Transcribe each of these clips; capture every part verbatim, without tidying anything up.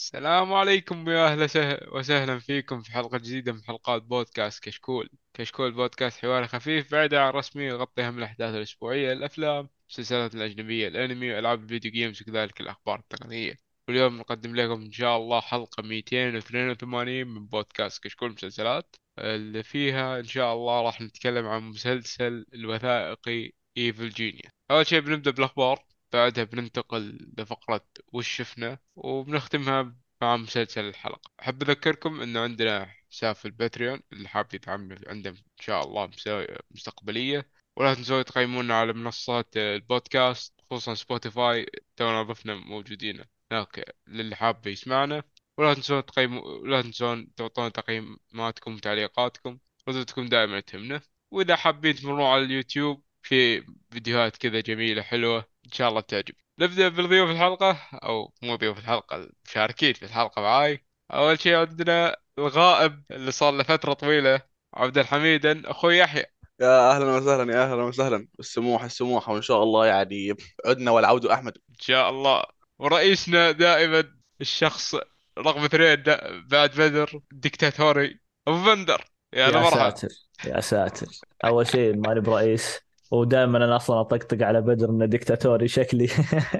السلام عليكم يا أهلا سه- وسهلا فيكم في حلقة جديدة من حلقات بودكاست كشكول. كشكول بودكاست حواري خفيف بعيد عن الرسمي، يغطي أهم الأحداث الأسبوعية، الأفلام، المسلسلات الأجنبية، الأنمي وألعاب الفيديو جيمز، وكذلك الأخبار التقنية. واليوم نقدم لكم إن شاء الله حلقة مئتين واثنين وثمانين من بودكاست كشكول مسلسلات، اللي فيها إن شاء الله راح نتكلم عن مسلسل الوثائقي ايفل جينيوس. أول شيء بنبدأ بالأخبار، بعدها بننتقل لفقرة وش شفنا، وبنختمها مع مسلسل الحلقة. أحب أذكركم إنه عندنا حساب في الباتريون اللي حاب يتعمل عنده إن شاء الله مسا- مستقبلية. ولا تنسوا تقيمونا على منصات البودكاست خصوصا سبوتيفاي، تونا ضفنا موجودين هناك للي حاب يسمعنا. ولا تنسون تقيموا ولا تنسون تعطونا تقييماتكم وتعليقاتكم، ردودكم دائما تهمنا. وإذا حابين تمروا على اليوتيوب في فيديوهات كذا جميلة حلوة إن شاء الله تعجب. نبدأ بضيوف الحلقة، أو مو ضيوف الحلقة، المشاركين في الحلقة معاي. أول شيء عندنا الغائب اللي صار له فترة طويلة، عبد الحميدا أخوي يحيى. يا اهلا وسهلا، يا اهلا وسهلا، السموح السموحه، وان شاء الله يعني عدنا والعود احمد. إن شاء الله. ورئيسنا دائما، الشخص رقم اثنين دا- بعد بدر، الدكتاتوري أبو بندر. يا أنا يا مرحب. ساتر، يا ساتر. اول شيء ماني برئيس، ودائما انا اصلا اطقطق على بدر انه ديكتاتوري شكلي.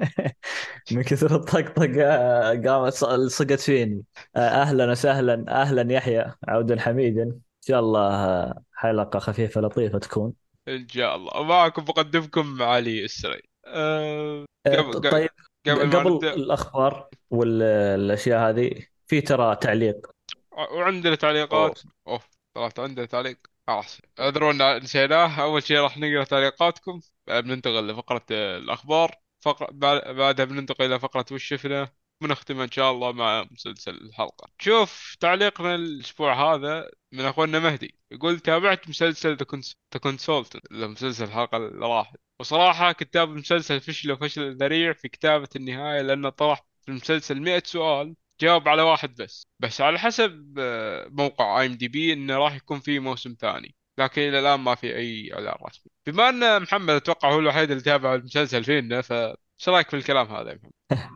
من كثر الطقطقه قامت ص- لصقت فيني. اهلا وسهلا، اهلا يحيى عودا حميدا، ان شاء الله حلقه خفيفه لطيفه تكون. إن شاء الله. ومعكم مقدمكم علي السري. أه... أه، ط- قبل قبل طيب. قبل ما قبل نبدأ، الاخبار والاشياء هذه، في ترى تعليق. وعندنا أوه. تعليقات. اوف، طلعت عندنا تعليق. خلاص اعذرونا نسيناه. اول شيء راح نقرا تعليقاتكم، بعد بننتقل لفقرة آه، الاخبار. فقرة بعد- بعدها بننتقل الى فقرة وش شفنا، ونختم ان شاء الله مع مسلسل الحلقة. شوف تعليقنا الاسبوع هذا من اخونا مهدي، يقول تابعت مسلسل ذا كونسولتنت، مسلسل الحلقة اللي راحت. وصراحة كتاب المسلسل فشلوا فشل ذريع في كتابة النهاية، لأنه طرح في المسلسل مئة سؤال جاوب على واحد بس. بس على حسب آه، موقع اي ام دي بي انه راح يكون في موسم ثاني، لكن الى الان ما في اي اعلان رسمي. بما ان محمد اتوقع هو الوحيد اللي تابع المسلسل فينا، فايش رايك في الكلام هذا يا محمد؟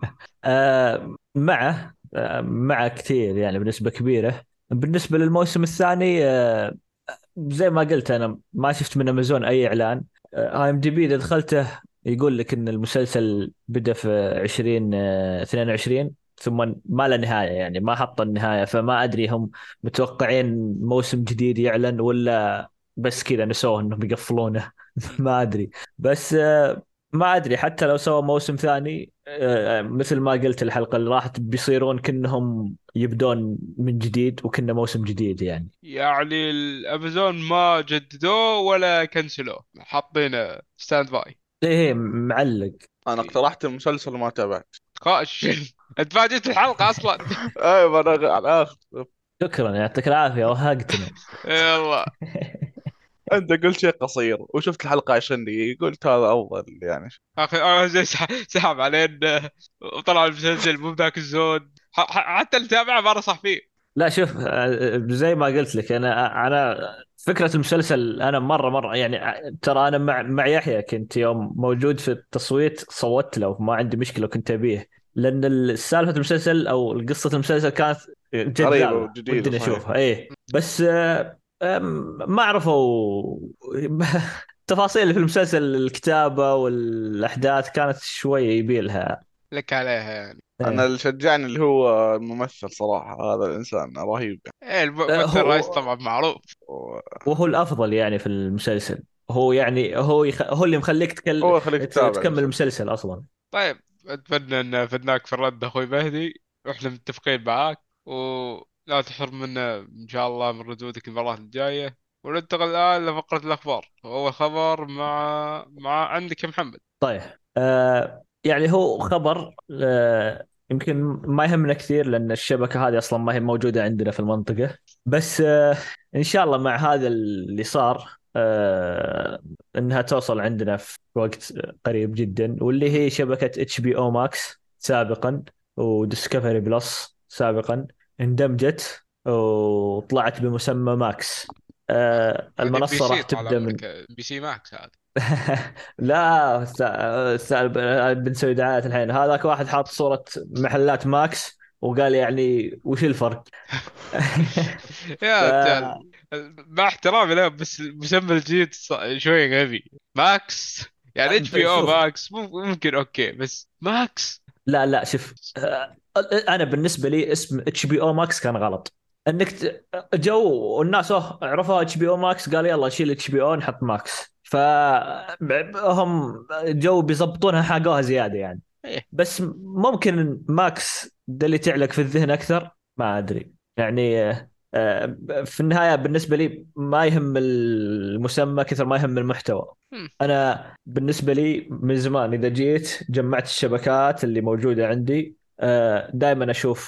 أه معه، أه معه كثير يعني بنسبة كبيرة. بالنسبة للموسم الثاني، أه زي ما قلت أنا ما شفت من أمازون أي إعلان. اي ام دي بي إذا دخلته يقول لك إن المسلسل بدأ في عشرين آه، اثنين وعشرين، ثم ما له نهاية، يعني ما حط النهاية. فما أدري هم متوقعين موسم جديد يعلن، ولا بس كذا نسوه إنهم يقفلونه. مم. ما أدري. بس آه، ما ادري حتى لو سوى موسم ثاني، آه، مثل ما قلت الحلقه اللي راحت بيصيرون كأنهم يبدون من جديد وكنا موسم جديد يعني. يعني الامازون ما جددوه ولا كنسلوه، حاطينه ستاند باي. ايه، معلق. انا اقترحت المسلسل وما تابعت. قاش انت فاجئت الحلقه اصلا. ايوه انا على الاخر. شكرا، يعطيك العافيه، وهقتنا. يلا. انت قلت شيء قصير وشفت الحلقه عشان دقيقة، قلت هذا افضل يعني. اخي آه، زي سح- سحب علينا وطلع المسلسل مو ذاك الزود. ح- ح- حتى اللي تابعه ما نصح فيه. لا شوف، آه، زي ما قلت لك، انا انا فكره المسلسل انا مره مره يعني، ترى انا مع مع يحيى، كنت يوم موجود في التصويت صوتت له، ما عندي مشكله وكنت ابيه، لان سالفه المسلسل او قصه المسلسل كانت غريبه جذابه وجديده ودي صحيح. اشوفها. ايه بس آه، آم، ما عرفوا. التفاصيل اللي في المسلسل، الكتابه والاحداث كانت شويه يبيلها. لك عليها يعني. انا ايه. اللي شجعني اللي هو الممثل صراحه، هذا الانسان رهيب ايه آه، الممثل الرئيس هو طبعا معروف. يعني. وهو الافضل يعني في المسلسل. هو يعني هو يخ... هو اللي مخليك تكل... هو خليك ت- تتابع تكمل المسلسل. المسلسل اصلا. طيب، اتمنى ان فدناك في الرد اخوي مهدي، واحنا متفقين معاك. ولا تحرم منا ان شاء الله من ردودك المرات الجايه. وننتقل الان لفقره الاخبار، واول خبر مع مع عندك يا محمد. طيب. آه يعني هو خبر آه يمكن ما يهمنا كثير، لان الشبكه هذه اصلا ما هي موجوده عندنا في المنطقه. بس آه ان شاء الله مع هذا اللي صار، آه انها توصل عندنا في وقت قريب جدا، واللي مم. هي شبكه اتش بي او ماكس سابقا، وديسكفري بلس سابقا، اندمجت وطلعت بمسمى ماكس. آه هذه ام بي المنصه راح سي طال تبدا من. عمرك، ام بي سي ماكس هذا. لا، س- س- بنسوي دعاية الحين. هذاك واحد حاط صورة محلات ماكس، وقال يعني وش الفرق. ف يا رجال، مع احترامي له بس المسمى الجديد ص- شوي غبي. ماكس، يعني اتش بي او شوف، ماكس مم- ممكن اوكي، بس ماكس. لا لا شوف، آه، انا بالنسبه لي اسم اتش بي او ماكس كان غلط. انك ت- جو والناس اوه عرفوا اتش بي او ماكس، قال يلا شيل اتش بي او نحط ماكس، فهم جو بيظبطونها حاجوها زياده يعني. ايه. بس ممكن ماكس ده اللي تعلق في الذهن اكثر، ما ادري يعني. آه، آه، في النهايه بالنسبه لي ما يهم المسمى كثر ما يهم المحتوى. مم. انا بالنسبه لي من زمان اذا جيت جمعت الشبكات اللي موجوده عندي، دائما اشوف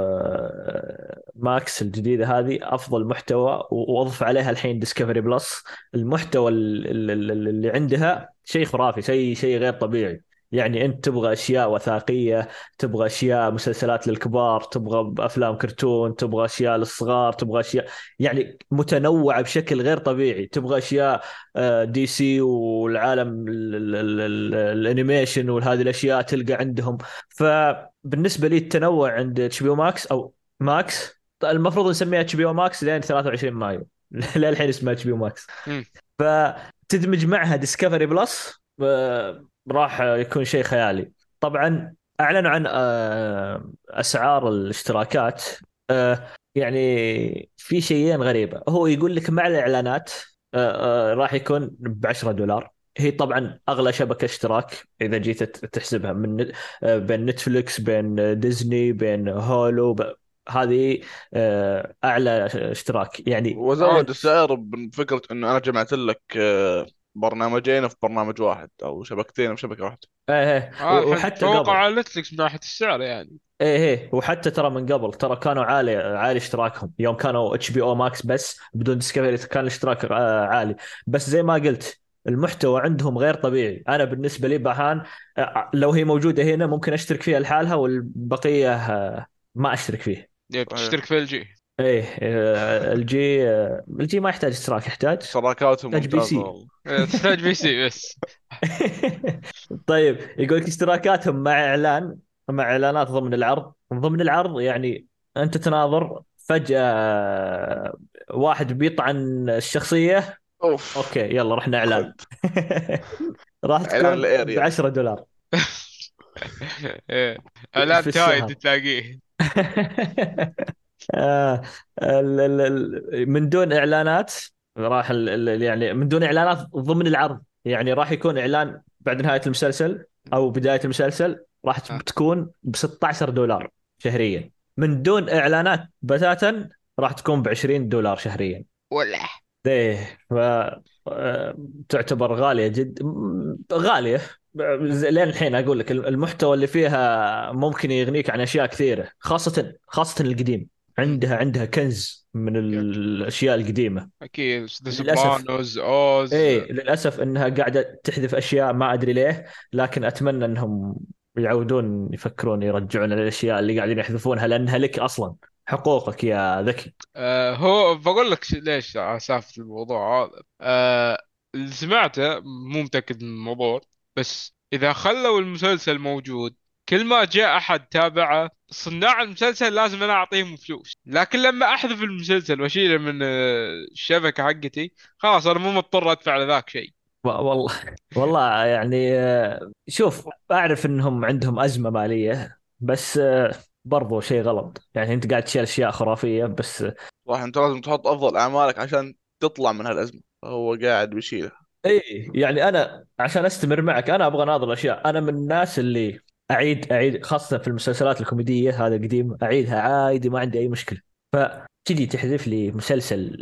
آه، ماكس الجديده هذه افضل محتوى، واضف عليها الحين ديسكفري بلس. المحتوى ال- ال- ال- اللي عندها شيء خرافي، شيء شيء غير طبيعي. يعني انت تبغى اشياء وثائقيه، تبغى اشياء مسلسلات للكبار، تبغى افلام كرتون، تبغى اشياء للصغار، تبغى اشياء يعني متنوعه بشكل غير طبيعي، تبغى اشياء آه، دي سي والعالم ال- ال- ال- ال- الانيميشن وهذه الاشياء تلقى عندهم. فبالنسبه لي التنوع عند اتش بي او ماكس او ماكس، المفروض نسميها اتش بي او ماكس لين ثلاثة وعشرين مايو. للحين اسمها اتش بي او ماكس. مم. فتدمج معها ديسكفري بلس، آه، راح يكون شيء خيالي. طبعا اعلنوا عن آه، اسعار الاشتراكات. آه، يعني في شيئين غريبة، هو يقول لك مع الإعلانات آه، آه، راح يكون ب عشرة دولار. هي طبعا أغلى شبكة اشتراك إذا جيت تحسبها من نت- آه، بين نتفليكس، بين ديزني، بين هولو، ب- هذه آه، أعلى اشتراك يعني. اه. وزود السعر بفكرة انه انا جمعت لك آه، برنامجين في برنامج واحد او شبكتين في شبكة واحدة. ايه ايه اه الحين وحتى تفوقوا قبل. على نتفلكس من ناحية السعر يعني. ايه ايه وحتى ترى من قبل ترى كانوا عالي عالي اشتراكهم يوم كانوا اتش بي او ماكس بس بدون ديسكفري، كان الاشتراك آه، عالي. بس زي ما قلت المحتوى عندهم غير طبيعي. انا بالنسبه لي باهان آه، لو هي موجوده هنا ممكن اشترك فيها لحالها، والبقيه آه، ما اشترك فيه. يعني صحيح. بتشترك في ال جي. ايه آه، الجي آه، الجي ما يحتاج اشتراك، يحتاج شراكاتهم يحتاج بي ممتازة سي. والله. تحتاج بي سي بس. طيب يقول لك اشتراكاتهم مع اعلان، مع اعلانات ضمن العرض، ضمن العرض يعني انت تناظر فجأة واحد بيطعن الشخصية، اوف. اوكي يلا رحنا خذ اعلان. راح اعلان تكون ب الاريال. عشرة دولار إيه. اعلان في تايد الشهر. تلاقيه. آه، ال- ال- ال- من دون اعلانات، راح ال- ال- يعني من دون اعلانات ضمن العرض، يعني راح يكون اعلان بعد نهاية المسلسل او بداية المسلسل، راح آه. تكون ب ستة عشر دولار شهريا. من دون اعلانات بتاتا راح تكون ب عشرين دولار شهريا. ولا. ايه ف آه، تعتبر غالية جد م- غالية. زي- لين الحين اقول لك المحتوى اللي فيها ممكن يغنيك عن اشياء كثيرة، خاصة خاصة القديم. مم. عندها عندها كنز من الاشياء القديمة. اكيد ذا للاسف، سوبرانوز، اوز. ايه للاسف انها قاعدة تحذف اشياء ما ادري ليه، لكن اتمنى انهم يعودون يفكرون يرجعون الاشياء اللي قاعدين يحذفونها، لانها لك اصلا، حقوقك يا ذكي. آه هو بقول لك ش- ليش سالفة الموضوع هذا. آه اللي سمعته مو متأكد من الموضوع، بس إذا خلوا المسلسل موجود، كل ما جاء أحد تابعه صناع المسلسل لازم أنا أعطيهم فلوس، لكن لما أحذف المسلسل وأشيله من آه، الشبكة حقتي، خلاص أنا مو مضطر أدفع لذاك شيء. و- والله والله يعني آه، شوف اعرف انهم عندهم ازمه ماليه، بس آه، برضو شيء غلط يعني. انت قاعد تشيل اشياء خرافيه بس. راح انت لازم تحط افضل اعمالك عشان تطلع من هالازمة. هو قاعد بيشيلها. اي يعني انا عشان استمر معك انا ابغى اناظر اشياء. انا من الناس اللي اعيد اعيد خاصه في المسلسلات الكوميديه، هذا قديم اعيدها عادي ما عندي اي مشكله. فتجي تحذف لي مسلسل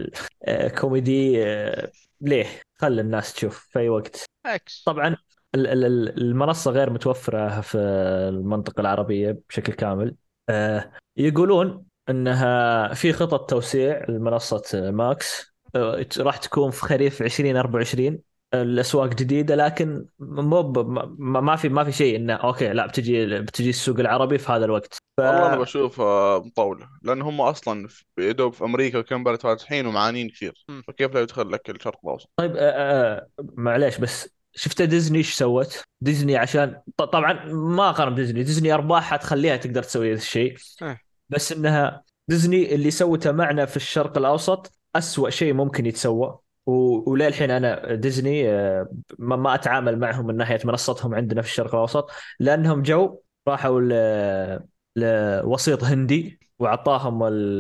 آه، كوميدي آه، ليه؟ خلي الناس تشوف في اي وقت. اكس. طبعا ال- ال- ال- المنصة غير متوفرة في المنطقة العربية بشكل كامل. آه، يقولون انها في خطط توسيع لمنصة ماكس، آه، راح تكون في خريف ألفين وأربعة وعشرين. الاسواق جديدة، لكن مو ب- ما ما في ما في شيء انه اوكي لا بتجي بتجي السوق العربي في هذا الوقت. ف والله انا بشوفها مطولة لان هم اصلا في يدوب في امريكا وكم بلد فاتحين ومعانين كثير، مم. فكيف لا يدخل لك الشرق الاوسط. طيب آه، آه، معليش بس شفت ديزني ايش سوت؟ ديزني عشان ط- طبعا ما اقارن ديزني، ديزني ارباحها تخليها تقدر تسوي هذا الشيء، إيه. بس انها ديزني اللي سوته معنا في الشرق الاوسط اسوأ شيء ممكن يتسوى. و- وليه الحين انا ديزني آه، ما ما اتعامل معهم من ناحيه منصتهم عندنا في الشرق الاوسط، لانهم جو راحوا ل- لوسيط هندي واعطاهم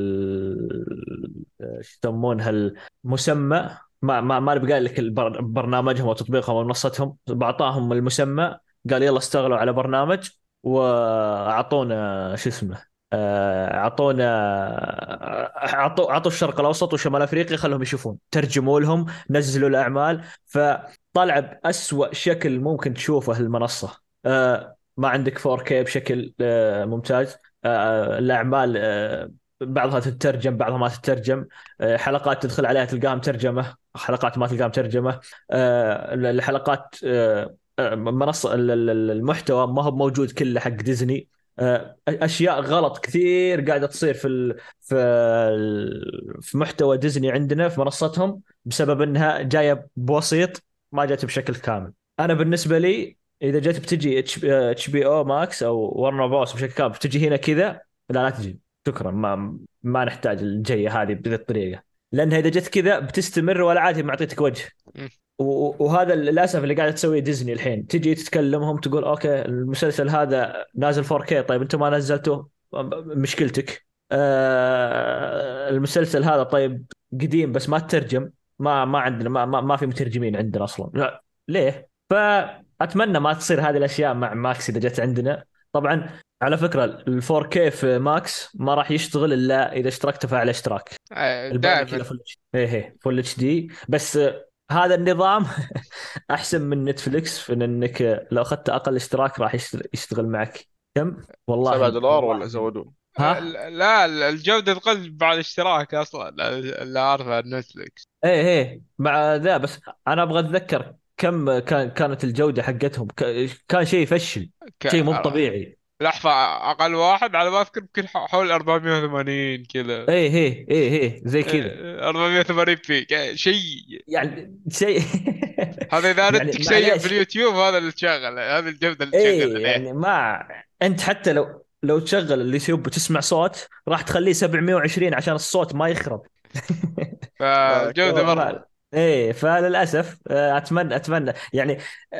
ال- ايش يسمونها المسمى. ما ما ما بقال لك البر- برنامجهم او تطبيقهم او منصتهم، بعطاهم المسمى، قال يلا اشتغلوا على برنامج، واعطونا شو اسمه، آه، اعطونا اعطوا اعطوا الشرق الاوسط وشمال افريقيا خلهم يشوفون، ترجموا لهم، نزلوا الاعمال، فطلع بأسوأ شكل ممكن تشوفه المنصه. آه، ما عندك فور كيه بشكل آه، ممتاز. آه، الاعمال آه، بعضها تترجم بعضها ما تترجم. آه، حلقات تدخل عليها تلقاها مترجمه، حلقات ما تلقاها مترجمه. آه، الحلقات آه، آه، منصه ال- ال- المحتوى ما هو موجود كله حق ديزني. آه، اشياء غلط كثير قاعده تصير في ال... في ال... في محتوى ديزني عندنا في منصتهم، بسبب انها جايه بوسيط، ما جت بشكل كامل. انا بالنسبه لي اذا جيت بتجي اتش اتش بي او ماكس او ورنر بوس بشكل كامل بتجي هنا كذا، لا لا تجي، شكرا، ما ما نحتاج الجيه هذه بهذه الطريقه، لانها اذا جت كذا بتستمر ولا عاد معطيتك وجه. مم. و- وهذا للاسف اللي قاعده تسويه ديزني الحين، تجي تتكلمهم تقول اوكي المسلسل هذا نازل فور كيه، طيب انتم ما نزلتوه، مشكلتك. آه المسلسل هذا طيب قديم بس ما تترجم، ما ما عندنا ما, ما, ما في مترجمين عندنا اصلا، لا ليه؟ فاتمنى ما تصير هذه الاشياء مع ماكس اذا جت عندنا. طبعا على فكره ال فور كيه في ماكس ما راح يشتغل الا اذا اشتركت في اعلى اشتراك، آه، الباقي دائما. كذا فل اتش دي. ايه ايه فل اتش دي بس. آه، هذا النظام احسن من نتفليكس في انك لو اخذت اقل اشتراك راح يشتغل يشتغل معك كم، سبعة والله دولار ولا والله. زودوه؟ آه، ها. لا، الجودة تقل بعد الاشتراك اصلا، اللي عارفه نتفلكس. ايه ايه مع ذا، بس انا ابغى اتذكر كم كان كانت الجودة حقتهم، ك- كان شيء يفشل، ك... شيء مو طبيعي. لحظة، اقل واحد على ما اذكر يمكن حول أربعمائة وثمانين كذا. ايه ايه ايه ايه زي كذا، آه، أربعمائة وثمانين بي شيء. يعني شيء هذا اذا يعني نتك سيء في معليش. اليوتيوب، هذا اللي تشغل، هذه الجودة اللي تشغل ايه عليه. يعني ما انت حتى لو لو تشغل اليوتيوب وتسمع صوت راح تخليه سبعمائة وعشرين عشان الصوت ما يخرب. لا فالجودة كلام. مرة. ف... ايه فللاسف آه، اتمنى اتمنى يعني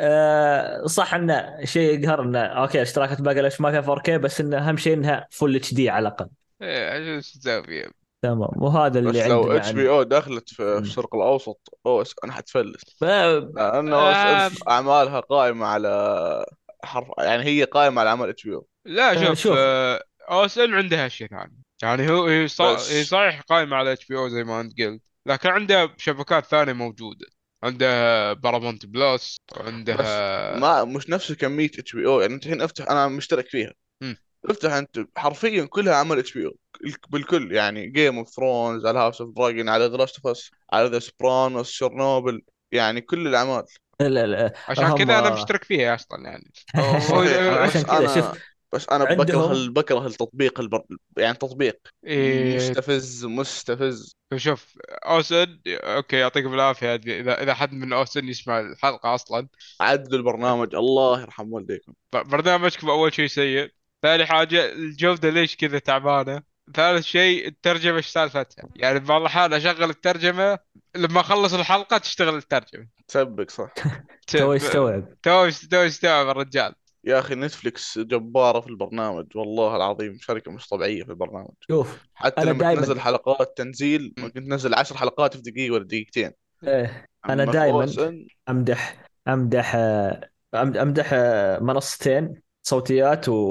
آه، صح انه شيء يقهر انه اوكي اشتراكات باقي ليش ما فيها فور كيه، بس انه اهم شيء انها فل اتش دي على الاقل. ايه عشان شو تسوي. تمام، وهذا اللي بس لو عندنا اتش عن. بي او دخلت في مم. الشرق الاوسط، او اس انا حتفلس. ف... لانه او اس آه ان اعمالها قائمه على حرف، يعني هي قائمه على عمل اتش بي او. لا آه، شوف، شوف. او اس ان عندها اشياء ثانيه. يعني هو هي صا- هي بس صحيح قائمه على اتش بي او زي ما انت قلت، لكن عندها شبكات ثانيه موجوده. عندها بارامونت بلس، بس وعندها. ما مش نفس كميه اتش بي او. يعني انت الحين افتح، انا مشترك فيها، مم. افتح انت حرفيا كلها عمل اتش بي او بالكل. يعني جيم اوف ثرونز، على هاوس اوف دراجون، على ذا لاست اوف اس، على ذا سوبرانوس، شيرنوبل، يعني كل الاعمال. لا لا عشان هم كذا انا مشترك فيها اصلا يعني. هو صحيح، هو- بس عشان كذا شوف انا بس انا بكره ال... عندهم. بكره التطبيق البر... يعني تطبيق إيه، مستفز مستفز. شوف، اوسن اوكي يعطيكم العافيه، اذا اذا حد من اوسن يسمع الحلقه اصلا. عدلوا البرنامج، الله يرحم والديكم. ب- برنامجكم اول شيء سيء. ثاني حاجة الجودة ليش كذا تعبانة. ثالث شيء الترجمة ايش سالفتها، يعني بعض الأحيان أشغل الترجمة، لما أخلص الحلقة تشتغل الترجمة. تسبق صح. ت- تو ب- يستوعب. تو تو يستوعب الرجال. يا اخي نتفليكس جبارة في البرنامج، والله العظيم شركة مش طبيعية في البرنامج. شوف حتى انا لما تنزل دائما حلقات تنزيل م- ممكن تنزل عشر حلقات في دقيقة ولا دقيقتين. إيه، انا اما في او دائما اس ان امدح امدح آه، أم- امدح آه، منصتين صوتيات و...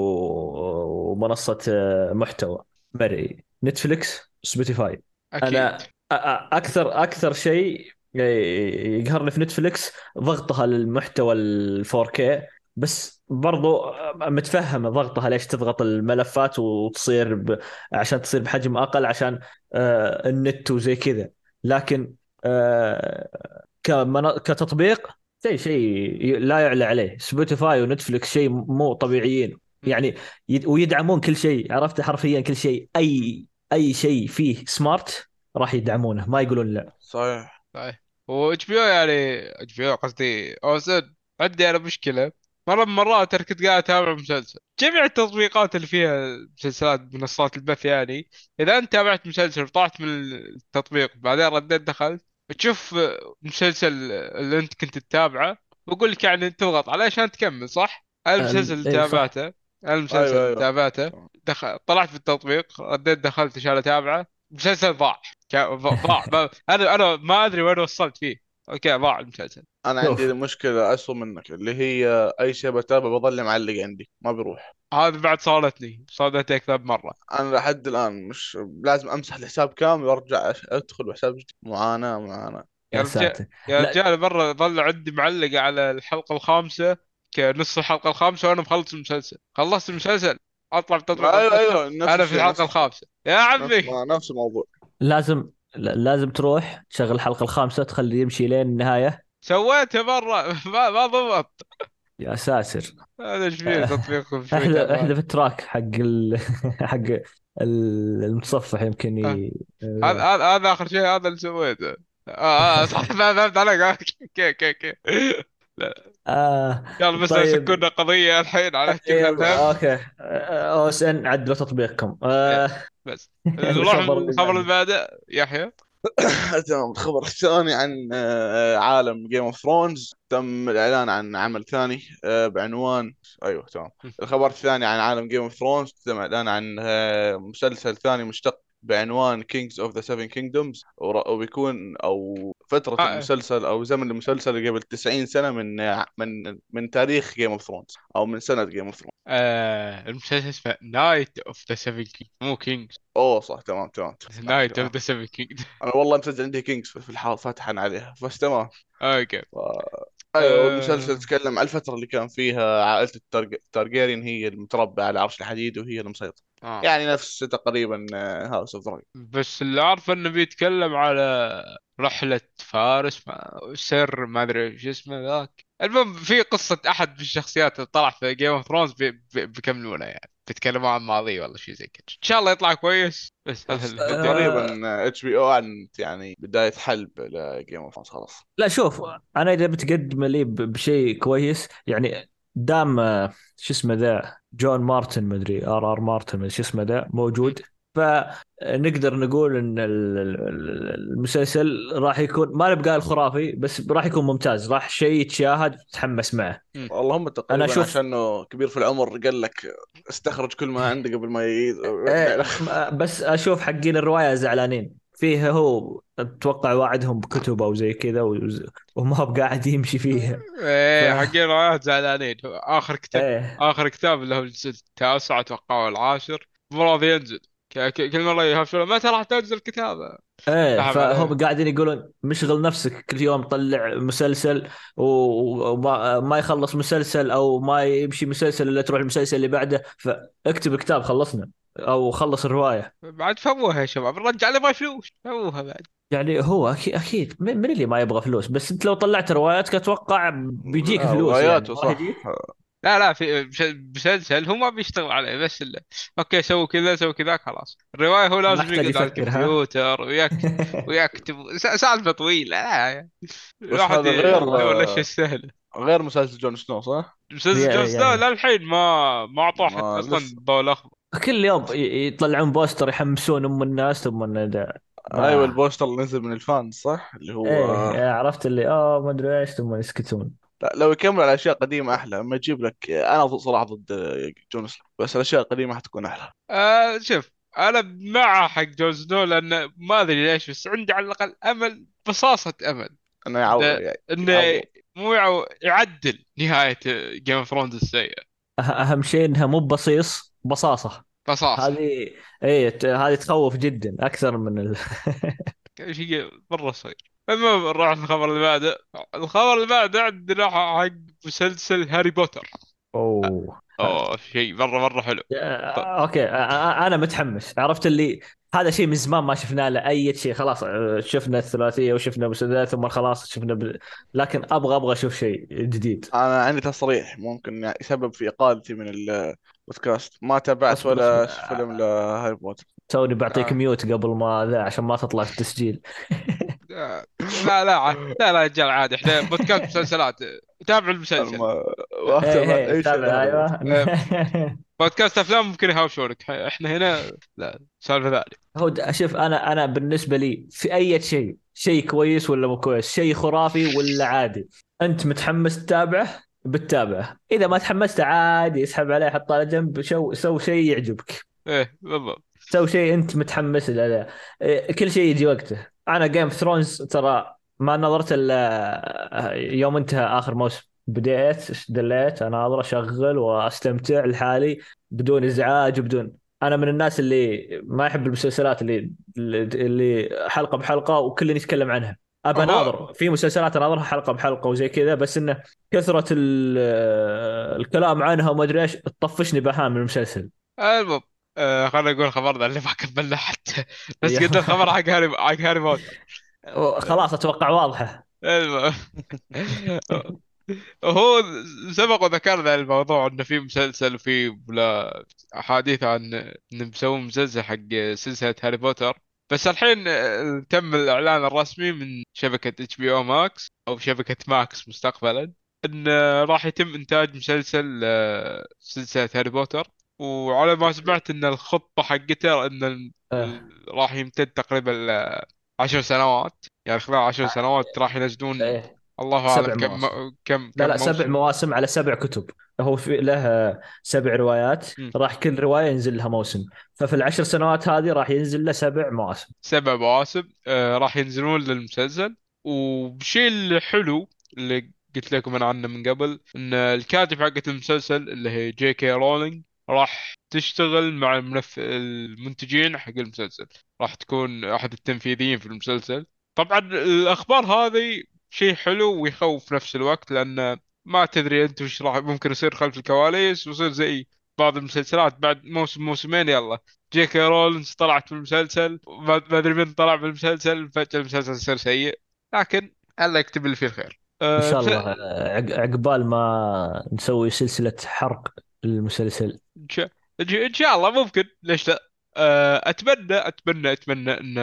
ومنصة آه، محتوى مرئي، نتفليكس، سبوتيفاي. أكيد. انا أ- أ- اكثر اكثر شيء يقهرني في نتفليكس ضغطها للمحتوى ال فور كيه، بس برضو متفهم ضغطها ليش تضغط الملفات وتصير ب... عشان تصير بحجم اقل عشان آه، النت وزي كذا. لكن آه، كمن... كتطبيق شيء شيء لا يعلى عليه. سبوتيفاي ونتفليكس شيء مو طبيعيين م- يعني، يد... ويدعمون كل شيء، عرفت حرفيا كل شيء، اي اي شيء فيه سمارت راح يدعمونه، ما يقولون لا. صحيح. صحيح. واتش بي او يعني اتش بي او قصدي او زد. عندي انا مشكله، مره من مرات انا كنت قاعد اتابع مسلسل، جميع التطبيقات اللي فيها مسلسلات منصات البث يعني، اذا انت تابعت مسلسل وطلعت من التطبيق بعدين رديت دخلت تشوف مسلسل اللي انت كنت تتابعه، بقول لك يعني تضغط عليه عشان تكمل صح. المسلسل ال- اللي اي صح. تابعته المسلسل ايوه اللي ايوه تابعته تمام. دخل طلعت في التطبيق رديت دخلت عشان اتابعه، المسلسل ضاع. كا- ضاع ما- انا انا ما ادري وين وصلت فيه. اوكي ضاع المسلسل. انا عندي شوف مشكله اسوء منك، اللي هي اي شيء بتابع بظل معلق عندي ما بيروح. هذا بعد صارتني صارتني اكثر مرة. انا لحد الان مش لازم امسح الحساب كامل وارجع أش- ادخل بحساب جديد. معاناه معاناه. يا يا رجال، ساتر. يا لا رجال مرة ظل عندي معلق على الحلقة الخامسة، كنص الحلقة الخامسة وانا مخلص المسلسل، خلصت المسلسل اطلع بتطبيق ايوه البث، ايوه نفس انا في الشيء الحلقة نفس الشيء. الخامسة يا نفس عمي. ما نفس الموضوع. لازم لا- لازم تروح تشغل الحلقة الخامسة تخليه يمشي لين النهاية. سويته مرة ما ما ضبط. يا ساتر. هذا ايش فيه آه، تطبيق شوي احذف تعبان. احذف التراك حق ال... حق ال- المتصفح يمكن آه، ي... هذا ذا. هذا هذا اخر شيء هذا اللي سويته. اه آه، صح فهمت عليك. كي كي كي لا. آه يلا بس لا طيب. سكرنا قضية الحين على جبنا طيب الهم. اوكي. او اس ان عدلوا تطبيقكم إيه، آه. بس نروح الخبر اللي الخبر اللي بعده. بعده يحيى. تمام. الخبر الثاني عن آه، عالم جيم اوف ثرونز. تم الاعلان عن عمل ثاني آه، بعنوان. ايوه تمام. الخبر الثاني عن عالم جيم اوف ثرونز تم الاعلان عن آه، مسلسل ثاني مشتق بعنوان كينجز اوف ذا سيفن كينجدومز، وبيكون او فترة آه، المسلسل او زمن المسلسل قبل تسعين سنة من آه، من من تاريخ جيم اوف ثرونز او من سنة جيم اوف ثرونز. آه، المسلسل اسمه نايت اوف ذا سيفن كينج مو كينجز. اوه صح تمام تمام نايت اوف تمام. ذا سيفن كينج. انا والله مسجل عندي كينجز في الحال فاتحا عليها بس تمام. اوكي. ف... ايوه المسلسل آه، يتكلم عن الفترة اللي كان فيها عائلة التارج... التارجيريان هي المتربعة على عرش الحديد وهي المسيطرة. آه. يعني نفس تقريبا هاوس اوف دراجون. بس اللي عارفه انه بيتكلم على رحلة فارس مع سر ما ادري شو اسمه ذاك. المهم في قصة احد من الشخصيات اللي طلع في جيم اوف ثرونز بيكملونها يعني، بيتكلموا عن ماضيه ولا شيء زي كذا، ان شاء الله يطلع كويس. بس هذا بس اللي ودي اقوله. آه تقريبا اتش بي او اعلنت يعني بداية حلب لجيم اوف خلاص. لا شوف، انا اذا بتقدم لي ب- بشيء كويس يعني، دام آه، شو اسمه ذا جون مارتن مدري ار ار مارتن مدري شو اسمه ذا موجود، فنقدر نقول ان ال- ال- ال- المسلسل راح يكون ما نبقى الخرافي بس راح يكون ممتاز، راح شيء يتشاهد تحمس معه. مم. اللهم انا تقريبا اشوف عشانه كبير في العمر قال لك استخرج كل ما عنده قبل ما يرجع له. إيه، بس اشوف حقين الروايه زعلانين فيه، هو اتوقع واعدهم بكتب او زي كذا وز- وما هو قاعد يمشي فيها. ف ايه حقين روايات زعلانين. اخر كتاب، ايه اخر كتاب اللي هو الجزء التاسع اتوقع أو العاشر مو راضي ينزل. ك- ك- كل مرة يهافشون متى راح تنزل كتابة. ايه، سحب فهم عليه. قاعدين يقولون مشغل نفسك كل يوم طلع مسلسل و- وما ما يخلص مسلسل او ما يمشي مسلسل الا تروح المسلسل اللي بعده، فاكتب كتاب خلصنا او خلص الروايه. بعد فوها يا شباب نرجع له ما فلوس فوها بعد. يعني هو اكيد اكيد من من اللي ما يبغى فلوس، بس انت لو طلعت رواياتك اتوقع بيجيك لا فلوس، يعني رواياته ما راح صح. يجيك. لا لا في مس- مسلسل هو ما بيشتغل عليه بس إلا. اوكي سووا كذا سووا كذا خلاص. الرواية هو ما لازم يحتاج يقعد على يفكر ها. الكمبيوتر ويكتب ويكتب س- سالفة طويلة لا يعني. بس الواحد هذا غير يدور الاشياء السهلة. غير مسلسل جون سنو صح؟ مسلسل جون سنو يعني للحين ما ما اعطوه حتى ما اصلا لسه. ضوء الاخضر. كل يوم ي- يطلعون بوستر يحمسون ام الناس ثم انه ده ايوه ما. البوستر اللي نزل من الفانز صح اللي هو ايه عرفت اللي اه ما ادري ايش ثم يسكتون. لا لو يكمل على اشياء قديمه احلى. اما يجيب لك انا صراحه ضد جون سنو بس الاشياء القديمه حتكون احلى. آه شوف انا مع حق جون سنو لان ما ادري ليش بس عندي على الاقل امل بصاصة امل انه يعو... انه انه يعوض. مو يعو- يعدل نهاية جيم اوف ثرونز السيئة. أه- اهم شيء انها مو بصيص بصاصه. بصاصة. هذه ايه ت- هذه تخوف جدا اكثر من ال... شيء مرة صغير. المهم نروح الخبر اللي بعده. الخبر اللي بعده عندنا حق مسلسل هاري بوتر. اوه. اوه شيء مرة مرة حلو. طيب. آه، اوكي. آه، آه، انا متحمس، عرفت اللي هذا شيء من زمان ما شفنا له اي شيء، خلاص آه، شفنا الثلاثيه وشفنا مسلسلات ثم خلاص شفنا ب... لكن ابغى ابغى اشوف شيء جديد. انا عندي تصريح ممكن يعني يسبب في اقالتي من البودكاست. ما تابعت اصبر اصبر ولا آه، فيلم لهاري بوتر. توني بعطيك آه. ميوت قبل ما ذا عشان ما تطلع في التسجيل. آه. لا لا ع- لا لا يا رجال عادي، احنا بودكاست مسلسلات، تابع انا المسلسل. ما ما ايه اتابع ايه اي شيء تابع، غير هذا. ايوه. اه، بودكاست افلام ممكن يهاوشونك، احنا هنا لا سالفه ثانيه. هو د- شوف، انا انا بالنسبه لي في اي شيء، شيء كويس ولا مو كويس، شيء خرافي ولا عادي، انت متحمس تتابعه بتتابعه، اذا ما تحمست عادي اسحب عليه حطه على جنب، شو سوي شيء يعجبك، ايه بالضبط. سوي شيء انت متحمس له. إيه، كل شيء يجي وقته. انا جيم اوف ثرونز ترى ما نظرت الا يوم انتهى اخر موسم، بديت دليت اناظر اشغل واستمتع لحالي بدون ازعاج وبدون. انا من الناس اللي ما يحب المسلسلات اللي اللي حلقه بحلقه وكل يتكلم عنها. ابى هو اناظر في مسلسلات اناظرها حلقه بحلقه وزي كذا، بس انه كثره ال- الكلام عنها وما ادري ايش تطفشني بهان من المسلسل. المهم، آه خلينا نقول خبرنا اللي ما كملنا حتى، بس قلنا الخبر حق هاري حق هاري بوتر. خلاص اتوقع واضحه. المهم هو سبق وذكرنا الموضوع انه في مسلسل وفي بلا احاديث عن انه مسوي مسلسل حق سلسلة هاري بوتر. بس الحين آه، تم الاعلان الرسمي من شبكة اتش بي او ماكس او شبكة ماكس مستقبلا ان آه، راح يتم انتاج مسلسل آه، سلسلة هاري بوتر. وعلى ما سمعت ان الخطة حقته ان ال- آه. ال- راح يمتد تقريبا آه، عشر سنوات، يعني خلال عشر سنوات راح ينزلون ايه الله اعلم سبع كم مواسم. كم لا كم لا، سبع موسم. مواسم على سبع كتب. هو في له سبع روايات، مم. راح كل رواية ينزل لها موسم، ففي العشر سنوات هذه راح ينزل له سبع مواسم. سبع مواسم آه راح ينزلون للمسلسل. وبشيء الحلو اللي قلت لكم انا عنه من قبل ان الكاتب حقة المسلسل اللي هي جي كي رولينج راح تشتغل مع المنف... المنتجين حق المسلسل، راح تكون احد التنفيذيين في المسلسل. طبعا الاخبار هذه شيء حلو ويخوف في نفس الوقت، لان ما تدري انت وش راح ممكن يصير خلف الكواليس، ويصير زي بعض المسلسلات بعد موسم موسمين يلا جي كي رولينز طلعت في المسلسل، ما ما ادري من طلع في المسلسل، فجأة المسلسل يصير سيء. لكن الله يكتب اللي فيه الخير. ان أه شاء بس... الله عق- عقبال ما نسوي سلسلة حرق المسلسل. إن شاء إن شاء الله ممكن، ليش لا. أه اتمنى اتمنى اتمنى ان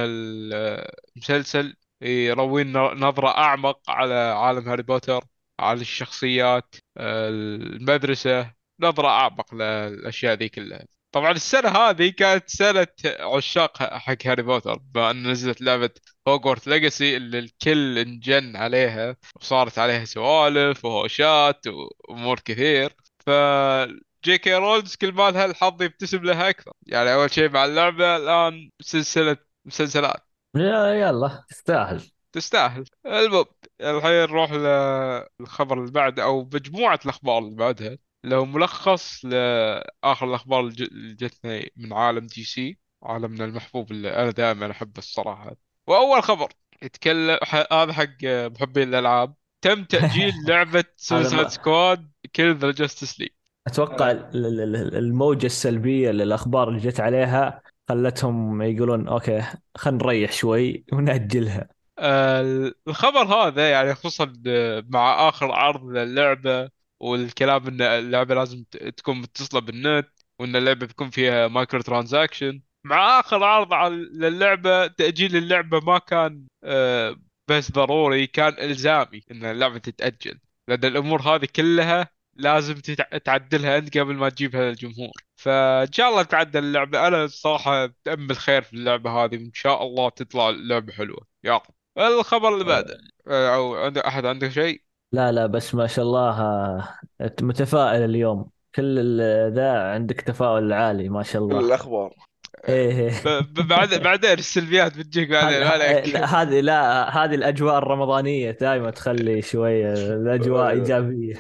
المسلسل يروينا نظرة اعمق على عالم هاري بوتر، على الشخصيات، أه المدرسة، نظرة اعمق للاشياء ذي كلها. طبعا السنة هذه كانت سنة عشاق حق هاري بوتر، بما ان نزلت لعبة هوغورت ليجاسي اللي الكل انجن عليها وصارت عليها سوالف وهوشات وامور كثير. ف جي كي رولز كل ما لها الحظ يبتسم لها اكثر، يعني اول شيء مع اللعبة الان سلسلة مسلسلات يا- يلا تستاهل. تستاهل. المهم الحين نروح للخبر اللي بعده او مجموعة الاخبار اللي بعدها، لو ملخص لاخر الاخبار اللي ج- اللي جتنا من عالم دي سي، عالمنا المحبوب اللي انا دائما احبه الصراحة. واول خبر يتكلم ح- هذا حق محبين الالعاب. تم تأجيل لعبة هذا سوسايد ما سكواد كيل ذا جاستس ليج. اتوقع ال- ال- ال- الموجة السلبية للاخبار اللي جت عليها خلتهم يقولون اوكي خلينا نريح شوي ونأجلها. آه، الخبر هذا يعني خصوصا آه، مع آخر عرض للعبة، والكلام ان اللعبة لازم ت- تكون متصلة بالنت، وان اللعبة بيكون فيها مايكرو ترانزاكشن. مع آخر عرض على للعبة تأجيل اللعبة ما كان آه، بس ضروري، كان إلزامي ان اللعبة تتأجل، لأن الأمور هذه كلها لازم تتع- تعدلها انت قبل ما تجيبها للجمهور. فان شاء الله تعدل اللعبة. انا الصراحة متأمل خير في اللعبة هذه، وان شاء الله تطلع اللعبة حلوة يا رب. الخبر اللي بعده، آه، او عند احد عنده شيء؟ لا لا، بس ما شاء الله، آه، أنت متفائل اليوم، كل ال- ذا عندك تفاؤل عالي ما شاء كل الله. الاخبار. ايه ب- إيه. ب- بعد بعدين السلبيات بتجيك بعدين هذه ما ه- عليك. لا، هذه لا هذه الاجواء الرمضانيه دائما تخلي شويه الاجواء ايوه، ايجابيه.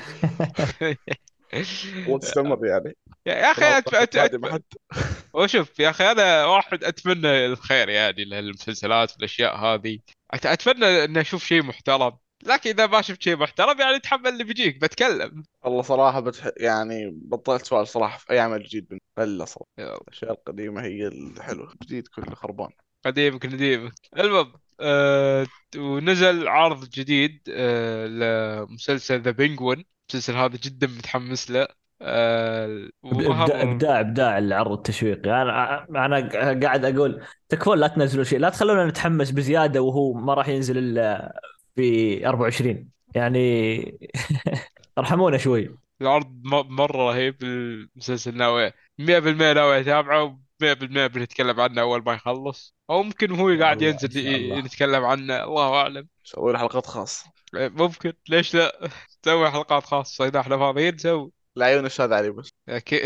والله تستمر يعني. يا يا اخي رمضان أت... أت... قادم أت... حتى. وشوف يا اخي، انا واحد اتمنى الخير يعني للمسلسلات والاشياء هذه. أت... اتمنى ان اشوف شيء محترم، لكن اذا ما شفت شيء محترم يعني تحمل اللي بيجيك بتكلم. والله صراحة بتح... يعني بطلت سؤال صراحة في أيام الجديد بالنسبة لي صراحة. الأشياء القديمة هي الحلوة، الجديد كله خربان. قديمك نديمك. المهم آه ونزل عرض جديد آه لمسلسل ذا بينجوين. المسلسل هذا جدا متحمس له. آه ابداع وظهر. ابداع ابداع العرض التشويقي. انا انا قاعد اقول تكفون لا تنزلوا شيء، لا تخلونا نتحمس بزياده وهو ما راح ينزل الا في أربعة وعشرين يعني. ارحمونا شوي. العرض م- مرة رهيب. المسلسل ناوي مية بالمية ناوي أتابعه، ومية بالمية بنتكلم عنه أول ما يخلص، أو ممكن هو ان شاء قاعد الله ان ينزل شاء ي- الله. نتكلم عنه، الله أعلم. سوي له حلقات خاصة. ممكن، ليش لا. نسوي حلقات خاصة إذا احنا فاضيين نسوي. لعيون الشاذ علي بس. أكيد.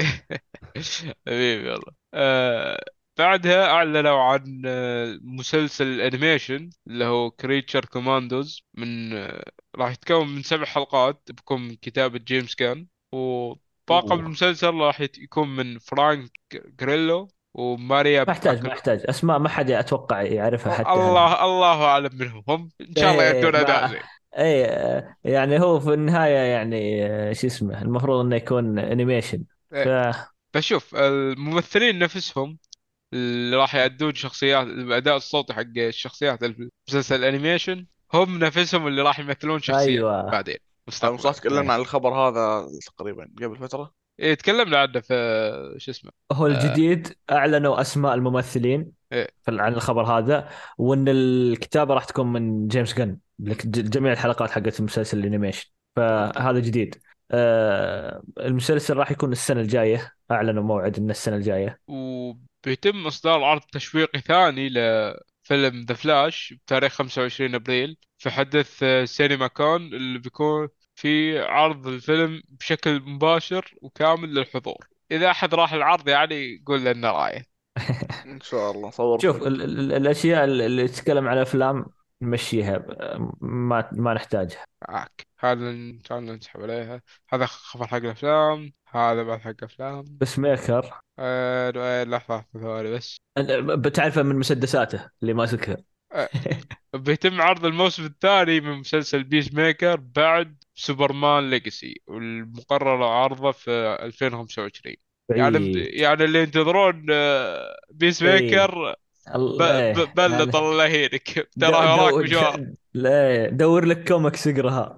حبيبي والله. آه بعدها أعلنوا عن آه، مسلسل الأنيميشن اللي هو كريتشر كوماندوز، من آه، راح يتكون من سبع حلقات بكم من كتابة جيمس كان. وطاقم اوه. المسلسل راح يت- يكون من فرانك جريلو وماريا ما احتاج ما باكل. احتاج اسماء، ما حد اتوقع يعرفها حتى هذه. الله الله أعلم منهم هم، إن شاء الله ايه يأتون أداء ما زين. ايه يعني هو في النهايه يعني آه، شو اسمه المفروض انه يكون انيميشن. ف إيه. بشوف الممثلين نفسهم اللي راح يأدون شخصيات الأداء الصوتي حق الشخصيات المسلسل الأنيميشن، هم نفسهم اللي راح يمثلون شخصيات ايوه. بعدين انا مستقبلا. مصلحة تكلمنا إيه. عن الخبر هذا تقريبا قبل فترة. إيه تكلمنا عنه في شو اسمه. هو آه الجديد اعلنوا اسماء الممثلين إيه. في- عن الخبر هذا، وان الكتابه راح تكون من جيمس جن لك ج- جميع الحلقات حقت المسلسل الانيميشن، اوكي. فهذا جديد. آه المسلسل راح يكون السنه الجايه، اعلنوا موعد ان السنه الجايه. وبيتم إصدار عرض تشويقي ثاني لفيلم ذا فلاش بتاريخ خمسة وعشرين أبريل في حدث آه، سينما كون، اللي بيكون في عرض الفيلم بشكل مباشر وكامل للحضور. إذا أحد راح العرض يعني قول لنا رأيه. ان شاء الله صور شوف فيلم. ال ال الاشياء اللي تتكلم عن افلام نمشيها، ما ما نحتاجها. معك، هذا كان نسحب عليها. هذا خبر حق الأفلام، هذا بعد حق أفلام. بس ميكر آه آه، لحظة ثواني بس. بتعرفه من مسدساته اللي ماسكها. آه بيتم عرض الموسم الثاني من مسلسل بيس ميكر بعد سوبرمان ليجاسي، والمقرر عرضه في ألفين وخمسة وعشرين. يعني بعيد. يعني اللي ينتظرون آه، بيس بعيد. ميكر، ب- ال- ب- ايه بلط يعني الله يهينك، دو ترى وراك دو مشوار. لا دور لك كوميكس اقراها.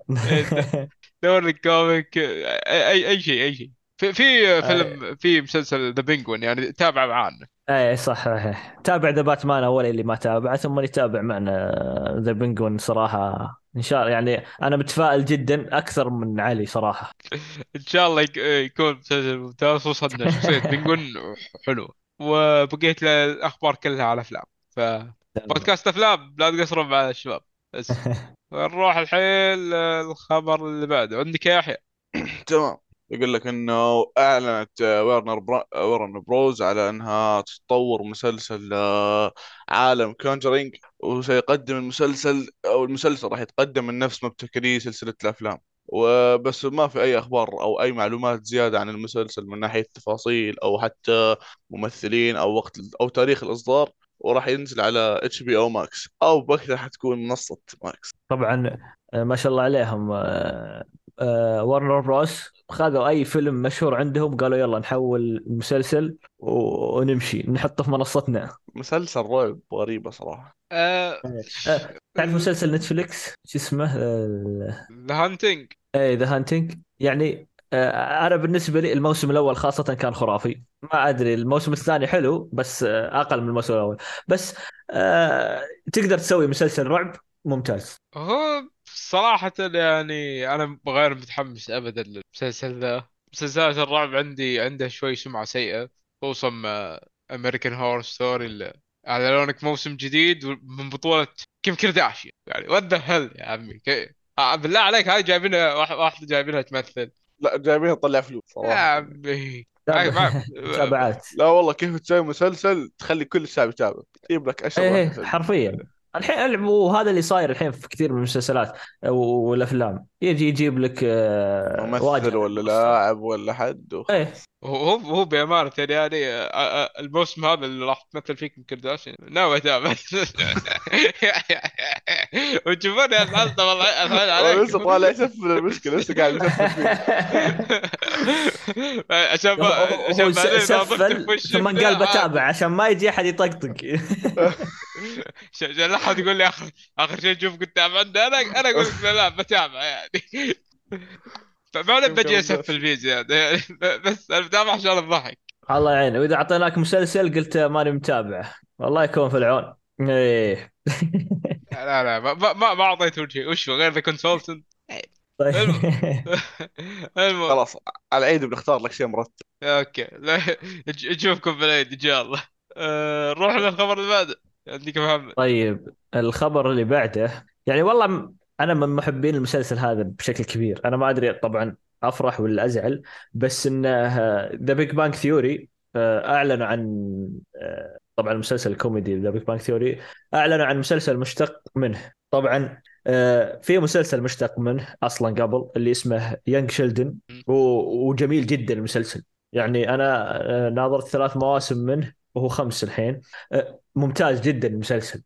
دوري الكوميك، اي اي شيء اي شيء. في في فيلم، في مسلسل ذا بينجوين يعني تابع معانا. ايه صح. إيه. تابع ذا باتمان اول اللي ما تابع، ثم اللي تابع معنا ذا بنجون صراحة. ان شاء الله يعني انا متفائل جدا اكثر من علي صراحة. ان شاء الله يك- يكون مسلسل ممتاز، خصوصا ان شخصية بينجوين حلوة. وبقيت الاخبار كلها على افلام، تمام. فبودكاست افلام لا تقصرون مع الشباب. بس نروح الحين للخبر اللي بعده، عندك يا يحيى. تمام. يقول لك انه اعلنت آه، ورنر برا... ورنر بروز على انها تطور مسلسل آه، عالم كونجرينج، وسيقدم المسلسل او المسلسل راح يتقدم من نفس مبتكري سلسلة الافلام. وبس ما في اي اخبار او اي معلومات زيادة عن المسلسل من ناحية تفاصيل او حتى ممثلين او وقت او تاريخ الاصدار. وراح ينزل على اتش بي او ماكس او بكرة حتكون منصة ماكس. طبعا. آه، ما شاء الله عليهم. آه، آه، ورنر بروس خذوا اي فيلم مشهور عندهم قالوا يلا نحول المسلسل و- ونمشي نحطه في منصتنا. مسلسل رعب غريبة صراحة. آه آه، تعرف مسلسل نتفليكس شو اسمه؟ آه، ذا هانتنج. ايه ذا هانتنج يعني. آه، انا بالنسبه لي الموسم الاول خاصه كان خرافي. ما ادري الموسم الثاني حلو بس آه، اقل من الموسم الاول. بس آه، تقدر تسوي مسلسل رعب ممتاز. هو صراحة يعني أنا غير متحمس أبدا للمسلسل ذا. مسلسلات الرعب عندي عنده شوي سمعة سيئة، خصوصا أمريكان هورر ستوري اللي أعلنوا لك موسم جديد من بطولة كيم كرداشيان. يعني وات ذا هل يا عمي كي... آه بالله عليك، هاي جايبينها واحد- واحدة جايبينها تمثل. لا جايبين تطلع فلوس يا صراحة. عمي هاي تابع ما متابعات. لا والله كيف تسوي مسلسل تخلي كل الشعب يتابع، تجيب لك اشهر ايه واحد إيه، فيلم. حرفيا. الحين وهذا اللي صاير الحين في كثير من المسلسلات والافلام، يجي يجيب لك آه، ممثل واجهه ولا القصه. لاعب ولا حد ايه. وخلاص. هو هو هو بأمانة يعني يعني آه، آه، الموسم هذا اللي راح تمثل فيه كيم كرداشيان ناوي اتابع. وتشوفوني الحلقة والله اسهل هو لسه عليكم. طالع يسفل المشكلة، لسه قاعد يسفل فيه. عشان هو ما هو عشان س- بعدين اذا ضفت في سفل وش ثم قال ابنه بتابع عادي. عشان ما يجي احد يطقطق. عشان لا احد يقول لي اخر اخر شيء تشوف قدام عندي انا انا اقول لك لا لا بتابع يعني. بعدين يمكن بجي أبدأ اسفل فيه. فيه زياده يعني. بس انا متابع عشان الضحك. الله يعين، واذا اعطيناك مسلسل قلت ماني متابع، والله يكون في العون. ايه. لا لا ما ما ما ما اعطيته شيء وش غير ذا كونسلتنت. طيب. الم... الم... خلاص على العيد بنختار لك شيء مرتب. اوكي لا. نج- نشوفكم بالعيد ان شاء الله. أه... نروح للخبر اللي بعده. عندك محمد. طيب الخبر اللي بعده، يعني والله م- انا من محبين المسلسل هذا بشكل كبير. انا ما ادري طبعا افرح ولا ازعل، بس انه ذا بيج بانك ثيوري اعلنوا عن آه، طبعا المسلسل الكوميدي ذا بيج بانك ثيوري اعلنوا عن مسلسل مشتق منه. طبعا آه، في مسلسل مشتق منه اصلا قبل اللي اسمه يانج شيلدن، وجميل جدا المسلسل. يعني انا آه، ناظرت ثلاث مواسم منه وهو خمس الحين. آه، ممتاز جدا المسلسل،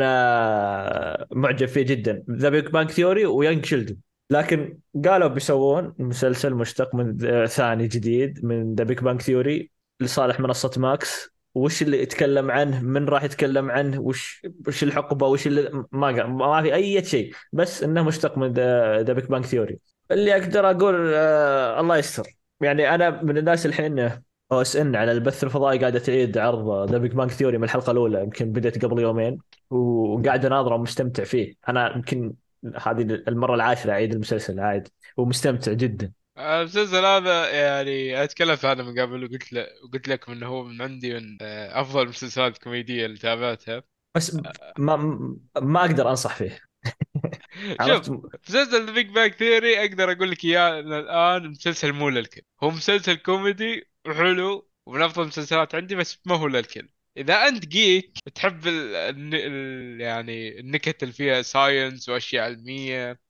انا معجب فيه جدا، ذا بيج بانك ثيوري ويانج شيلدن. لكن قالوا بيسوون مسلسل مشتق من آه، ثاني جديد من ذا بيج بانك ثيوري لصالح منصة ماكس. وش اللي يتكلم عنه، من راح يتكلم عنه، وش وش الحقبة، وش اللي ما قال ما في اي شيء، بس انه مشتق من ذا ذا بيج بانك ثيوري. اللي اقدر اقول آه الله يستر. يعني انا من الناس الحين او اس ان على البث الفضائي قاعده تعيد عرض ذا بيج بانك ثيوري من الحلقه الاولى، يمكن بديت قبل يومين وقاعد اناظره ومستمتع فيه. انا يمكن هذه المره العاشره اعيد المسلسل عاد، ومستمتع جدا. المسلسل هذا يعني اتكلم عنه من قبل، وقلت له وقلت لكم انه هو من عندي من آه، افضل المسلسلات الكوميديه اللي تابعتها. بس ما ما اقدر انصح فيه. شوف، عرفت. مسلسل ذا بيج بانج ثيوري اقدر اقول لك اياه إن الان مسلسل مو للكل. هو مسلسل كوميدي وحلو ومن افضل المسلسلات عندي، بس ما هو للكل. اذا انت جيك تحب ال... ال... ال... يعني النكت اللي فيها ساينس واشياء علميه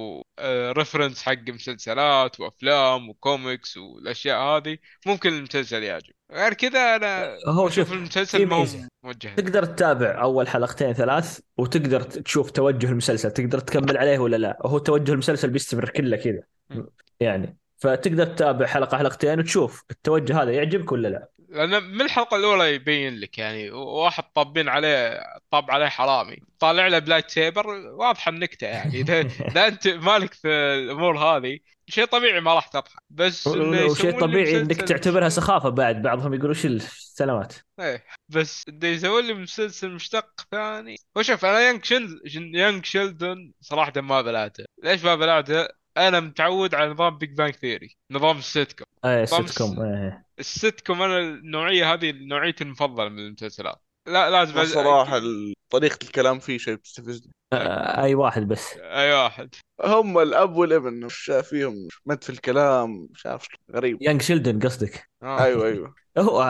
وريفرنس حق مسلسلات وافلام وكوميكس والاشياء هذه، ممكن المسلسل يعجب. غير كذا انا هو اشوف شوف، المسلسل في ما هو ميزه موجه لك. تقدر تتابع اول حلقتين ثلاث وتقدر تشوف توجه المسلسل، تقدر تكمل عليه ولا لا. هو توجه المسلسل بيستمر كله كذا يعني، فتقدر تتابع حلقة حلقتين وتشوف التوجه هذا يعجبك ولا لا. لان من الحلقه الاولى يبين لك يعني واحد طابين عليه، طاب عليه حرامي طالع له بلايت سيبر، واضحه النكته يعني. اذا اذا انت مالك في الامور هذه شيء طبيعي ما راح تضحك، بس انه وشيء يسوون لي طبيعي انك مسلسل تعتبرها مشتق. سخافة، بعد بعضهم يقولوا شو السلامات. ايه، بس انه يسوون لي مسلسل مشتق ثاني. وشوف انا يانج شيل يانج شيلدون صراحه ما بلعته. ليش ما بلعته؟ انا متعود على نظام بيج بانج ثيري، نظام السيت كوم. ايه نظام سيت كوم ايه. السيت كوم انا النوعيه هذه نوعيتي المفضله من المسلسلات. لا لازم انا أ... الصراحه ال- طريقه الكلام فيه شيء بتستفزني. آه، اي واحد بس. اي واحد. هم الاب والابن مش فيهم مد في الكلام، مش عارف غريب. يانج شيلدن قصدك. اه. ايوه ايوه. هو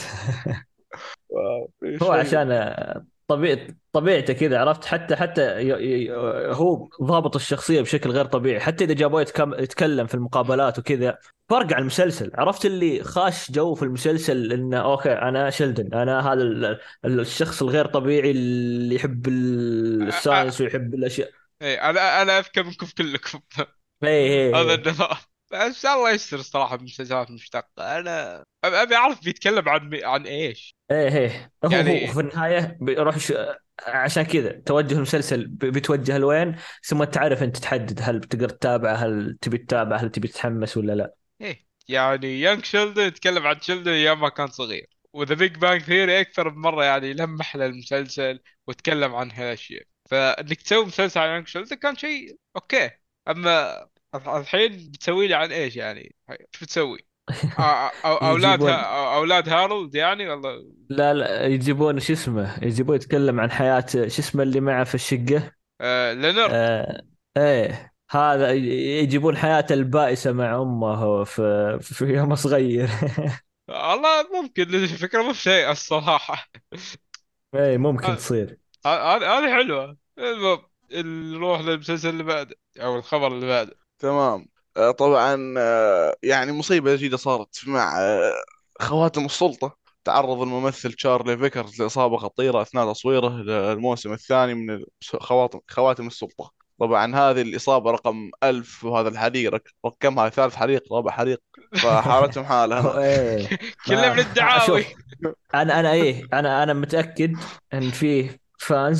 آه، في هو شيء. عشان طبيعة طبيعته كذا، عرفت. حتى حتى ي... ي... هو ضابط الشخصية بشكل غير طبيعي. حتى إذا جابوه يتكم... يتكلم في المقابلات وكذا، فرق عن المسلسل. عرفت اللي خاش جو في المسلسل إنه أوكي أنا شيلدن، أنا هذا ال... الشخص الغير طبيعي اللي يحب الساينس ويحب الأشياء. اي انا انا اذكى منكم كلكم. إيه إيه هذا إيه. النظام. بس الله يستر صراحه بمسلسلات مشتقه. انا أب- ابي اعرف بيتكلم عن عن ايش ايه ايه. هو هو يعني. في النهايه بيروح ش... عشان كذا توجه المسلسل ب- بيتوجه لوين، ثم تعرف انت تحدد هل بتقدر تتابعه، هل تبي تتابعه، هل تبي تتحمس ولا لا. ايه يعني يانج شيلدون يتكلم عن شيلدون ايام ما كان صغير، وذا بيج بانج ثيري اكثر بمره يعني لمح للمسلسل وتكلم عن هالاشياء. فانك تسوي مسلسل عن يانج شيلدون كان شيء اوكي. اما الحين بتسوي لي عن ايش يعني؟ ايش بتسوي؟ أ- أ- اولاد ها... يجيبون اولاد هارولد يعني والله. لا لا يجيبون شو اسمه، يجيبون يتكلم عن حياة شو اسمه اللي معه في الشقة. آه لينارد. آه ايه هذا ي- يجيبون حياته البائسة مع امه في في يوم صغير. والله ممكن الفكره مو شيء الصراحه. ايه ممكن هذه تصير. هذه حلوه. المهم نروح للمسلسل اللي بعده او الخبر اللي بعده. تمام. آه، طبعا آه، يعني مصيبة جديدة صارت مع آه، خواتم السلطة. تعرض الممثل تشارلي فيكرز لإصابة خطيرة أثناء تصويره للموسم الثاني من خواتم خواتم السلطة. طبعا هذه الإصابة رقم ألف، وهذا الحريق رك- رقمها ثالث حريق رابع حريق، فحالتهم حالة هو هناك. ايه. كله ما من ها- الدعاوي. شوف، انا انا ايه انا انا متاكد ان فيه فانز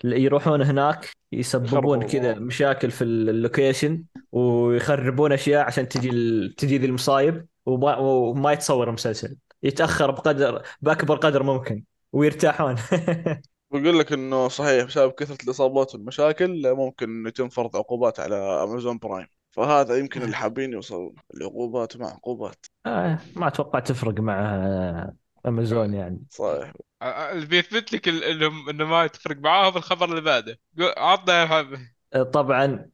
يروحون هناك يسببون يخربوا كذا الأمور. مشاكل في اللوكيشن، ويخربون اشياء عشان تجي ال... تجي ذي المصايب، وما... وما يتصور المسلسل، يتاخر بقدر باكبر قدر ممكن ويرتاحون. بقول لك انه صحيح بسبب كثرة الاصابات والمشاكل ممكن يتم فرض عقوبات على امازون برايم، فهذا يمكن اللي حابين يوصلوا العقوبات مع عقوبات. آه، ما اتوقع تفرق مع آه، امازون يعني. صحيح. اللي بيثبت لك ال- انه انه ما تفرق معاهم الخبر اللي بعده. قو- عطنا يا حبيبي. آه، طبعا.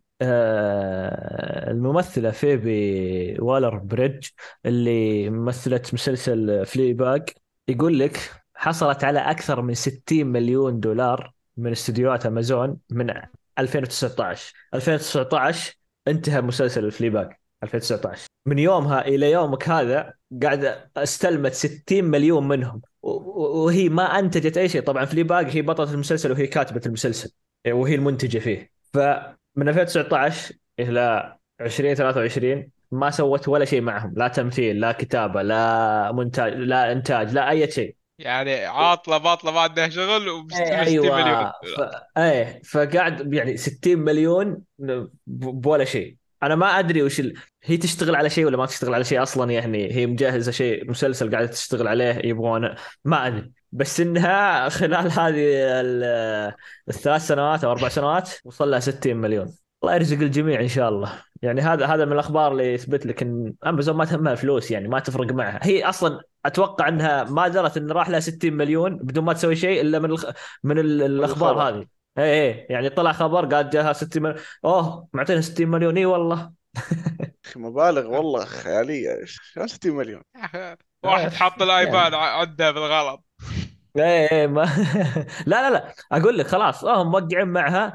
آه، الممثلة فيبي والر بريدج اللي مثلت مسلسل فلي باج، يقول لك حصلت على أكثر من ستين مليون دولار من استديوهات أمازون من ألفين وتسعة عشر. ألفين وتسعة عشر انتهى مسلسل فلي باج، ألفين وتسعة عشر من يومها إلى يومك هذا قاعدة استلمت ستين مليون منهم، و- و- وهي ما أنتجت أي شيء. طبعا فلي باج هي بطلة المسلسل وهي كاتبة المسلسل وهي المنتجة فيه. فمن ألفين وتسعة عشر إلى ألفين وثلاثة وعشرين ما سوت ولا شيء معهم، لا تمثيل لا كتابة لا مونتاج لا إنتاج لا أي شيء. يعني عاطله باطله ما عندها شغل إيه، ومستلم ستين مليون ايوه. ف... دولار ايه فقاعد يعني ستين مليون ب... بولا شيء. انا ما ادري وش ال... هي تشتغل على شيء ولا ما تشتغل على شيء اصلا، يعني هي مجهزه شيء مسلسل قاعده تشتغل عليه يبغون، ما ادري. بس انها خلال هذه ال... الثلاث سنوات او اربع سنوات وصل لها ستين مليون. الله يرزق الجميع ان شاء الله. يعني هذا هذا من الاخبار اللي يثبت لك ان امازون ما تهمها الفلوس، يعني ما تفرق معها. هي اصلا اتوقع انها ما درت ان راح لها ستين مليون بدون ما تسوي شيء الا من الخ... من ال- من الاخبار الخبر. هذه. اي اي يعني طلع خبر قال جاها ستين مليون. اوه معطينا ستين مليون، اي والله. أخي مبالغ والله خيالية، ايش شلون ستين مليون؟ يا أخي، آه، واحد حط الايباد يعني ع- عنده بالغلط. ايه ايه ما لا لا لا، اقول لك خلاص آه، هم موقعين معها.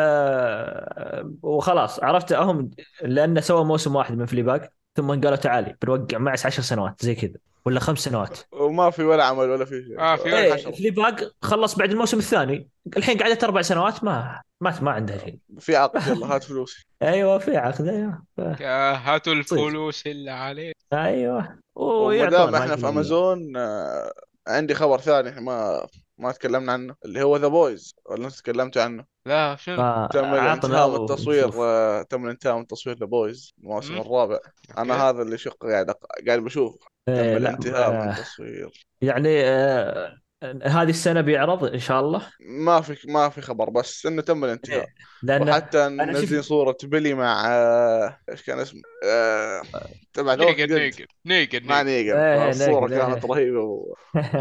آه وخلاص عرفت هم، لانه سوى موسم واحد من فليباك ثم قالوا تعالي بنوقع معك عشر سنوات زي كذا ولا خمس سنوات. وما في ولا عمل ولا في شيء. اه في وجه. ايه حشر. فليباك خلص بعد الموسم الثاني، الحين قعدت اربع سنوات ما ما ما عندها شيء. في عقد، يلا هات فلوسي. ايوه في عقد، ايوه يا هاتوا تصير. الفلوس اللي عليه. ايوه وما دام ويعطون ما احنا في يقولون لا. امازون، آه، عندي خبر ثاني إحنا ما ما تكلمنا عنه، اللي هو ذا بويز، ولا انت تكلمت عنه؟ لا شنو؟ تم فعطنا الانتهاء من التصوير، ونشوف. آه، تم الانتهاء من تصوير ذا بويز الموسم مم؟ الرابع. اوكي. انا هذا اللي شق قاعد أق- قاعد بشوف. تم إيه لا الانتهاء من آه تصوير. يعني آه هذه السنة بيعرض ان شاء الله. ما في ما في خبر، بس انه تم إيه الانتهاء. لان وحتى انا شوف. منزلين صورة بيلي مع آه، ايش كان اسمه، آه، تبع ذا نيجن ووكينج ديد، نيجن نيجن مع نيجن. نيجن، ايه فالصورة نقل كانت ايه. رهيبة و...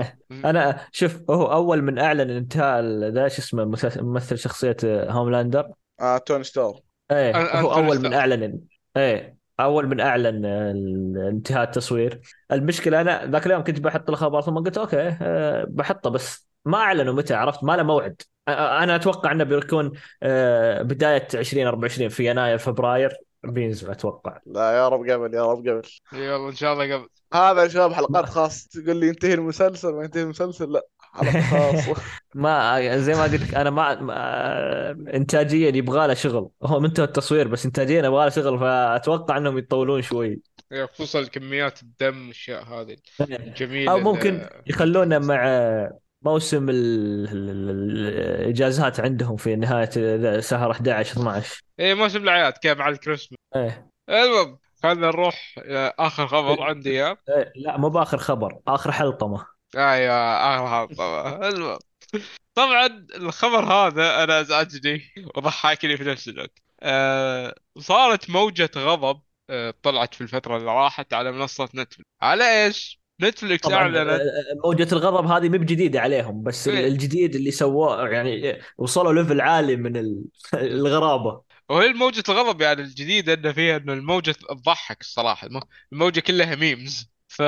انا شوف هو اول من اعلن انتهاء ال- ذا شو اسمه المسلسل- ممثل شخصية هوملاندر. آه توني ستار. ايه هو انثوني اول من ستار. اعلن. ايه اول من اعلن ال- انتهاء التصوير. المشكله انا ذاك اليوم كنت بحط الخبر ثم قلت اوكي أه بحطه، بس ما اعلنوا متى، عرفت ما له موعد. أ- انا اتوقع انه بيكون أه بدايه ألفين وأربعة وعشرين في يناير فبراير بينزل اتوقع. لا يا رب قبل، يا رب قبل. يلا ان شاء الله قبل. هذا يا شباب حلقات ما خاصة، تقول لي ينتهي المسلسل ما ينتهي المسلسل، لا حلقة خاصة. ما زي ما قلت لك انا ما, ما انتاجيا يبغى له شغل، هو منتهى التصوير بس انتاجيا يبغى له شغل، فاتوقع انهم يطولون شوي. إيه، خصوصا كميات الدم والاشياء هذه او الجميله ممكن اللي... يخلونا مع موسم ال- ال- ال- الاجازات عندهم في نهايه شهر احد عشر اثنا عشر. ايه موسم الاعياد كيف مع الكريسماس. ايه. المهم خلينا نروح إلى اخر خبر عندي اياه. إيه، لا مو باخر خبر، اخر حلطمه. ايوه اخر خبر. المهم طبعا الخبر هذا انا ازعجني وضحكني في نفس الوقت. آه صارت موجة غضب آه طلعت في الفترة اللي راحت على منصة نتفلكس. على ايش؟ نتفلكس طبعا اعلنت. آه، موجة الغضب هذه مو بجديدة عليهم، بس ال- إيه، الجديد اللي سووه يعني وصلوا ليفل عالي من ال- الغرابة. وهي موجة الغضب يعني الجديدة انه فيها انه الموجة تضحك الصراحة. الم- الموجة كلها ميمز. ف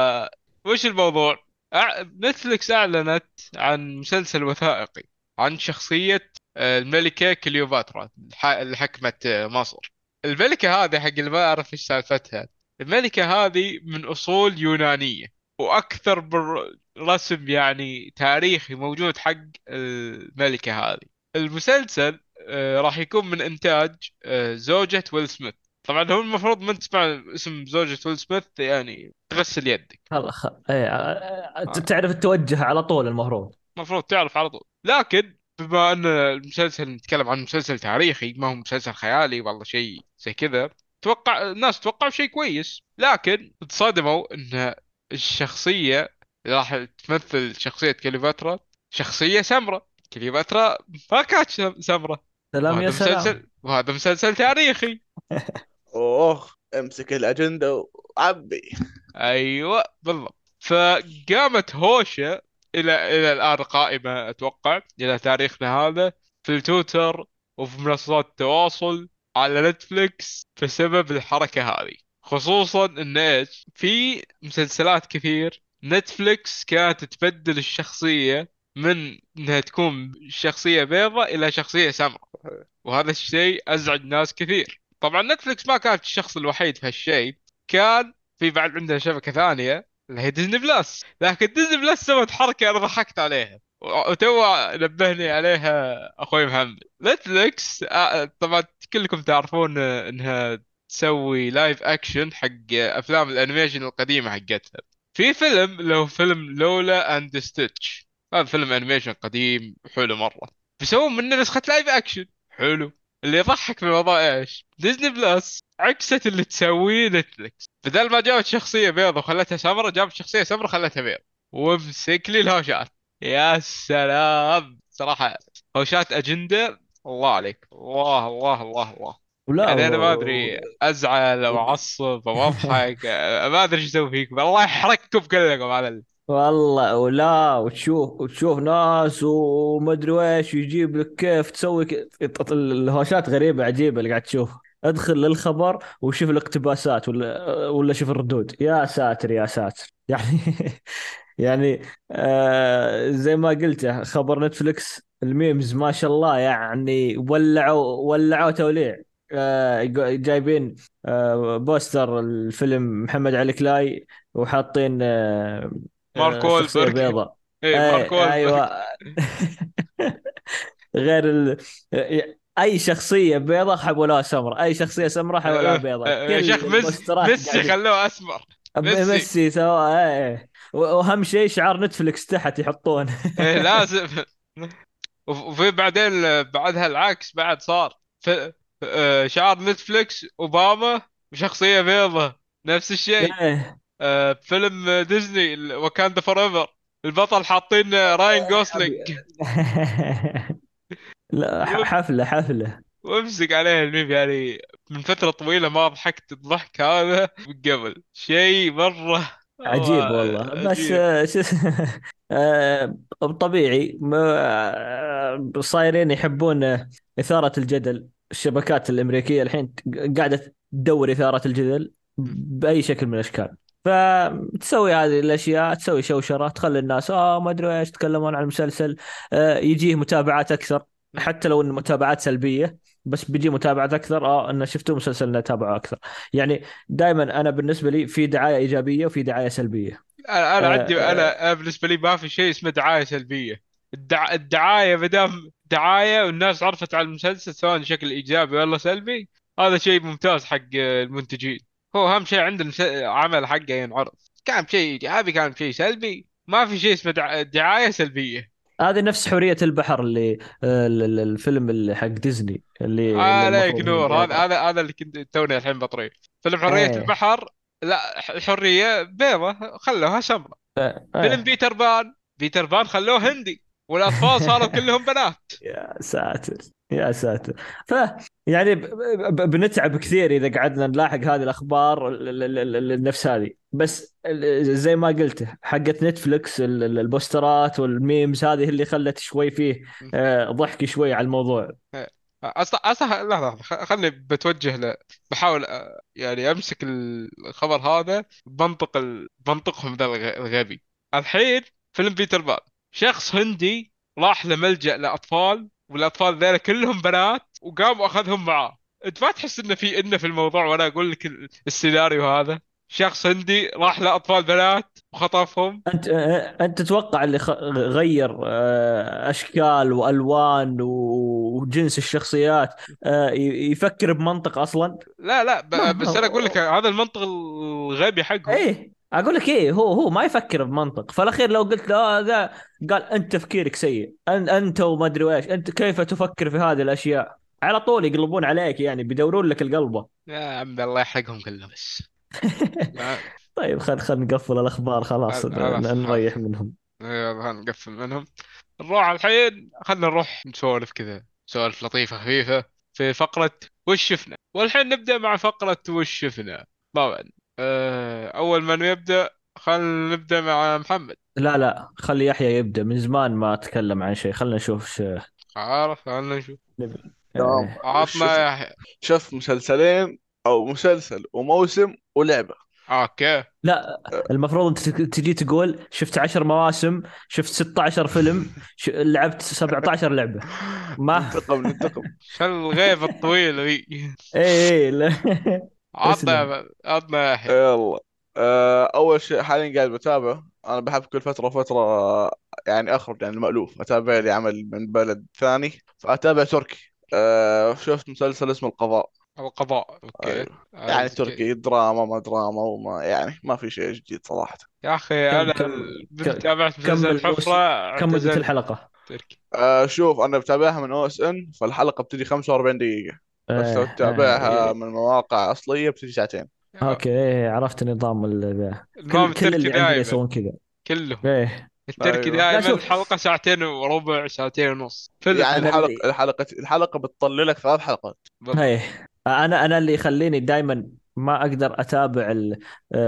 وش الموضوع؟ أع- نتفلكس اعلنت عن مسلسل وثائقي عن شخصية آه، الملكة كليوباترا الح- اللي حكمت آه، مصر. الملكة هذه حق اللي ما أعرف إيش سالفتها. الملكة هذه من أصول يونانية، وأكثر بر- رسم يعني تاريخي موجود حق الملكة هذه. المسلسل آه، راح يكون من إنتاج آه، زوجة ويل سميث. طبعا هو المفروض من تسمع اسم زوجة ويل سميث يعني تغسل يدك. خلاص خ... ايه آه، آه، آه، تعرف التوجه على طول المفروض. المفروض تعرف على طول. لكن بما ان المسلسل نتكلم عن مسلسل تاريخي ما هو مسلسل خيالي والله شيء زي كذا، توقع الناس توقعوا شيء كويس، لكن تصادموا ان الشخصية اللي راح تمثل شخصية كليوباترا شخصية سمراء. كليوباترا ما كانت شم- سمراء. سلام يا وهذا سلام. مسلسل وهذا مسلسل تاريخي. اوه، امسك الاجنده وعبي. ايوه بالضبط. فقامت هوشة الى الى الان قائمة اتوقع الى تاريخنا هذا في التويتر وفي منصات التواصل على نتفليكس بسبب الحركة هذه. خصوصا ان ايش في مسلسلات كثير نتفليكس كانت تبدل الشخصية من انها تكون شخصية بيضاء الى شخصية سمراء، وهذا الشيء ازعج ناس كثير. طبعا نتفليكس ما كانت الشخص الوحيد في هالشيء، كان في بعد عندنا شبكة ثانية اللي هي ديزني بلس. لكن ديزني بلس سوت حركة أنا ضحكت عليها وتو نبهني عليها أخوي محمد. نتفليكس آه، طبعا كلكم تعرفون آه، إنها تسوي لايف أكشن حق أفلام الأنيميشن القديمة حقتها. في فيلم له فيلم لولا أند ستيتش، هذا فيلم أنيميشن قديم حلو مرة، بيسوون منه نسخة لايف أكشن حلو. اللي يضحك في الموضوع ايش؟ ديزني بلس عكست اللي تسويه نتفلكس، بدل ما جابت شخصية بيضة وخلتها سمرة جابت شخصية سمرة وخلتها بيض، وامسك لي الهوشات. يا سلام صراحة، هوشات أجندة. الله عليك، الله الله الله الله. ولا يعني أنا ما و... أدري أزعل أو و... أعصب أو أضحك، أه، ما أدري إيش أسوي فيكم، الله يحرقكم كلكم على ال... والله ولا وتشوف وتشوف ناس ومدري ويش يجيب لك كيف تسوي ك... الهوشات غريبة عجيبة اللي قاعد تشوف. ادخل للخبر وشوف الاقتباسات ولا ولا شوف الردود. يا ساتر يا ساتر يعني. يعني آه زي ما قلت خبر نتفلكس الميمز ما شاء الله يعني ولعوا ولعوا توليع. آه جايبين آه بوستر الفيلم محمد علي كلاي وحاطين آه مارك آه شخصية وولبرغ. بيضاء. إيه مارك اي وولبرغ. ايوه. غير ال... اي شخصيه بيضاء حولوها سمراء، اي شخصيه سمراء حولوها أه، بيضاء، أه، يا كل شيخ ميسي البوسترات ميسي قاعدين. خلوه أسمر. ب- ميسي. ميسي سواء ايه. واهم شيء شعار نتفلكس تحت يحطون. إيه لازم. وف- وفي بعدين بعدها العكس بعد صار في آه، شعار نتفليكس اوباما وشخصية بيضة نفس الشيء. ايه آه، فيلم ديزني وكاندا فور ايفر البطل حاطين راين أبي... جوسلينج. لا ح- وام- حفله حفله. وامسك عليه الميم يعني. من فترة طويلة ما ضحكت الضحك هذا من قبل شيء مرة عجيب مرة والله. بس عجيب. آه، شو اسمه. آه، طبيعي ما- آه، صايرين يحبون آه، إثارة الجدل. الشبكات الأمريكية الحين قاعدة تدور إثارة الجدل بأي شكل من الأشكال. فتسوي هذه الأشياء، تسوي شوشرة، تخلي الناس آه ما أدري إيش يتكلمون عن المسلسل. آه، يجيه متابعات أكثر، حتى لو إن متابعات سلبية، بس بيجي متابعات أكثر. آه إن شفتوا مسلسلنا تابعوا أكثر. يعني دائما انا بالنسبه لي في دعايه ايجابيه وفي دعايه سلبيه. انا أنا عندي آه، انا أنا بالنسبه لي ما في شيء اسمه دعايه سلبيه. الدع... الدعايه ما دام دعايه والناس عرفت على المسلسل سواء بشكل ايجابي ولا سلبي، هذا شيء ممتاز حق المنتجين. هو اهم شيء عند المس... عمل حقه ينعرض، كان شيء ايجابي كان شيء سلبي، ما في شيء اسمه دع... دعايه سلبيه. هذه نفس حوريه البحر اللي آه، ال- ال- الفيلم اللي حق ديزني اللي اللي عليك المفروض هي نور، هذا بيضة. هذا هذا اللي كنت توني الحين بطريق. فيلم حريه ايه البحر لا الحريه بيضة خلوها سمراء. آه، فيلم ايه. بيتر بان بيتر بان خلوه هندي والاطفال صاروا كلهم بنات. يا ساتر يا ساتر. ف يعني ب- ب- بنتعب كثير اذا قعدنا نلاحق هذه الاخبار ال- ال- ال- ال- النفس هذه. بس ال- زي ما قلت حقت نتفلكس ال- ال- البوسترات والميمز هذه اللي خلت شوي فيه آه، ضحك شوي على الموضوع. اصلا اصلا لا لا خ- خلني بتوجه ل بحاول أ- يعني امسك الخبر هذا بمنطق ال... بمنطقهم ذا الغ- الغبي. الحين فيلم بيتر بان شخص هندي راح لملجأ لاطفال والاطفال ذيلا كلهم بنات وقام واخذهم معاه. انت ما تحس انه في انه في الموضوع وانا اقول لك ال- السيناريو هذا شخص هندي راح لاطفال بنات وخطفهم. انت انت تتوقع اللي خ- غير آه، اشكال والوان وجنس الشخصيات آه، ي- يفكر بمنطق اصلا؟ لا لا ما ب... بس انا اقول لك هذا المنطق الغبي حقهم. ايه اقول لك ايه، هو هو ما يفكر بمنطق. فالاخير لو قلت له آه ذا، قال انت تفكيرك سيء، أن انت وما ادري ايش، انت كيف تفكر في هذه الاشياء، على طول يقلبون عليك يعني، بيدورون لك القلبه. يا عم الله يحرقهم كلهم بس. لا. طيب خل خل نقفل الاخبار خلاص، ن- خلاص ن- خلاص. نريح منهم. يلا نقفل منهم. نروح الحين، خلنا نروح نسولف كذا سوالف لطيفة خفيفة في فقرة وش شفنا. والحين نبدأ مع فقرة وش شفنا. طبعا أه أول من يبدأ، خلنا نبدأ مع محمد. لا لا، خلي يحيى يبدا، من زمان ما اتكلم عن شيء، خلنا نشوف ش... عارف، خلنا نشوف. نبي. تمام. إيه. وش عطنا شفت؟ يا يحيى. شفت مسلسلين او مسلسل وموسم ولعبه. اوكي. لا، المفروض انت تك- تجي تقول شفت عشر مواسم، شفت ستة عشر فيلم، ش... لعبت سبعة عشر لعبة. ما ننتقم ننتقم. شو الغيبة الطويلة ذي؟ ايه ايه لا. اسلم. عطنا عطنا يا يحيى. يلا. آه، اول شيء حاليا قاعد بتابع. انا بحب كل فتره وفتره آه، يعني اخرج عن المألوف، اتابع لي عمل من بلد ثاني، فاتابع تركي. آه، شفت مسلسل اسمه القضاء. القضاء، اوكي. ايوه. يعني عرفت كيف. تركي دراما، ما دراما وما يعني ما في شيء جديد صراحه. يا اخي كم انا كم من ك... تابعت كم مسلسل الحفرة الموسم؟ كم مدة اعتزلت الحلقة؟ تركي. آه، شوف انا بتابعها من او اس ان، فالحلقه بتجي خمسة وأربعين دقيقه. بس لو ايه تتابعها ايه. من مواقع اصليه بتجي ساعتين. اوكي إيه، عرفت نظام ال... ذا. النظام كل كل التركي اللي عندنا دائما، يسوون كذا. كلهم. ايه. التركي ايوه. لا دائما شوف، الحلقة ساعتين وربع، ساعتين ونص فيلم. يعني انا الحلقه اللي الحلقه الحلقه بتطلع لك ثلاث حلقات. بالضبط. ايه، انا انا اللي يخليني دائما ما اقدر اتابع ال-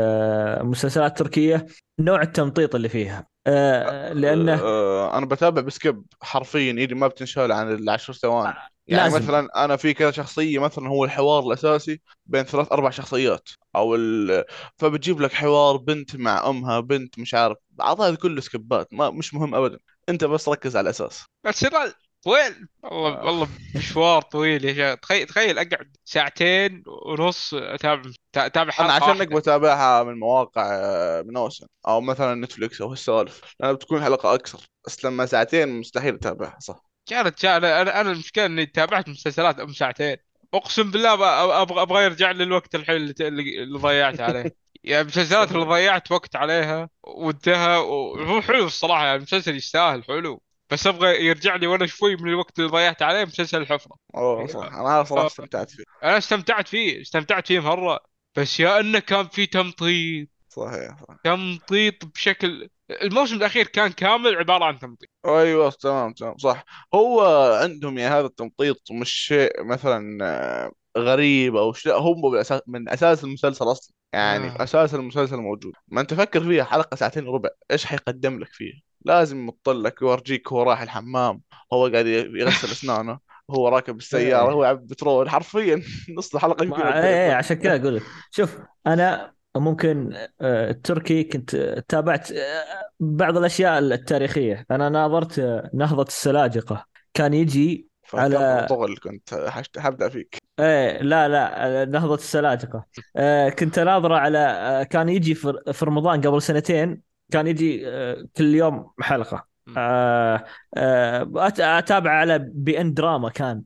آه، المسلسلات التركيه، نوع التمطيط اللي فيها، آه، لانه آه، انا بتابع بسكيب حرفيا، ايدي ما بتنشال عن العشر ثواني. يعني لازم. مثلا انا في كذا شخصيه، مثلا هو الحوار الاساسي بين ثلاث اربع شخصيات او ال... فبتجيب لك حوار بنت مع امها، بنت مش عارف، بعضها كله سكيبات، ما مش مهم ابدا. انت بس ركز على الاساس. بس لا، طويل والله آه. والله، مشوار طويل يا شيخ. تخيل تخيل اقعد ساعتين ونص اتابع اتابع انا حلقة عشانك واحدة. بتابعها من مواقع آه، من اوسن او مثلا نتفليكس او هالسوالف، لانها بتكون حلقه اكثر، بس لما ساعتين مستحيل اتابعها صح. كانت كان انا انا المشكله اني تابعت مسلسلات ام ساعتين. اقسم بالله ب- ابغى ابغى يرجع لي الوقت الحين اللي, اللي اللي ضيعت عليه. يعني المسلسلات اللي صحيح. ضيعت وقت عليها وانتهى، وهو حلو الصراحه، يعني المسلسل يستاهل حلو. بس ابغى يرجع لي وانا شوي من الوقت اللي ضيعت عليه مسلسل الحفره. اوه صح، انا هذا صراحه آه، استمتعت فيه. انا استمتعت فيه، استمتعت فيه مره. بس يا انه كان في تمطيط، صحيح صح. تمطيط بشكل. الموسم الاخير كان كامل عباره عن تمطيط. ايوه تمام تمام صح. هو عندهم يعني هذا التمطيط مش شيء مثلا آه، غريب او شيء، هم بالأساس من اساس المسلسل اصلا، يعني في آه. اساس المسلسل موجود. ما انت فكر فيها، حلقه ساعتين وربع ايش حيقدم لك فيه؟ لازم يمطل لك يورجيك هو رايح الحمام، هو قاعد يغسل اسنانه، هو راكب السياره، هو ايه يعبي بترول حرفيا. نص الحلقه يمكن ما يبدا ايه إيه، يطلع. عشان كذا اقول لك شوف، انا ممكن آه، التركي كنت آه، تابعت آه، بعض الاشياء التاريخيه. انا ناظرت آه، نهضه السلاجقه، كان يجي فكر على طغل كنت حشت- حبدا فيك. ايه لا لا، نهضة السلاجقة. آه كنت ناظرة على آه كان يجي في في رمضان قبل سنتين، كان يجي آه كل يوم حلقة. آه آه أت- اتابع على بي ان دراما كان.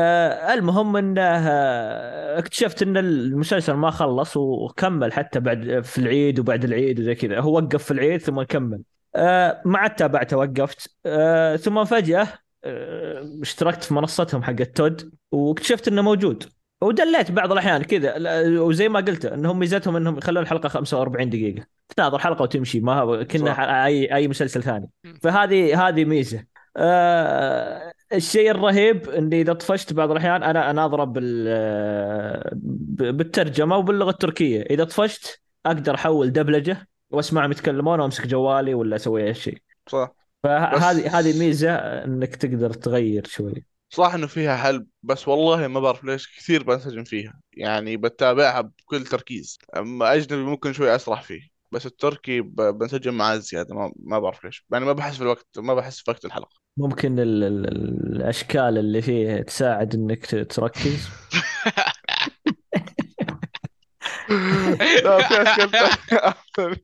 آه المهم انه آه اكتشفت ان المسلسل ما خلص وكمل حتى بعد في العيد وبعد العيد وزي كذا، هو وقف في العيد ثم كمل. آه ما عاد تابعته، وقفت. آه ثم فجأة آه اشتركت في منصتهم حق التود، واكتشفت انه موجود، ودليت بعض الاحيان كذا. لا- وزي ما قلت انهم ميزتهم انهم يخلون الحلقه خمسة وأربعين دقيقه، تناظر حلقه وتمشي، ما هو كنا ح- صح. اي اي مسلسل ثاني. فهذه هذه ميزه. آه الشيء الرهيب اني اذا طفشت بعض الاحيان انا اناظره بال آه، ب- بالترجمه وباللغه التركيه، اذا طفشت اقدر احول دبلجه واسمعهم يتكلمون وامسك جوالي ولا اسوي اي شيء. صح. بس فهذه هذه ميزه انك تقدر تغير شوي. صح انه فيها حل، بس والله ما بعرف ليش كثير بنسجن فيها، يعني بتابعها بكل تركيز. اما اجنبي ممكن شوي اسرح فيه، بس التركي ب- بنسجن معاه زياده، ما, ما بعرف ليش، يعني ما بحس في الوقت، ما بحس في وقت الحلقه. ممكن ال ال الاشكال اللي فيه تساعد انك ت- تركز. لا في اشكال ثانيه.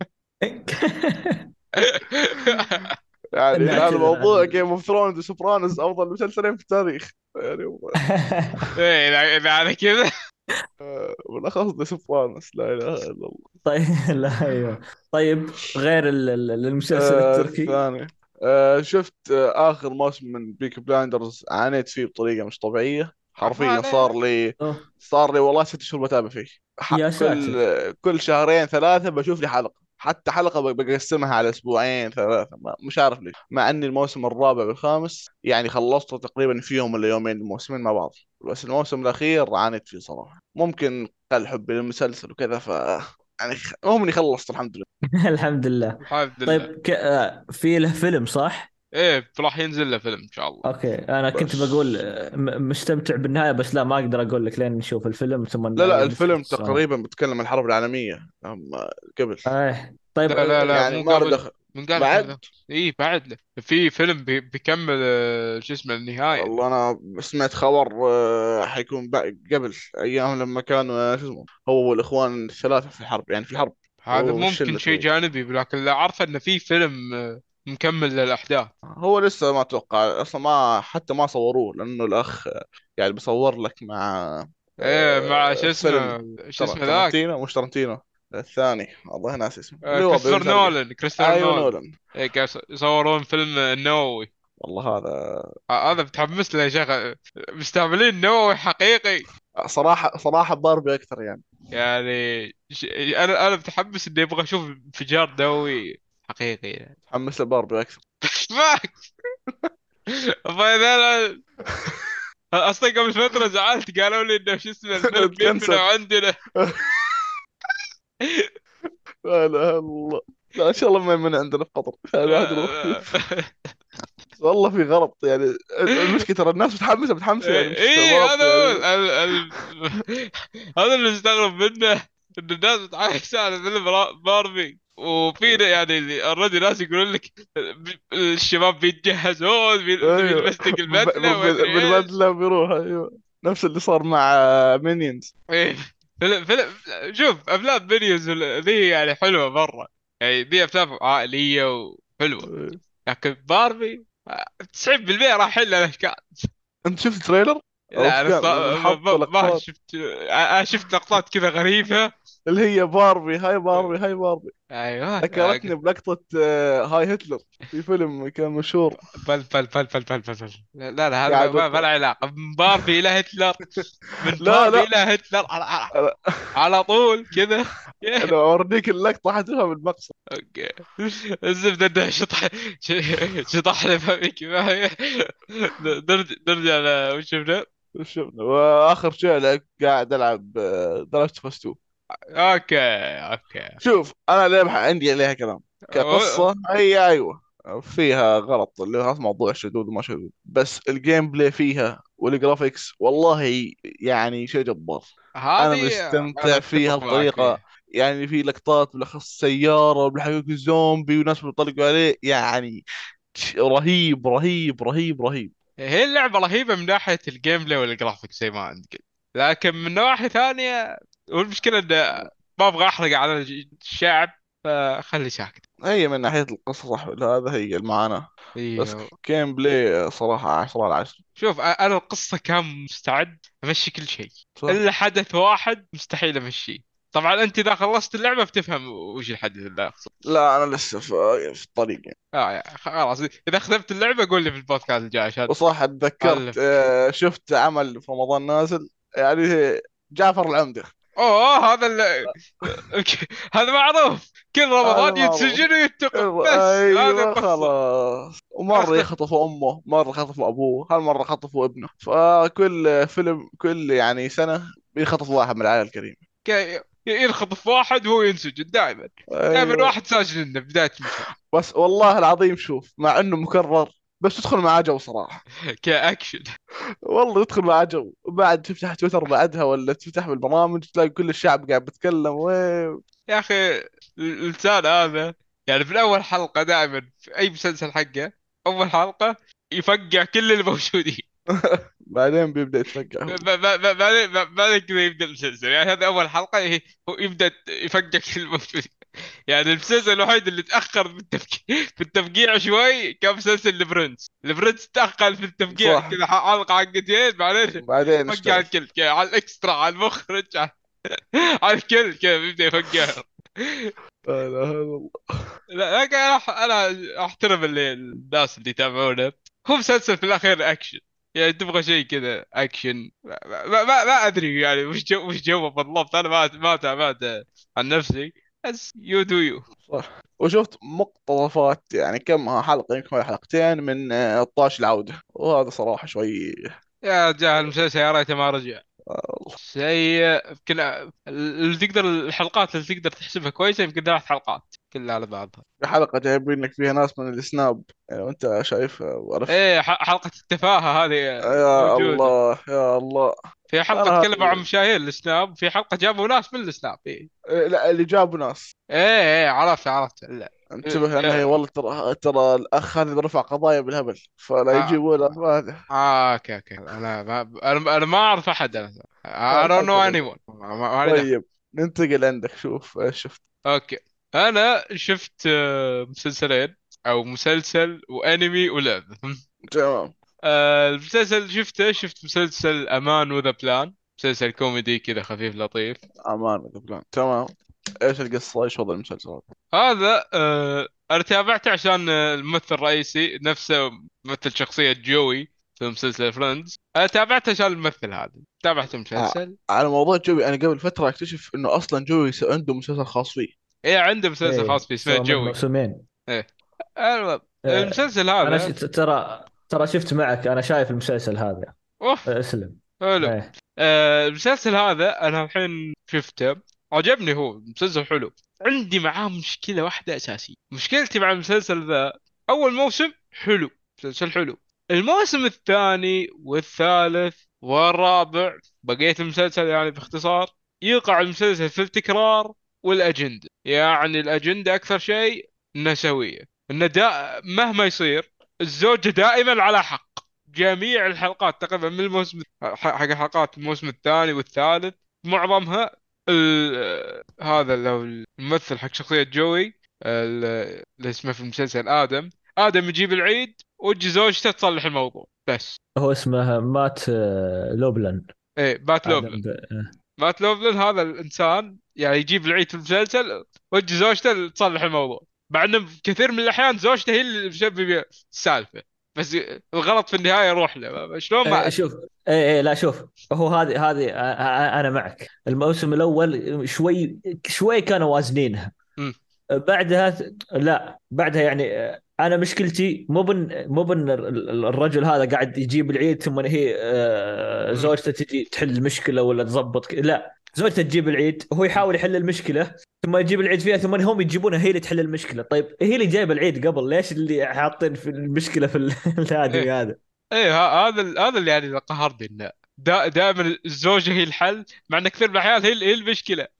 يعني الان نعتذر موضوع عن جيم اوف ثرونز وسوبرانوس افضل مسلسلين في التاريخ يعني. ايه اذا إذا على كذا. آه، بالاخص ذا سوبرانوس، لا اله الا الله. طيب. لا ايوه. طيب غير ال- ال- المسلسل آه التركي. الثاني، آه شفت آه آخر موسم من بيك بلايندرز، عانيت فيه بطريقة مش طبيعية ما حرفيا. عليه. صار لي اوه. صار لي والله ست شهور بتابع فيه. ح- يا كل ساتر. كل شهرين ثلاثة بشوف لي حلقة، حتى حلقة ب- بقسمها على أسبوعين ثلاثة، ما مش عارف ليش، مع أني الموسم الرابع والخامس يعني خلصته تقريبا في يوم ولا يومين، الموسمين مع بعض. بس الموسم الأخير عانيت فيه صراحة، ممكن قل حبي للمسلسل وكذا، ف يعني خ- المهم إني خلصت الحمد لله. الحمد لله. الحمد لله. طيب ك... آه، في له فيلم صح؟ ايه راح ينزل له فيلم ان شاء الله. اوكي انا كنت بقول بس آه، م- مستمتع بالنهايه، بس لا ما اقدر اقول لك لين نشوف الفيلم ثم لا لا، نتحدث الفيلم السؤال. تقريبا بيتكلم عن الحرب العالمية، أما قبل ايه طيب لا لا لا، آه، يعني مو ما له قبل. دخل. من قال لك بعد هذا؟ ايه بعد له في فيلم بي بيكمل آه، شو اسمه النهاية. والله أنا سمعت خبر آه، حيكون بعد قبل أيام لما كانوا آه، شو اسمه هو والإخوان الثلاثة في الحرب، يعني في الحرب هذا ممكن والشلة شيء ذيك. جانبي، لكن لا عارفه انه في فيلم آه، مكمل للاحداث. هو لسه ما أتوقع أصلا، ما حتى ما صوروه، لأنه الأخ آه، يعني بيصور لك مع ايه مع آه، شو فيلم اسمه شو تر- اسمه ذاك. ترنتينو، مش ترنتينو الثاني والله ناسي اسمه، آه، اللي هو كريستوفر بيسرقه. نولان كريستوفر ايوه نولان. نولان. ايه قاعد يصورون فيلم النووي. والله هذا آه، هذا متحمس له يا شيخ. مستعملين نووي حقيقي. صراحة صراحة باربي أكثر يعني. يعني ش... انا انا متحمس اني ابغى اشوف انفجار نووي حقيقي يعني. متحمس لباربي أكثر. ماك. لا. اصلا قبل فتره زعلت، قالوا لي انه شو اسمه الفيلم بينمنع تكنسل. عندنا. لا إله إلا الله. لا إن شاء الله ما من عندنا في قطر، يعني الواحد يروح فيه. والله في غلط يعني. المشكلة ترى الناس متحمسة متحمسة يعني، مش ايه غلط هذا هو يعني. ال... ال... ال... هذا اللي استغرب منه، ان الناس متعايشة على فيلم را- باربي، وفي يعني اوريدي ناس يقولون لك الشباب بيتجهزون بي- ايوه بيلبس لك ب- البدله ب- ومدري ايش. بالبدلة بيروح، ايوه نفس اللي صار مع مينيونز. ايه فيلم فيلم شوف افلام مينيونز ذي يعني حلوه مره، يعني ذي افلام عائليه وحلوه، لكن باربي تسعين بالمية راح الا الاشكال. انت شفت التريلر او لا انا كان ص... ما حط ما- ما لقطات شفت. انا شفت لقطات كذا غريبه. اللي هي باربي، هاي باربي هاي باربي. ايوه. ذكرتني بلقطة آه، هاي هتلر في فيلم كان مشهور. بل بل بل بل بل بل بل. لا لا هذا ما قاعد ما ما له أت- علاقه من باربي الى هتلر. من لا باربي لا، الى هتلر على, على, انا على طول كذا. أنا اوريك اللقطة حتفهم المقصد. اوكي. الزبده انه شطح شطح لي فمي كفايه. نرجع نرجع ل- وش شفنا. شفنا واخر شيء لعب- قاعد العب ذا لاست اوف اس تو. اوكي اوكي. شوف انا لعبة عندي عليها كلام، كقصة هي ايوه فيها غلط اللي هو موضوع شذوذ وما شذوذ، بس الجيم بلاي فيها والجرافيكس والله يعني شيء جبار. انا هذه انا مستمتع فيها اتفق معك بطريقة، فيها. يعني في لقطات بالاخص سيارة وبالحقيقة الزومبي وناس بيطلقوا عليه يعني ش- رهيب رهيب رهيب رهيب. هي اللعبة رهيبة من ناحية الجيم بلاي والجرافيكس زي ما عندك، لكن من نواحي ثانية والمشكلة ان ما ابغى احرق على الشعب، فخلي ساكت. هي من ناحية القصة صح، هذا هي المعاناة. بس ايوه. جيم بلاي صراحة عشرة على عشرة. شوف انا القصة كان مستعد امشي كل شيء، صح. الا حدث واحد مستحيل امشيه. طبعا انت اذا خلصت اللعبة بتفهم وش الحدث اللي يحصل. لا انا لسه في, في الطريق يعني. اه يعني خلاص اذا ختمت اللعبة قول لي في البودكاست الجاي عشان وصح اتذكرت اعلمك. آه، شفت عمل في رمضان نازل يعني، جعفر العمدة. اوه هذا ال... هذا معروف، كل هذا رمضان معروف. ينسجن ويتقن بس هذا ايوه القصة. خلاص، ومرة اختم. يخطفوا امه، مرة خطفوا ابوه، هالمرة خطفوا ابنه، فكل فيلم كل يعني سنة بيخطفوا واحد من العائلة الكريمة. ك- ينخطف واحد وهو ينسجن دائما. دائما ايوه. واحد ساجن لنا في بداية المسلسل. بس والله العظيم شوف، مع انه مكرر بس تدخل معاه جو صراحة. كأكشن. والله يدخل معاه جو، وبعد تفتح تويتر بعدها ولا تفتح بالبرامج تلاقي كل الشعب قاعد بيتكلم وين. يا أخي الإنسان هذا يعني في أول حلقة دائما في أي مسلسل حقه، أول حلقة يفقع كل الموجودين. بعدين بيبدا يتفقع ب- هو. ب- ب- بعدين بعدين كذا يبدا المسلسل. يعني هذا اول حلقه، هي- هو يبدا يفقك الموجود. يعني المسلسل الوحيد اللي تاخر في التفكير في التفقيع شوي كان مسلسل البرنس. البرنس تاخر في التفقيع صح. كذا حلقه حلقتين، بعدين بعدين فقع اشتغل. الكل كذا، على الاكسترا، على المخرج، على على الكل كذا بيبدا يفقع. لا اله الا الله. لا لكن انا أح- انا احترم اللي الناس اللي يتابعونه. هو مسلسل في الاخير اكشن. يعني تبغى شيء كذا اكشن، ما, ما, ما, ما ادري يعني وش جو وش جوه بالضبط. انا ما ما تابعت عن نفسي، بس يو دو يو. صح. وشفت مقتطفات يعني كم حلقه، يمكن ولا حلقتين من آه، طاش العوده، وهذا صراحه شوي. يا رجال المسلسل يا ريته ما رجع. آه، شيء يمكن اللي تقدر، الحلقات اللي تقدر تحسبها كويسه يمكن ثلاث حلقات كلها على بعضها. في حلقه جايبين لك فيها ناس من السناب، يعني وانت شايف وعرفت. ايه ح- حلقه التفاهه هذه يا موجوده. الله يا الله. في حلقة انا تكلموا عن هذه مشاهير السناب، في حلقة جابوا ناس من السناب. ايه آه، لا، اللي جابوا ناس ايه, إيه عرفت عرفت. لا انتبه انه هي ال- والله، ترى ترى الاخ هذا رفع قضايا بالهبل، فلا آه يجيبوا له هذا. آه اوكي اوكي. انا ما انا أنا ما اعرف احد. انا I don't know الحمد لله. anyone. ما ما- ما لي دخل. طيب ننتقل عندك، شوف ايش شفت. اوكي. انا شفت آه، مسلسلين، او مسلسل وانمي ولعبة. تمام. آه، المسلسل اللي شفته، شفت مسلسل امان وذا بلان. مسلسل كوميدي كذا خفيف لطيف. امان وذبلان، تمام. ايش القصه، ايش وضع المسلسل هذا؟ هذا آه انا تابعته عشان آه، الممثل الرئيسي نفسه مثل شخصية جوي في مسلسل فريندز. انا تابعته عشان الممثل هذا. تابعت آه، المسلسل. على موضوع جوي، انا قبل فتره اكتشف انه اصلا جوي س- عنده مسلسل خاص فيه. ايه عنده مسلسل ايه خاص فيه اسمه سوى منه جوي. موسمين. ايه المهم، آه، المسلسل انا ش... هذا ترى ترى شفت معك، انا شايف المسلسل هذا. اوف آه، اسلم. حلو. ايه. آه المسلسل هذا انا الحين شفته، عجبني. هو مسلسل حلو. عندي معاه مشكلة واحدة أساسية. مشكلتي مع المسلسل ذا، أول موسم حلو، مسلسل حلو. الموسم الثاني والثالث والرابع، بقية المسلسل يعني باختصار، يقع المسلسل في التكرار والأجندة. يعني الأجندة أكثر شيء نسوية. إنه دا مهما يصير الزوجة دائما على حق. جميع الحلقات تقريبا من الموسم حق حلقات الموسم الثاني والثالث، معظمها ال... هذا اللي هو الممثل حق شخصية جوي، ال- اللي اسمه في المسلسل آدم. آدم يجيب العيد وتجي زوجته تصلح الموضوع بس. هو اسمه مات آه، لوبلان. ايه بات لوفلن. ادم ب... آه. مات لوفلن هذا الإنسان يعني يجيب العيد في المسلسل وتجي زوجته تصلح الموضوع، مع انه في كثير من الأحيان زوجته هي اللي مسببة السالفة، بس الغلط في النهاية يروح له شلون ما آه، أدري. شوف. ايه ايه لا شوف. هو هذه هذه آه، آه، انا معك. الموسم الاول شوي شوي كانوا وازنينها. مم. بعدها لا، بعدها يعني آه، انا مشكلتي مو بن مو بن ال- الرجل هذا قاعد يجيب العيد ثم هي آه، مم. زوجته تجي تحل المشكله ولا تضبط ك- لا، زوجته تجيب العيد وهو يحاول يحل المشكله، ثم يجيب العيد فيها، ثم هم يجيبونها هي اللي تحل المشكله. طيب هي اللي جايبه العيد قبل، ليش اللي حاطين في المشكله في ال- الادمي ايه هذا؟ ايه ه- هذا ال- هذا اللي يعني اللي قهرني، انه دا دائما الزوجه هي الحل، مع ان كثير من الاحيان هي هي المشكله.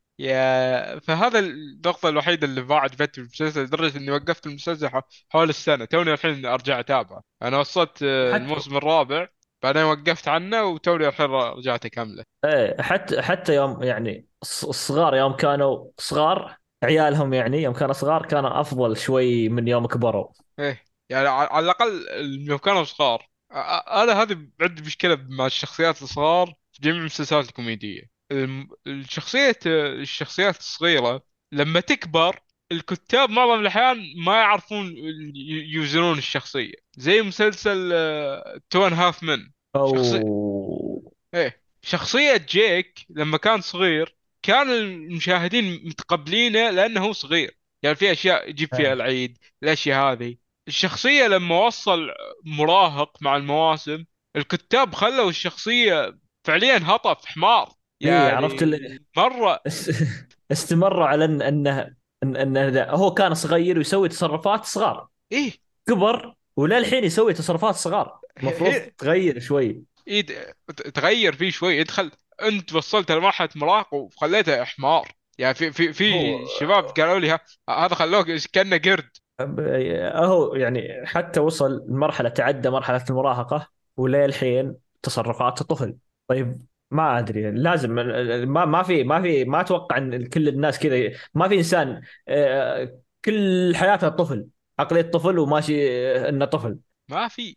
يا فهذا النقطة الوحيدة اللي ما عجبتني في المسلسل، لدرجة اني وقفت المسلسل ح- حول السنة. توني الحين ارجع اتابعه. انا وصلت آه، حتى الموسم الرابع، بعدين وقفت عنه وتوني الحين رجعت اكمله. ايه حتى حتى يوم يعني الص- الصغار يوم كانوا صغار، عيالهم يعني يوم كانوا صغار كانوا افضل شوي من يوم كبروا. ايه يعني ع- على الاقل لو كانوا صغار. أ- أ- انا هذه عندي مشكله مع الشخصيات الصغار في جميع المسلسلات الكوميديه. الم- الشخصيه الشخصيات الصغيره لما تكبر، الكتاب معظم الاحيان ما يعرفون ي- يوزنون الشخصيه. زي مسلسل تون هاف من. او شخصيه ايه شخصيه جيك لما كان صغير، كان المشاهدين متقبلينه لانه هو صغير. يعني في اشياء يجيب فيها إيه. العيد، الاشياء هذه. الشخصيه لما وصل مراهق مع المواسم، الكتاب خلوا الشخصيه فعليا هطف حمار ايه عرفت يعني. اللي مره است- استمروا على ان انه ان انه ذا- هو كان صغير ويسوي تصرفات صغار، ايه كبر وللحين يسوي تصرفات صغار، المفروض هي تغير شوي. إيه تغير فيه شوي. يدخل، انت وصلت لمرحله مراهقه وخليته حمار. يعني في في هو في شباب قالوا لي ها- هذا خلوك كأنه قرد. هو يعني حتى وصل لمرحله، تعدى مرحله المراهقه وللحين تصرفاته طفل. طيب ما ادري، لازم ما ما في ما في ما اتوقع ان كل الناس كذا. ما في انسان آه، كل حياته طفل، عقلية طفل وماشي آه، انه طفل. ما في.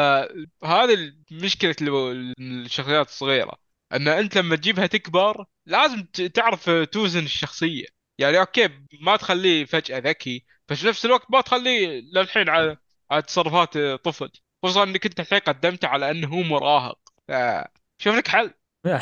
فهذه المشكلة اللي- الشخصيات الصغيرة، ان انت لما تجيبها تكبر لازم ت- تعرف توزن الشخصية. يعني اوكي، ما تخليه فجأة ذكي، بس في نفس الوقت ما تخليه للحين على على تصرفات طفل، خصوصا انك انت الحين قدمته على انه هو مراهق. فشوف لك حل.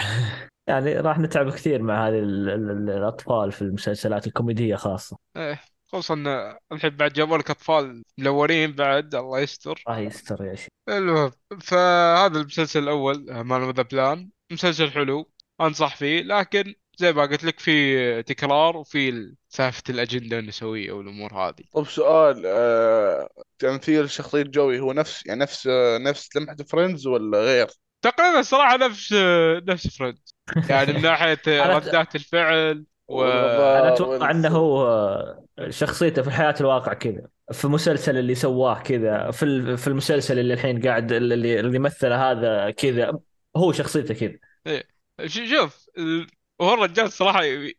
يعني راح نتعب كثير مع هذه ال- ال- ال- الاطفال في المسلسلات الكوميدية خاصة. ايه، خصوصا ان الحين بعد جابوا لك اطفال ملورين بعد، الله يستر. الله يستر يا شيخ. المهم، فهذا المسلسل الأول مان ذا بلان، مسلسل حلو أنصح فيه، لكن زي ما قلت لك في تكرار وفي سالفة الأجندة النسوية والأمور هذه. طب سؤال، آه... تمثيل شخصية جوي هو نفس يعني نفس آه... نفس لمحة فريندز ولا غير؟ تقريبا صراحة نفس نفس فريند، يعني من ناحية انا ردات الفعل و انا والغباء اتوقع انه والصدق. هو آه، شخصيته في الحياة الواقع كذا، في مسلسل اللي سواه كذا، في ال- في المسلسل اللي الحين قاعد اللي اللي مثله هذا كذا، هو شخصيته كذا. إيه. ش- شوف ال- هو الرجال صراحة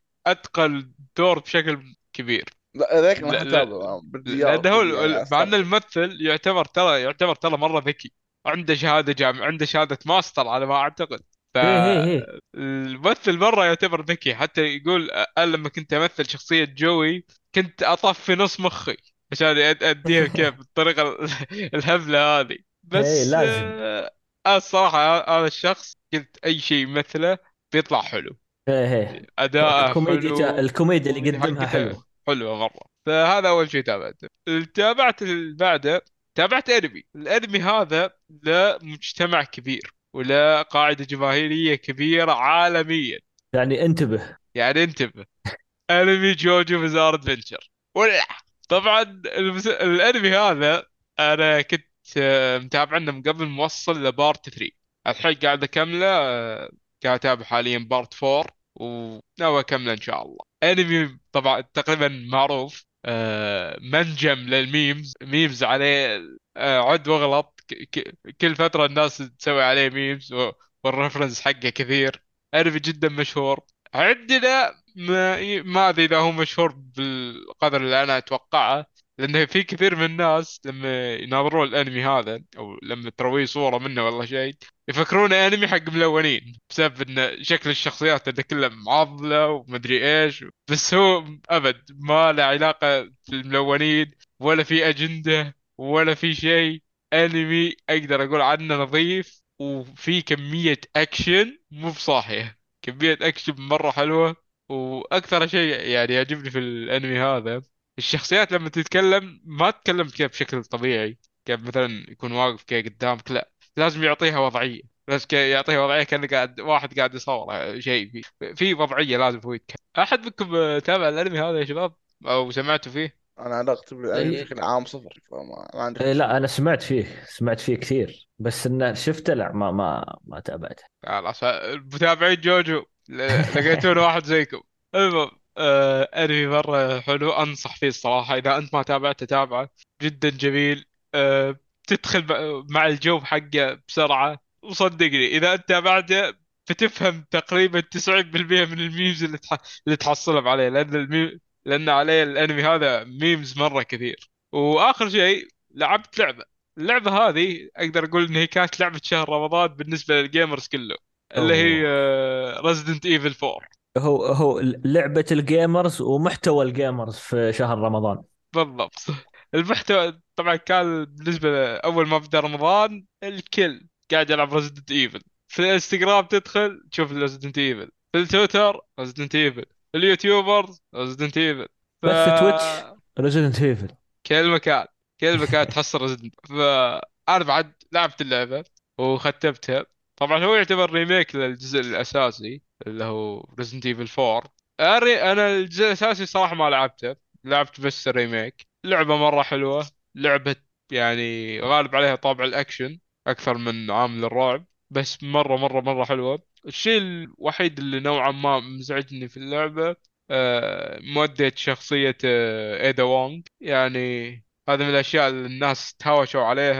أتقل دور بشكل كبير. لا ذاك ما لا حتابع بدي لانه هو بدي يعني ال- مع ان استرجع. الممثل يعتبر ترى يعتبر ترى مره ذكي، عنده شهاده جامعه، عنده شهاده ماستر على ما اعتقد. ايه ايه ايه. فالممثل مره يعتبر ذكي، حتى يقول انا لما كنت امثل شخصيه جوي كنت اطفي نص مخي عشان أد- اديها كيف بالطريقه ال- الهبله هذه. ايه بس لازم. آه، أنا الصراحه هذا الشخص قلت اي شيء يمثله بيطلع حلو، ايه ايه. اداءه كوميديا حلو، الكوميديا اللي الكوميديا يقدمها حقته حلوة. حلوة مرة. فهذا أول شيء تابعته. تابعت اللي بعده، تابعت أنمي. الأنمي هذا له مجتمع كبير وله قاعدة جماهيرية كبيرة عالميا. يعني انتبه. يعني انتبه، أنمي جوجو بزار ادفنشر. ولا طبعا المس... الأنمي هذا أنا كنت آه، متابعه من قبل، موصل لبارت ثلاثة. الحين قاعد أكمله، آه، قاعد أتابع حاليا بارت أربعة، وناوي أكمله إن شاء الله. انمي طبعا تقريبا معروف، آه، منجم للميمز، ميمز عليه آه، عد واغلط، ك- ك- كل فترة الناس تسوي عليه ميمز، و- والرفرنس حقه كثير. انمي جدا مشهور عندنا. ما ما ادري اذا هو مشهور بالقدر اللي انا اتوقعه، لانه في كثير من الناس لما يناظرون الانمي هذا او لما تروي صورة منه ولا شيء يفكرونه انمي حق ملونين، بسبب ان شكل الشخصيات انه كله معضله ومدري ايش. بس هو ابد ما له علاقه بالملونين، ولا في اجنده ولا في شيء. انمي اقدر اقول عنه نظيف، وفي كميه اكشن مو بصاحيه، كميه اكشن مره حلوه. واكثر شيء يعني يعجبني في الانمي هذا، الشخصيات لما تتكلم ما تتكلم كيف بشكل طبيعي، كيف مثلا يكون واقف كي قدامك، لا، لازم يعطيها وضعية. بس كي يعطيها وضعية كأنه قاعد واحد قاعد يصور شيء، في في وضعية لازم هو يتكلم. أحد منكم آه، تابع الأنمي هذا يا شباب أو سمعتوا فيه؟ انا علاقتي بالانمي إيه بشكل عام صفر، فما ما عندي إيه، لا خلفية. انا سمعت فيه سمعت فيه كثير، بس انه شفته لا ما ما ما تابعته. خلاص، متابعين جوجو ل- لقيتون واحد زيكم. المهم، آه، أنمي مرة حلو أنصح فيه الصراحة، إذا أنت ما تابعته تابعه، جدا جميل. آه، تدخل ب- مع الجو حقه بسرعة، وصدقني إذا أنت تابعته بتفهم تقريبا تسعين بالمئة من الميمز اللي تح... اللي تحصلهم عليه، لأن الميم... لأن عليه الأنمي هذا ميمز مرة كثير. وآخر شيء، لعبت لعبة. اللعبة هذه أقدر أقول إن هي كانت لعبة شهر رمضان بالنسبة للجيمرز كله، اللي هي اوه. ريزدنت ايفل أربعة. هو هو لعبة الجيمرز ومحتوى الجيمرز في شهر رمضان. بالضبط. المحتوى طبعا كان بالنسبة ل- أول ما بدأ رمضان الكل قاعد يلعب ريزدنت ايفل. في الانستغرام تدخل تشوف ريزدنت ايفل، في التويتر ريزدنت ايفل، اليوتيوبرز ريزدنت ايفل. ف بث تويتش ريزيدنت ايفل. كل مكان، كل مكان تحصل ريزدنت. فأنا بعد لعبت اللعبة وختمتها. طبعا هو يعتبر ريميك للجزء الأساسي اللي هو ريزدنت ايفل أربعة. أري أنا الجزء الأساسي صراحة ما لعبته، لعبت بس الريميك. لعبة مرة حلوة، لعبة يعني غالب عليها طابع الأكشن أكثر من عامل الرعب، بس مرة مرة مرة حلوة. الشيء الوحيد اللي نوعا ما مزعجني في اللعبة، آه، مودة شخصية آه، إيدا وونغ. يعني هذا من الأشياء اللي الناس تهاوشوا عليها،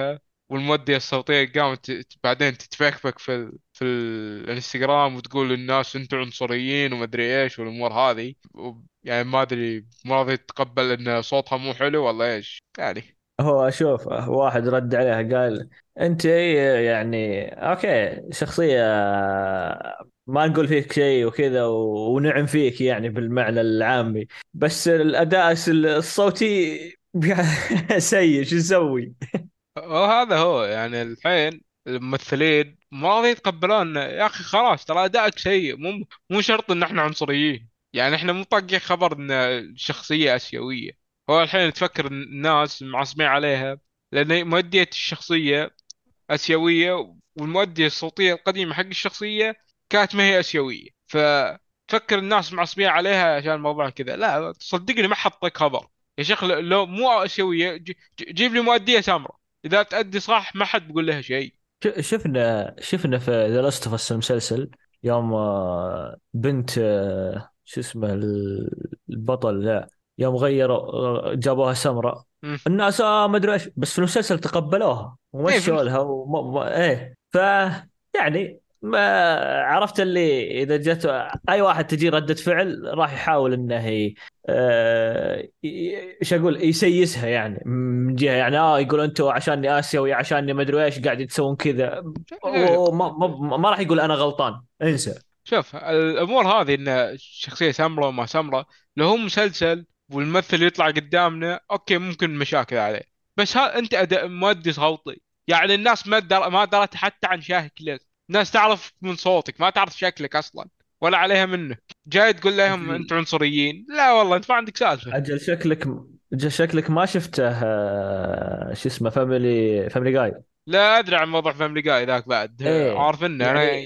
والمؤدية الصوتية قامت ت- بعدين تتفكفك في ال... في ال- الانستغرام وتقول للناس انتم عنصريين وما ادري ايش والامور هذه و... يعني ما ادري مو راضي تتقبل ان صوتها مو حلو ولا ايش يعني. هو شوف، واحد رد عليها قال انت يعني اوكي شخصية ما نقول فيك شيء وكذا و- ونعم فيك يعني بالمعنى العامي، بس الأداء الصوتي سيء، شو نسوي؟ وهذا هو يعني الحين الممثلين ما راضي يتقبلون يا اخي خلاص ترى ادائك سيء، مو مو شرط ان احنا عنصريين. يعني احنا مو طاقين خبر ان الشخصية اسيوية. هو الحين تفكر إن الناس معصبين عليها لان مؤدية الشخصية اسيوية، والمؤدية الصوتية القديمة حق الشخصية كانت ما هي اسيوية، فتفكر الناس معصبين عليها عشان الموضوع كذا. لا صدقني ما حطك خبر يا شيخ، لو مو اسيوية ج- ج- جيب لي مؤدية سمراء، اذا تأدي صح ما حد بيقول لها شيء. ش- شفنا شفنا في ذا لاست اوف اس المسلسل، يوم آه، بنت آه، شو اسمه ال- البطل ذا، يوم غيروا آه، جابوها سمراء، مم. الناس اه ما ادري ايش، بس في المسلسل تقبلوها ايه في ومشوا الم- لها وما ما ايه ف يعني ما عرفت اللي اذا جت اي واحد تجي ردة فعل راح يحاول انه ي- آه، ي- ايش اقول يسيسها يعني من جهه، يعني اه يقول انتم عشاني اسيوي عشاني ما ادري ايش قاعد تسوون كذا، وما ما, ما راح يقول انا غلطان، انسى. شوف الامور هذه ان الشخصيه سمراء وما سمراء، لو هو مسلسل والممثل يطلع قدامنا اوكي ممكن مشاكل عليه. بس ها انت أداء مؤدي صوتي، يعني الناس ما در... ما درت حتى عن شكلك. الناس تعرف من صوتك ما تعرف شكلك اصلا ولا عليها منك، جاي تقول لهم انتم اجل عنصريين؟ لا والله انت ما عندك سالفه. اجل شكلك اجل شكلك ما شفته آه، شو اسمه فاميلي فاميلي جاي. لا ادري عن موضوع فاميلي جاي ذاك بعد، ايه عارف انه يعني انا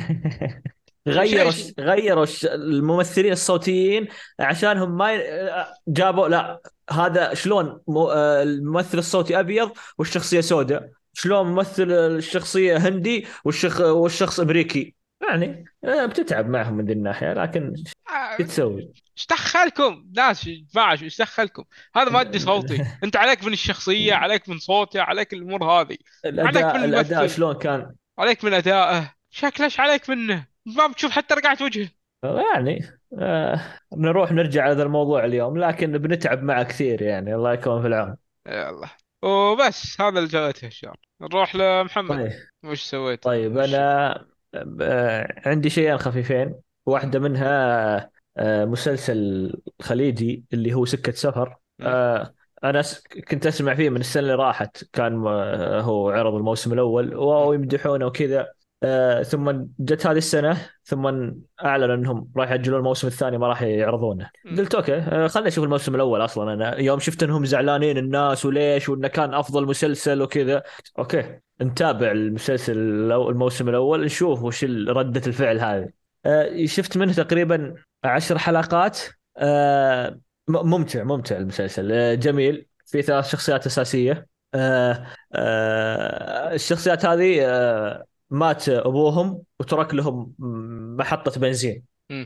شيء غيروا شيء. غيروا الش- الممثلين الصوتيين عشانهم ما ي- جابوا لا، هذا شلون مو- آه، الممثل الصوتي ابيض والشخصيه سوداء، شلون ممثل الشخصيه هندي والشخ والشخص امريكي، يعني آه، بتتعب معهم من ذي الناحيه، لكن شو تسوي؟ ايش دخلكم ناس يا جماعه، ايش دخلكم؟ هذا مادي صوتي، انت عليك من الشخصيه، عليك من صوته، عليك الامور هذه، عليك من الاداء الاداء الممثل، شلون كان؟ عليك من ادائه، شكله ايش عليك منه؟ ما بتشوف حتى رقعه وجهه. يعني آه بنروح نرجع على هذا الموضوع اليوم، لكن بنتعب معه كثير يعني، الله يكون في العون. يلا وبس هذا اللي جاءته الشهر. نروح لمحمد. طيب. وش سويت طيب وش؟ انا آه عندي شيئين خفيفين، مم. واحدة منها آه مسلسل خليجي اللي هو سكة سفر. مم. آه انا س- كنت اسمع فيه من السنة اللي راحت، كان آه هو عرض الموسم الاول مم. ويمدحونه وكذا. آه ثم جت هذه السنة، ثم اعلنوا انهم راح ياجلون الموسم الثاني، ما راح يعرضونه. مم. قلت اوكي آه خلنا نشوف الموسم الاول. اصلا انا يوم شفت انهم زعلانين الناس وليش وانه كان افضل مسلسل وكذا، اوكي نتابع المسلسل الأو- الموسم الاول نشوف وش ال- ردة الفعل هذه. آه شفت منه تقريبا عشر حلقات. آه م- ممتع ممتع المسلسل، آه جميل، في ثلاث شخصيات أساسية. آه آه الشخصيات هذه آه مات أبوهم وترك لهم محطة بنزين، مم.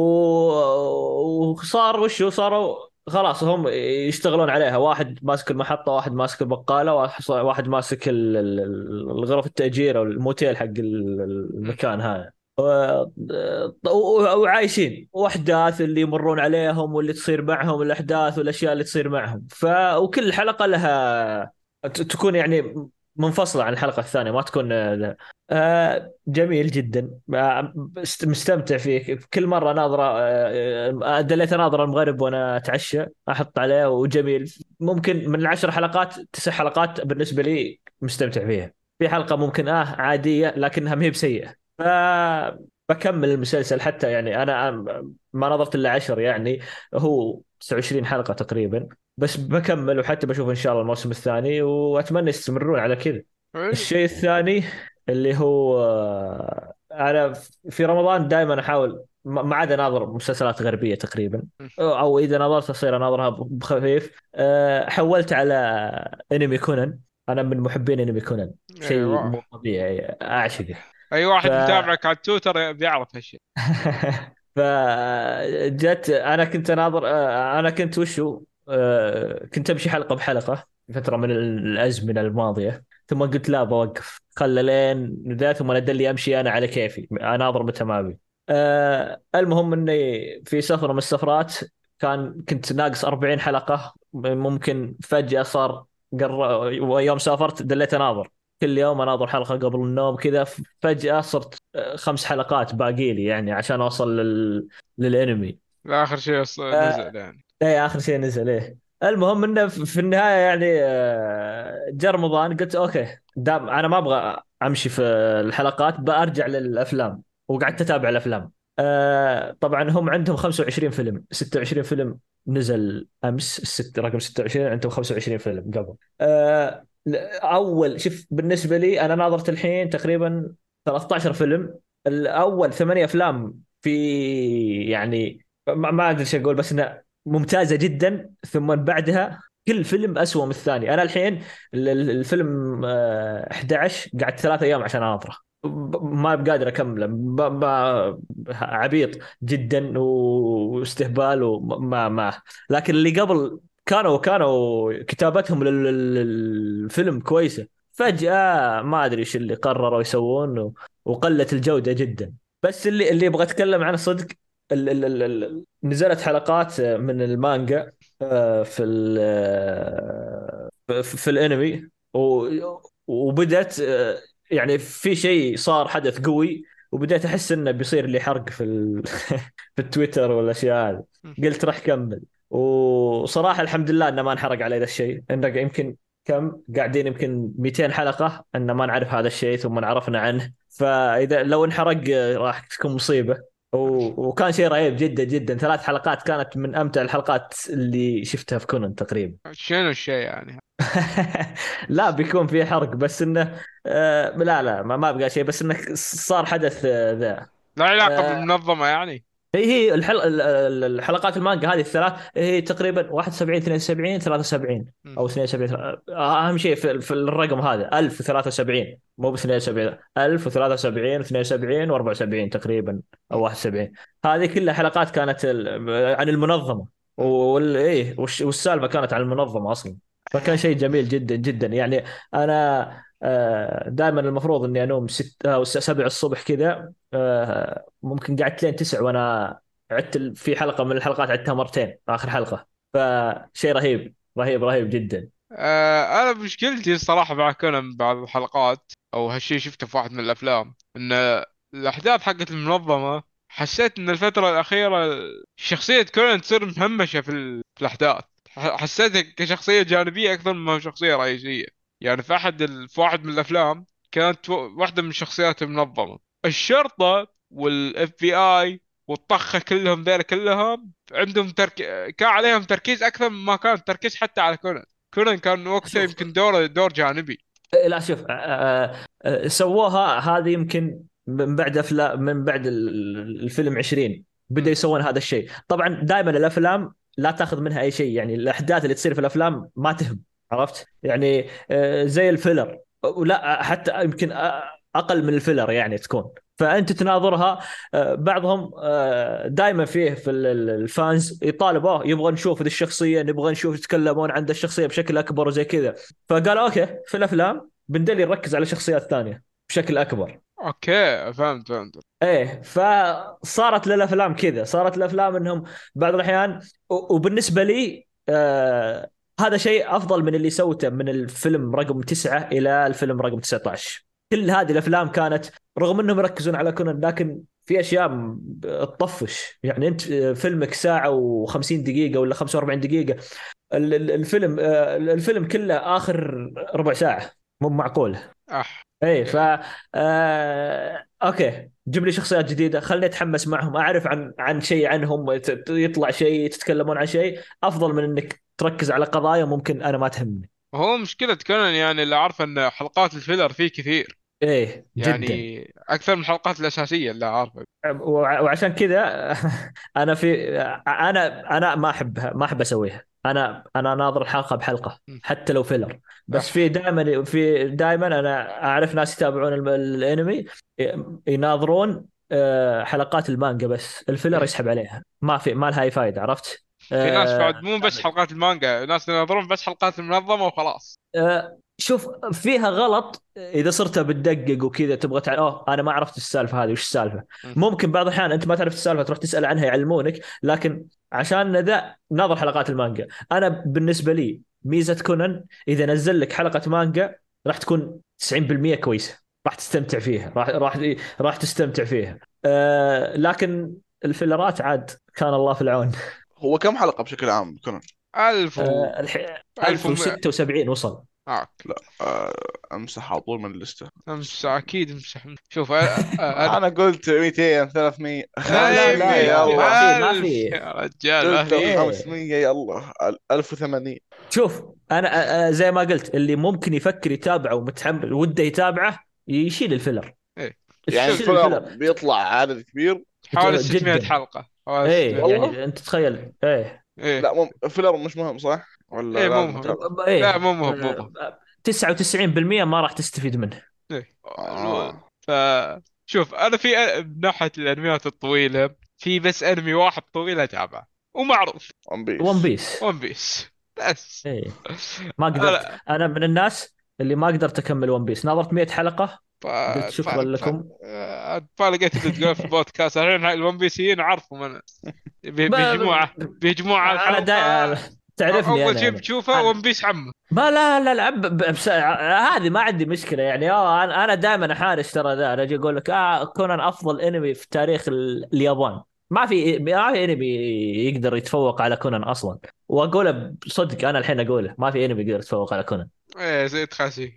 و- وصار وشو صاروا خلاص هم يشتغلون عليها، واحد ماسك المحطة، واحد ماسك البقالة، واحد واحد ماسك ال- ال- ال- الغرف التأجير أو الموتيل حق ال- مم. المكان هذا. و- و- وعايشين واحداث اللي يمرون عليهم واللي تصير معهم، الاحداث والاشياء اللي تصير معهم. ف وكل حلقه لها ت- تكون يعني منفصله عن الحلقه الثانيه، ما تكون آه، جميل جدا. آه، است- مستمتع فيه، كل مره ناظره آه، آه، دليت ناظره المغرب وانا اتعشى احط عليه، وجميل. ممكن من العشر حلقات تسع حلقات بالنسبه لي مستمتع فيها، في حلقه ممكن اه عاديه لكنها ما هي بسيئه. ف بكمل المسلسل حتى يعني انا ما نظرت الا عشر يعني، هو تسعة وعشرين حلقه تقريبا، بس بكمل وحتى بشوف ان شاء الله الموسم الثاني، واتمنى يستمرون على كذا. حلو. الشيء الثاني اللي هو آه، انا في رمضان دائما احاول ما ما عاد اناظر مسلسلات غربيه تقريبا، مم. او اذا نظرت اصير اناظرها بخفيف. أه، حولت على انمي كونان، انا من محبين انمي كونان، شيء ايوه، مو طبيعي اعشقه. اي ف واحد متابعك على تويتر بيعرف هالشيء. فجت انا كنت اناظر آه، انا كنت وشو آه، كنت امشي حلقه بحلقه في فتره من الازمنه الماضيه. ثم قلت لا بوقف، خلى لين ذا ثم ندل لي امشي انا على كيفي اناظر متى ما ابي. أه المهم اني في سفره من السفرات كان كنت ناقص أربعين حلقه، ممكن فجاه صار قر... ويوم سافرت دليت اناظر كل يوم اناظر حلقه قبل النوم كذا. فجاه صرت آه، خمس حلقات باقي لي يعني عشان اوصل لل... للانمي. لا آخر شيء أص- آه، نزل يعني. ايه اخر شيء نزل ايه. المهم انه في في النهايه يعني آه، جاء رمضان قلت اوكي دام انا ما ابغى امشي في الحلقات برجع للافلام، وقعدت اتابع الافلام. آه، طبعا هم عندهم خمسة وعشرين فيلم ستة وعشرين فيلم نزل امس، الست رقم ستة وعشرين عندهم خمسة وعشرين فيلم قبل. آه، اول شوف بالنسبه لي انا ناظرت الحين تقريبا ثلاثة عشر فيلم. الاول ثمانية افلام في يعني ما ما ادري ايش اقول، بس انه ممتازه جدا، ثم بعدها كل فيلم أسوأ من الثاني. انا الحين ال- ال- الفيلم آه، احد عشر قعدت ثلاثة ايام عشان اناظره، ب- ما بقادر اكمله، ب- ب- عبيط جدا واستهبال وما ما. لكن اللي قبل كانوا كانوا كتابتهم لل- لل- للفيلم كويسه. فجأة ما ادري ايش اللي قرروا يسوون و- وقلت الجودة جدا. بس اللي اللي ابغى اتكلم عنه صدق، ال ال ال ال نزلت حلقات من المانجا آه، في ال آه، في, في الانمي و- وبدأت آه، يعني في شيء صار حدث قوي، وبدأت احس انه بيصير لي حرق في ال... في التويتر والاشياء هذه. قلت راح كمل، وصراحة الحمد لله انه ما انحرق علي ذا الشيء، انه يمكن كم قاعدين يمكن مئتين حلقة ان ما نعرف هذا الشيء ثم عرفنا عنه. فاذا لو انحرق آه، راح تكون مصيبة. و- وكان شيء رهيب جدا جدا، ثلاث حلقات كانت من امتع الحلقات اللي شفتها في كونن تقريبا. شنو الشيء يعني؟ لا بيكون في حرق، بس انه آه لا لا ما, ما بقى شيء، بس انه صار حدث آه ذا. لا علاقة آه بالمنظمة يعني؟ هي هي الحلقة الحلقات المانجا هذه الثلاث هي تقريبا واحد وسبعين اثنين وسبعين ثلاثة وسبعين مم. او اثنين وسبعين. آه، اهم شيء في, في الرقم هذا ألف وثلاثة وسبعين، مو ب اثنين وسبعين، ألف وثلاثة وسبعين اثنين وسبعين و74 تقريبا او مم. واحد وسبعين. هذه كلها حلقات كانت ال- عن المنظمه، مم. وال ايه والش- والسالفه كانت عن المنظمه اصلا. فكان شيء جميل جدا جدا يعني. انا دائما المفروض اني انوم ستة او سبعة الصبح كذا، آه، ممكن قعدت لين تسع وانا عدت ال- في حلقه من الحلقات عدتها مرتين اخر حلقه. فشيء رهيب رهيب رهيب جدا. آه انا مشكلتي الصراحة مع كونان بعض الحلقات، او هالشيء شفته في واحد من الافلام، ان الاحداث حقت المنظمة حسيت ان الفترة الاخيرة شخصية كونان تصير مهمشة في, ال... في الاحداث. ح- حسيتها كشخصية جانبية اكثر مما شخصية رئيسية. يعني في احد ال... في واحد من الافلام كانت و- واحدة من شخصيات المنظمة، الشرطة والاف بي اي والطخة كلهم ذيلا كلهم عندهم ترك... كان عليهم تركيز اكثر مما كان التركيز حتى على كونان. كونان كان وقتها شوف يمكن دوره دور جانبي. لا شوف آه، آه، آه، سووها هذه يمكن من بعد افلام من بعد ال- الفيلم عشرين بدأوا مم. يسوون هذا الشيء. طبعا دائما الافلام لا تاخذ منها اي شيء، يعني الاحداث اللي تصير في الافلام ما تهم، عرفت يعني آه، زي الفيلر، ولا حتى يمكن آه، اقل من الفيلر يعني تكون. فانت تناظرها آه، بعضهم دائما فيه في ال- ال- الفانز يطالبوا يبغى نشوف ذي الشخصيه، نبغى نشوف يتكلمون عن ذا الشخصيه بشكل اكبر وزي كذا. فقال اوكي في الافلام بندلي نركز على شخصيات ثانيه بشكل اكبر. اوكي فهمت فهمت. ايه فصارت للافلام كذا، صارت الافلام انهم بعض الاحيان و- وبالنسبه لي آه هذا شيء افضل من اللي سوته من الفيلم رقم تسعة الى الفيلم رقم تسعة عشر. كل هذه الافلام كانت رغم انهم يركزون على كونان، لكن في اشياء م- تطفش. يعني انت آه، فيلمك ساعه و50 دقيقه ولا خمسة وأربعين دقيقه، ال- ال- الفيلم آه، الفيلم كله اخر ربع ساعه، مو معقول. اح. ايه ف آه... اوكي جيب لي شخصيات جديده خلني اتحمس معهم، اعرف عن عن شيء عنهم، ت- ت- يطلع شيء تتكلمون عن شيء افضل من انك تركز على قضايا ممكن انا ما تهمني. هو مشكلة كونان يعني اللي عارفه ان حلقات الفيلر فيه كثير، ايه جدا. يعني اكثر من الحلقات الاساسية اللي عارفه. وع- وعشان كذا انا في انا انا ما احبها، ما احب اسويها. انا انا ناظر الحلقه بحلقه مم. حتى لو فيلر. بس في اح. دائما في دائما انا اعرف ناس يتابعون الم- الانمي يناظرون آه، حلقات المانجا، بس الفيلر مم. يسحب عليها، ما في ما لها اي فائده، عرفت؟ في ناس بعد آه، مو بس حلقات المانجا، ناس يناظرون بس حلقات المنظمة وخلاص. آه، شوف فيها غلط اذا صرت بتدقق وكذا تبغى تعرف اوه انا ما عرفت السالفه هذه وش السالفه. م. ممكن بعض الاحيان انت ما تعرف السالفه تروح تسال عنها يعلمونك، لكن عشان ذا ناظر حلقات المانجا. انا بالنسبه لي ميزه كونان اذا نزل لك حلقه مانجا راح تكون تسعين بالمئة كويسه، راح تستمتع فيها، راح راح راح تستمتع فيها. أه لكن الفيلرات عاد كان الله في العون. هو كم حلقة بشكل عام كونان؟ ألف و أه الح... ألف ومئة. ألف وستة وسبعين وصل. آه. لا آه، امسح على طول من الليستة. امسح اكيد امسح. شوف أ- أ- انا قلت مئتين ثلاثمية لا لا لا خمسمية يا يا أخي ما الله. في ما ألف في. يا رجال ما قلت في. ايه خمسمية يا الله. ألف وثمانين. شوف انا أ- أ- زي ما قلت اللي ممكن يفكر يتابعه ومتحمل وده يتابعه يشيل الفيلر. إيه. يعني شوف يشيل الفيلر الفيلر بيطلع عدد كبير. حوالي ستمئة جدا. حلقة، حوالي ايه ستمئة حلقة. والله يعني انت تخيل ايه. إيه. لا مم... الفيلر مش مهم صح ولا إيه مو لازم مهم. اتابع؟ لا ايه مو مهم مو مهم. تسعة وتسعين بالمئة ما راح تستفيد منه. إيه. اه ف شوف أنا في أ- من ناحية الأنميات الطويلة في بس أنمي واحد طويل أتابعه ومعروف. ون ون بيس. بيس. ون بيس بس. ايه ما قدرت أنا انا من الناس اللي ما قدرت اكمل ون بيس، ناظرت مئة حلقة ف... قلت ف... شكرا ف... لكم. فلقيت اللي تقول في البودكاست الحين الون بيسيين عارفهم انا. بي- بيجموعه ما بيجموعه على انا الحلقه. دا... تعرفني اول انا شيء يعني بتشوفه ون أنا... بيس عمه. ما لا لا لا ب... ب... بس... هذه ما عندي مشكله يعني. اه انا انا دائما احارش ترى ذا، انا اجي اقول لك اه كونان افضل انمي في تاريخ ال... اليابان. ما في ما في انمي يقدر يتفوق على كونان اصلا، واقوله بصدق انا الحين اقوله ما في انمي يقدر يتفوق على كونان. ايه زي تخاسي.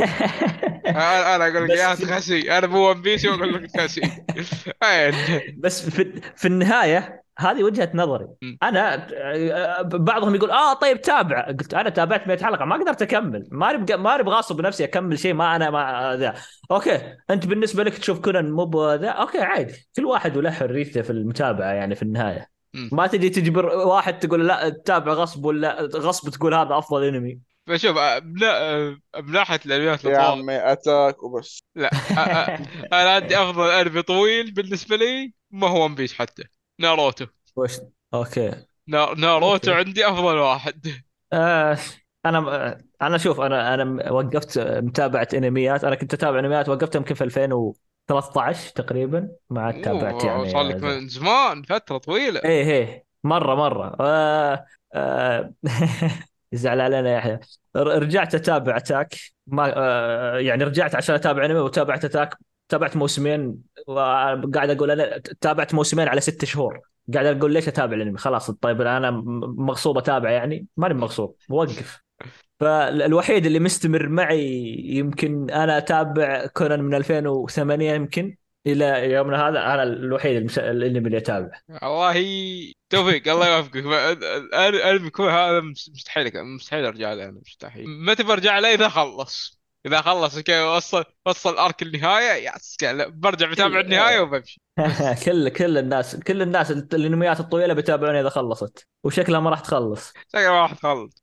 انا أنا اقول لك بس يا في... تخاسي، انا مو ون بيس واقول لك تخاسي. ايه. بس في, في النهايه هذه وجهه نظري. انا بعضهم يقول اه طيب تابع، قلت انا تابعت مئة حلقه ما قدرت اكمل، ما ابغى ما ابغى غاصب نفسي اكمل شيء ما انا ما ذا. اوكي انت بالنسبه لك تشوف كونان مو بذا، اوكي عادي كل واحد وله حريته في المتابعه يعني في النهايه. ما تجي تجبر واحد تقول لا تتابع غصب ولا غصب تقول هذا افضل انمي. فشوف من من ناحيه الانميات يا الطوال، عمي اتاك وبس. لا أ- أ- انا عندي افضل انمي طويل بالنسبه لي ما هو ون بيس حتى، ناروتو. وش اوكي نا- ناروتو اوكي عندي افضل واحد. آه انا انا شوف انا انا وقفت متابعه انميات. انا كنت اتابع انميات وقفتها يمكن في ألفين وثلاثة عشر تقريبا ما عاد تابعت اوه صار يعني لك ذا. من زمان فتره طويله. ايه ايه مره مره آه آه يزعل علينا يا يحيى. ر- رجعت اتابع اتاك ما آه يعني رجعت عشان اتابع انمي وتابعت اتاك. تابعت موسمين وقاعد اقول انا تابعت موسمين على ست شهور. قاعد اقول ليش اتابع الانمي خلاص طيب انا م- مغصوب اتابع يعني ماني مغصوب بوقف. فالوحيد اللي مستمر معي يمكن انا اتابع كونان من ألفين وثمانية يمكن الى يومنا هذا. انا الوحيد المس... الانمي اللي اتابع. والله توفيق الله يوفقك. الانمي كله هذا مستحيل مستحيل ارجع له، انا مستحيل. متى برجع له؟ اذا خلص اذا خلص كذا وصل وصل ارك النهايه يا سكال برجع بتابع كل النهايه وبمشي بس. كل كل الناس كل الناس الانميات الطويله بيتابعونها اذا خلصت وشكلها ما راح تخلص. شكله ما راح تخلص.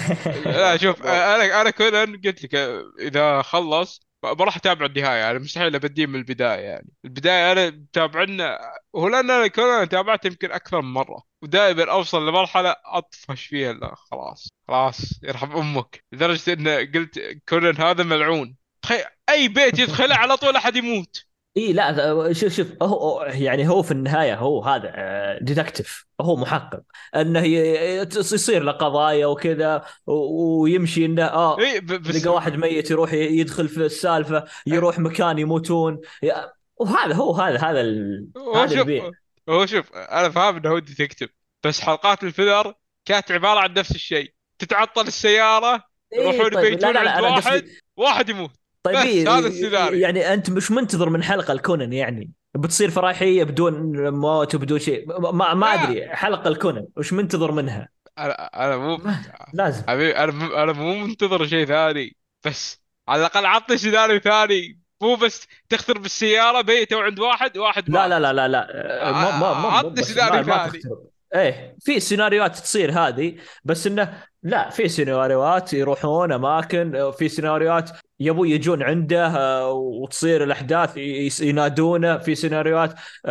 لا شوف انا انا كونان قلت لك اذا خلص بروح اتابع النهايه يعني مستحيل ابديه من البدايه يعني البدايه انا متابعنا. هو لان انا كونان تابعت يمكن اكثر من مره ودائما اوصل لمرحله اطفش فيها لا خلاص خلاص يرحم امك لدرجه ان قلت كونان هذا ملعون. تخيل اي بيت يدخله على طول احد يموت. اي لا شوف شوف هو يعني هو في النهايه هو هذا ديتكتيف هو محقق انه ي- يصير له قضايا وكذا و- ويمشي انه اه اي ب- بس لقى واحد ميت يروح ي- يدخل في السالفه يروح مكان يموتون يا- وهذا هو هذا هذا ال... هو هذا شوف البيع. هو شوف انا فاهم انه هو ديتكتيف بس حلقات الفيلر كانت عباره عن نفس الشيء. تتعطل السياره ايه يروحون طيب لا يبيتون لا لا عند انا واحد قصدي واحد يموت. طيب بس هذا إيه السيناريو. يعني انت مش منتظر من حلقه الكونن يعني بتصير فرايحيه بدون موت وبدون شيء ما, ما لا ادري حلقه الكونن وش منتظر منها. انا انا مو ما لازم. حبيبي انا مو انا مو منتظر شيء ثاني بس على الاقل عطني سيناريو ثاني مو بس تخترب بالسياره بيته وعند واحد واحد لا لا مات. لا لا لا ع- آه، ما ما ما مو عطني بس ما, سيناريو ما ثاني. تختلف. ايه في سيناريوهات تصير هذه بس انه لا في سيناريوهات يروحون اماكن في سيناريوهات يبوا يجون عنده آه، وتصير الأحداث ي- ينادونه في سيناريوهات،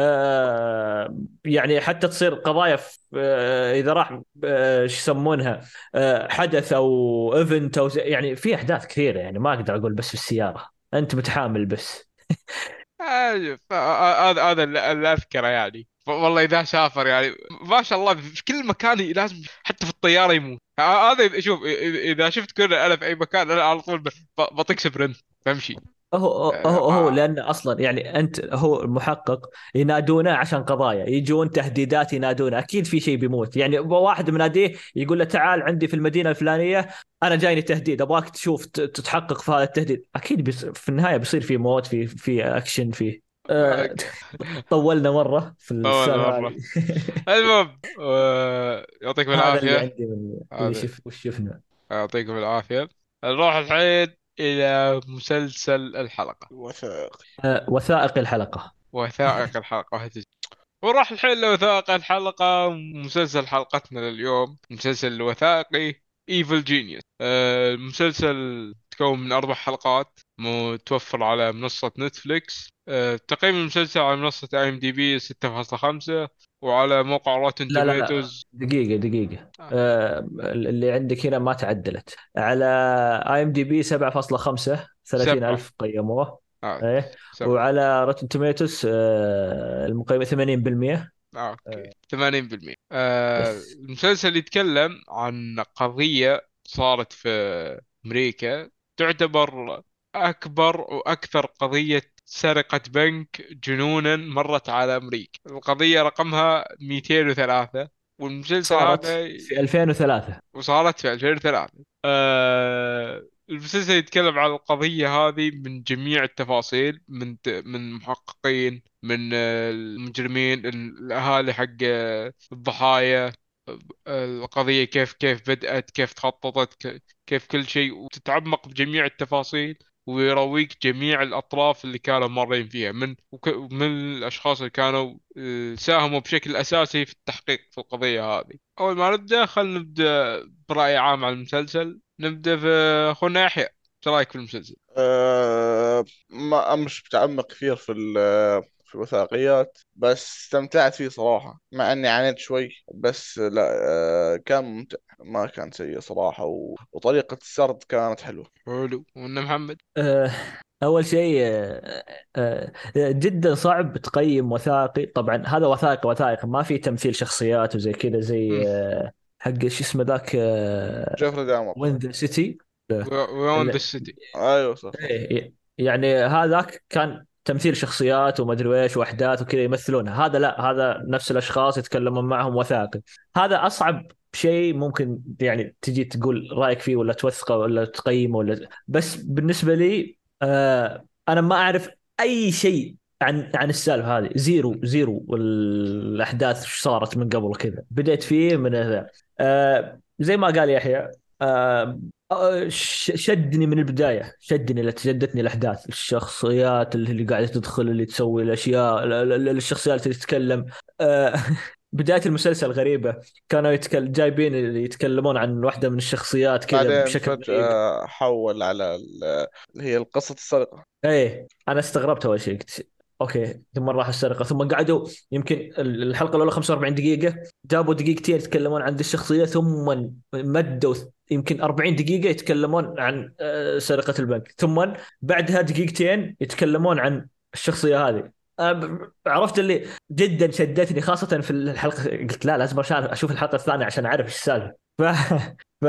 آه، يعني حتى تصير قضايا في- آه، إذا راح آه، شو يسمونها، آه، حدث أو ايفنت أو زي- يعني في أحداث كثيرة، يعني ما أقدر أقول بس في السيارة أنت متحامل بس. آه، ف- آه، هذا هذا اللي اللي اذكره يعني. ف- والله اذا سافر يعني ما شاء الله في كل مكان لازم، حتى في الطياره يموت. آه، هذا إذا- شوف، إذا إذا شفت كذا انا في اي مكان انا على طول ب- ب- بطيك سبرنت بمشي. هو آه، هو هو ما لان اصلا يعني انت هو المحقق ينادونه عشان قضايا، يجون تهديدات ينادونه، اكيد في شيء بيموت، يعني واحد مناديه يقول له تعال عندي في المدينه الفلانيه، انا جايني تهديد ابغاك تشوف ت- تتحقق في هذا التهديد، اكيد بيص... في النهايه بيصير في موت، في في اكشن، في ما- أه... طولنا مره في طول السالفه هذه. مرة. المهم، آه، يعطيكم هذا اللي العافية. عندي من اللي هذا شف وش شفنا. يعطيكم العافية. نروح الحين إلى مسلسل الحلقة. وثائق. أه... وثائق الحلقه. وثائق الحلقة. ونروح الحين لوثائق الحلقة. مسلسل حلقتنا لليوم مسلسل الوثائقي Evil Genius. آه، المسلسل تكون من أربع حلقات، متوفر على منصة نتفليكس. آه، تقييم المسلسل على منصة اي ام دي بي ستة فاصلة خمسة، وعلى موقع روتن لا لا لا، توميتوز. دقيقة دقيقة، آه اللي عندك هنا ما تعدلت على اي ام دي بي سبعة فاصلة خمسة، سبعة. ثلاثين ألف قيموه. آه. ايه. سبعة. وعلى روتن توميتوس آه المقيمة ثمانين بالمئة. آه. أوكي، آه ثمانين بالمئة. آه. يس. المسلسل يتكلم عن قضية صارت في أمريكا، تعتبر أكبر وأكثر قضية سرقة بنك جنونا مرت على أمريكا. القضية رقمها مئتين وثلاثة. والمسلسل صارت هذا في ألفين وثلاثة. وصارت في ألفين وثلاثة. آه المسلسل يتكلم عن القضية هذه من جميع التفاصيل، من من محققين، من آه، المجرمين، الأهالي حق آه، الضحايا. آه، القضية كيف كيف بدأت، كيف تخططت، ك- كيف كل شيء، وتتعمق بجميع التفاصيل. ويرويك جميع الأطراف اللي كانوا مارين فيها، من وك- من الأشخاص اللي كانوا آه، ساهموا بشكل أساسي في التحقيق في القضية هذه. أول ما نبدأ، خلينا نبدأ برأي عام عن المسلسل. نبدأ في أخونا يحيى، ايش رأيك في المسلسل؟ أه ما مش متعمق كثير في ال- في الوثائقيات، بس استمتعت فيه صراحة، مع اني عانيت شوي، بس لا، أه كان ممتع، ما كان سيء صراحة، و... وطريقة السرد كانت حلوة. حلو. وإن محمد. آه أول شيء، آه آه جدا صعب تقيم وثائقي، طبعا هذا وثائقي وثائقي ما في تمثيل شخصيات وزي كذا، زي مم. آه حق شو اسمه ذاك، جيفري دامر. وين ذا سيتي. ويون ذا سيتي. ايوه صح صح. ايه، يعني هذاك كان تمثيل شخصيات ومدري ايش واحداث وكذا يمثلونها، هذا لا، هذا نفس الاشخاص يتكلمون معهم وثائقي. هذا اصعب شيء ممكن يعني تجي تقول رايك فيه ولا توثقه ولا تقيمه ولا، بس بالنسبه لي آه انا ما اعرف اي شيء عن عن السالفه هذه، زيرو زيرو، والاحداث ايش صارت من قبل كذا، بديت فيه من هذا. آه زي ما قال يحيى، آه آه، ش- شدني من البداية، شدني لا شدتني الأحداث، الشخصيات اللي قاعدة تدخل، اللي تسوي الأشياء، ال- ال- ال- الشخصيات اللي تتكلم. آه، بداية المسلسل غريبة، كانوا يتكلم جايبين اللي يتكلمون عن واحدة من الشخصيات كذا بعدين بشكل غريب. فجأة حول على ال- اللي هي القصة السرقة. ايه انا استغربت اول شيء، قلت اوكي، ثم راح السرقه، ثم قعدوا يمكن ال- الحلقه الاولى خمسة وأربعين دقيقه، جابوا دقيقتين يتكلمون عن دي الشخصيه، ثم مدوا يمكن أربعين دقيقه يتكلمون عن آه، سرقه البنك، ثم بعدها دقيقتين يتكلمون عن الشخصيه هذه. أنا ب- عرفت اللي جدا شدتني، خاصه في الحلقه، قلت لا لازم أشوف اشوف الحلقه الثانيه عشان اعرف ايش السالفه. ف ف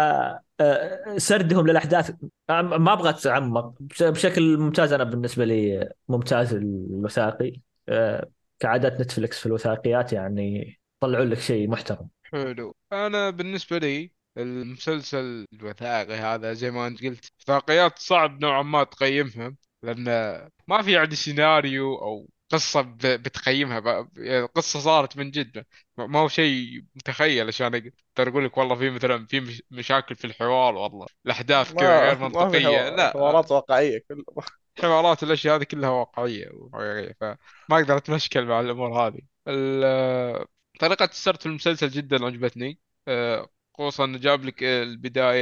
آه، سردهم للاحداث ما ابغى اتعمق بش- بشكل ممتاز، انا بالنسبه لي ممتاز الوثائقي. آه، كعادات نتفلكس في الوثائقيات يعني طلعوا لك شيء محترم. حلو. انا بالنسبه لي المسلسل الوثائقي هذا زي ما انت قلت، وثائقيات صعب نوعا ما تقيمها، لان ما في عندي سيناريو او قصه ب- بتقيمها. ب- يعني القصه صارت من جد، ما ما هو شيء متخيل عشان اقدر اقول لك والله في مثلا في مش- مشاكل في الحوار، والله الاحداث كذا ما غير ما في منطقيه. حوا- لا، حوارات واقعية كلها. الحوارات والاشياء هذه كلها واقعيه وحقيقيه، فما اقدر اتمشكل مع الامور هذه. ال- طريقه السرد في المسلسل جدا عجبتني. آه، خصوصا انه جاب لك البدايه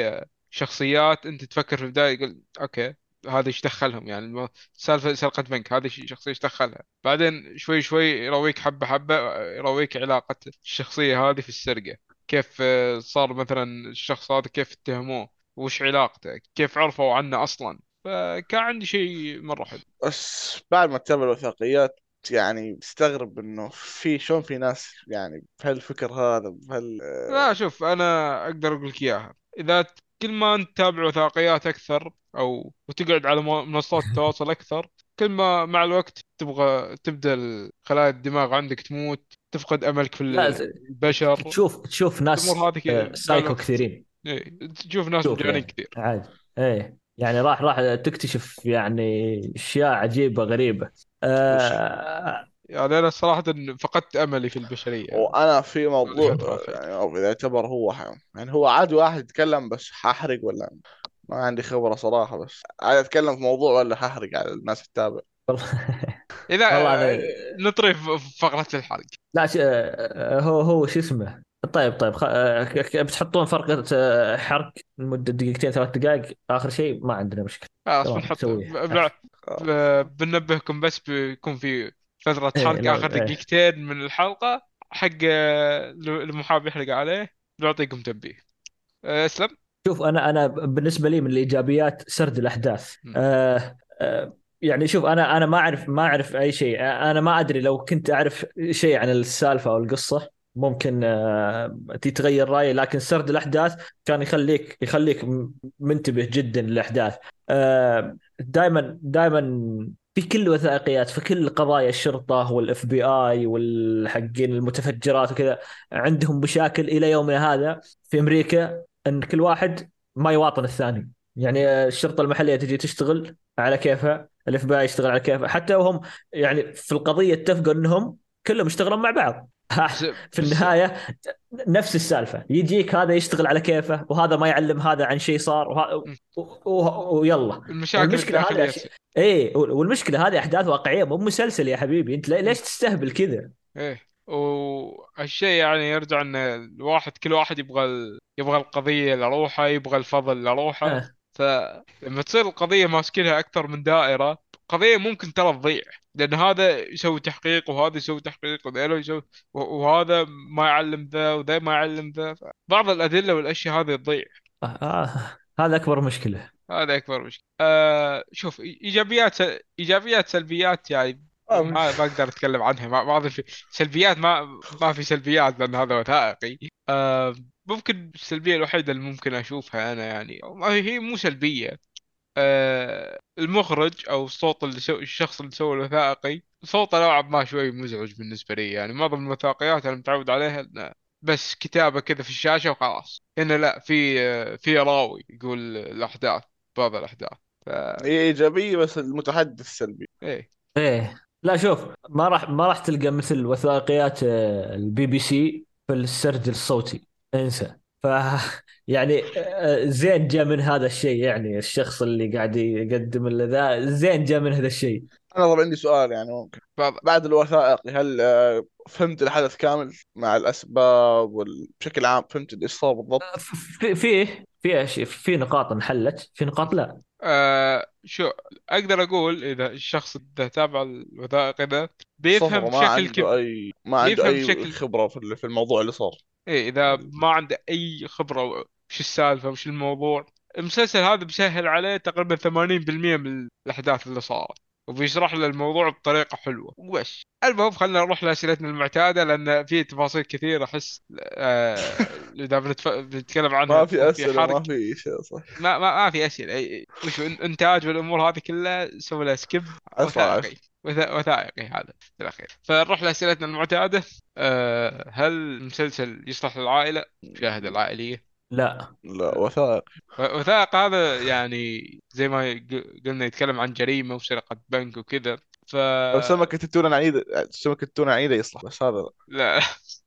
شخصيات انت تفكر في البدايه يقول اوكي هذا ايش دخلهم، يعني الم- سالفه سرقه بنك هذه ش- شخصيه ايش دخلها. بعدين شوي شوي يرويك حبه حبه، يرويك علاقه الشخصيه هذه في السرقه، كيف آه، صار مثلا الشخص هذا كيف اتهموه، وش علاقته، كيف عرفوا عنه اصلا. فكان عندي شيء مره حلو. بس بعد ما تتابع الوثائقيات يعني تستغرب انه في شلون في ناس يعني بهالفكر هذا بهال لا شوف انا اقدر اقول لك اياها، اذا ت- كل ما انت تتابع وثائقيات اكثر او وتقعد على مو- منصات التواصل اكثر، كل ما مع الوقت تبغى تبدا ال- خلايا الدماغ عندك تموت، تفقد املك في لا، ال- البشر. تشوف تشوف الامور ناس هذه آه، ك- مع سايكو الوقت تصير. كثيرين. إيه. تشوف ناس شوف مجانين يعني كثير. عادي. ايه يعني راح راح تكتشف يعني اشياء عجيبه غريبه. وش آه يعني انا صراحه فقدت املي في البشريه وانا في موضوع لفتره اخيره. يعني أو اذا يعتبر هو ح- يعني هو عادي واحد يتكلم بس ححرق ولا ما عندي خبرة صراحة، بس عادي اتكلم في موضوع ولا ححرق على الناس تتابع. والله اذا والله آه، انا. نطري في في فقره الحلق. لا ش... آه، هو هو شو اسمه. طيب طيب خ... آه، ك- ك- بتحطون فرقة آه، حرق لمدة دقيقتين ثلاث دقائق آخر شيء، ما عندنا مشكلة. خلاص تمام بنحط ب- نسويه. بنع- آه. ب- بننبهكم بس بيكون في فترة ايه حرق لو آخر ايه. دقيقتين من الحلقة، حق آه، المحاب يحرق عليه بنعطيكم تنبيه. آه، اسلم. شوف انا انا بالنسبه لي من الايجابيات سرد الاحداث. مم. آه آه يعني شوف انا انا ما اعرف ما اعرف اي شيء. آه، انا ما ادري لو كنت اعرف شيء عن السالفه او القصه ممكن آه تتغير رايي، لكن سرد الاحداث كان يخليك يخليك م- منتبه جدا للاحداث. آه دائما دائما في كل وثائقيات في كل قضايا الشرطه والاف بي اي والحقين المتفجرات وكذا عندهم مشاكل الى يومنا هذا في امريكا، ان كل واحد ما يواطن الثاني. يعني الشرطه المحليه تجي تشتغل على كيفها، الاف بي اي يشتغل على كيفها، حتى وهم يعني في القضيه اتفقوا انهم كلهم يشتغلون مع بعض. بس في بس النهايه نفس السالفه، يجيك هذا يشتغل على كيفه وهذا ما يعلم هذا عن شيء صار وه... مم. و... و... ويلا. المشاكل والمشكله هذه الداخلية أش... تصير. ايه والمشكله هذه احداث واقعيه مو مسلسل يا حبيبي، انت لي- مم. ليش تستهبل كذا؟ ايه. والشيء يعني يرجع ان الواحد كل واحد يبغى ال... يبغى القضية لروحه، يبغى الفضل لروحه. آه. فلما تصير القضية ماسكينها أكثر من دائرة، قضية ممكن ترى تضيع، لأن هذا يسوي تحقيق وهذا يسوي تحقيق وذا يسوي، وهذا ما يعلم ذا وذا ما يعلم ذا. بعض الأدلة والأشياء هذه تضيع. آه. آه. هذا اكبر مشكله. هذا أكبر مشكلة. آه شوف إيجابيات سل... إيجابيات سلبيات يعني آه. ما ما أقدر أتكلم عنها، ما ما في سلبيات، ما ما في سلبيات لأن هذا وثائقي. آه ممكن السلبية الوحيدة اللي ممكن أشوفها أنا يعني، أو ما هي مو سلبية، آه، المخرج او الصوت اللي سو... الشخص اللي سوى الوثائقي صوته نوعا ما شوي مزعج بالنسبه لي. يعني معظم الوثائقيات انا متعود عليها إنه بس كتابه كذا في الشاشه وخلاص. هنا لا، في آه، في راوي يقول الاحداث، بعض الاحداث. ف هي ايجابيه بس المتحدث سلبي. ايه. ايه لا شوف، ما راح ما راح تلقى مثل وثائقيات آه، البي بي سي في السرد الصوتي، انسى. ف يعني آه، زين جاء من هذا الشيء، يعني الشخص اللي قاعد يقدم اللي ذا زين جاء من هذا الشيء. انا طبعا عندي سؤال يعني ممكن بعض. بعد الوثائقي هل آه، فهمت الحدث كامل مع الاسباب وبشكل عام فهمت ايش صار آه، بالضبط؟ في في في أشياء- في نقاط انحلت، في نقاط لا. آه شو اقدر اقول، اذا الشخص ده تابع الوثائقي ده بيفهم صفر ما بشكل عنده كب... اي ما عنده بيفهم اي بشكل. خبره في في الموضوع اللي صار. ايه اذا ما عنده اي خبره وش السالفه وش الموضوع، المسلسل هذا بيسهل عليه تقريبا ثمانين بالمئة من الاحداث اللي صارت، وبيشرح له الموضوع بطريقه حلوه وبس. المهم خلينا نروح لاسئلتنا المعتاده، لان في تفاصيل كثير احس آه اذا بنتف... بنتكلم عنها ما بيكون في في اسئله حرق. ما في شيء صح. ما ما, ما في اسئله. أي- وش إن- انتاج والامور هذه كلها سوي لها سكيب. عشرة على وثائقي. عشرة. وث- وثائقي هذا في الاخير. فنروح لاسئلتنا المعتاده. أه هل المسلسل يصلح للعائله، مشاهده العائليه؟ لا. لا وثائق. و- وثائق هذا يعني زي ما ق- قلنا يتكلم عن جريمه وسرقه بنك وكذا. ف لو سمكة التونة عنيدة سمكة التونة عنيدة يصلح بس هذا لا. لا.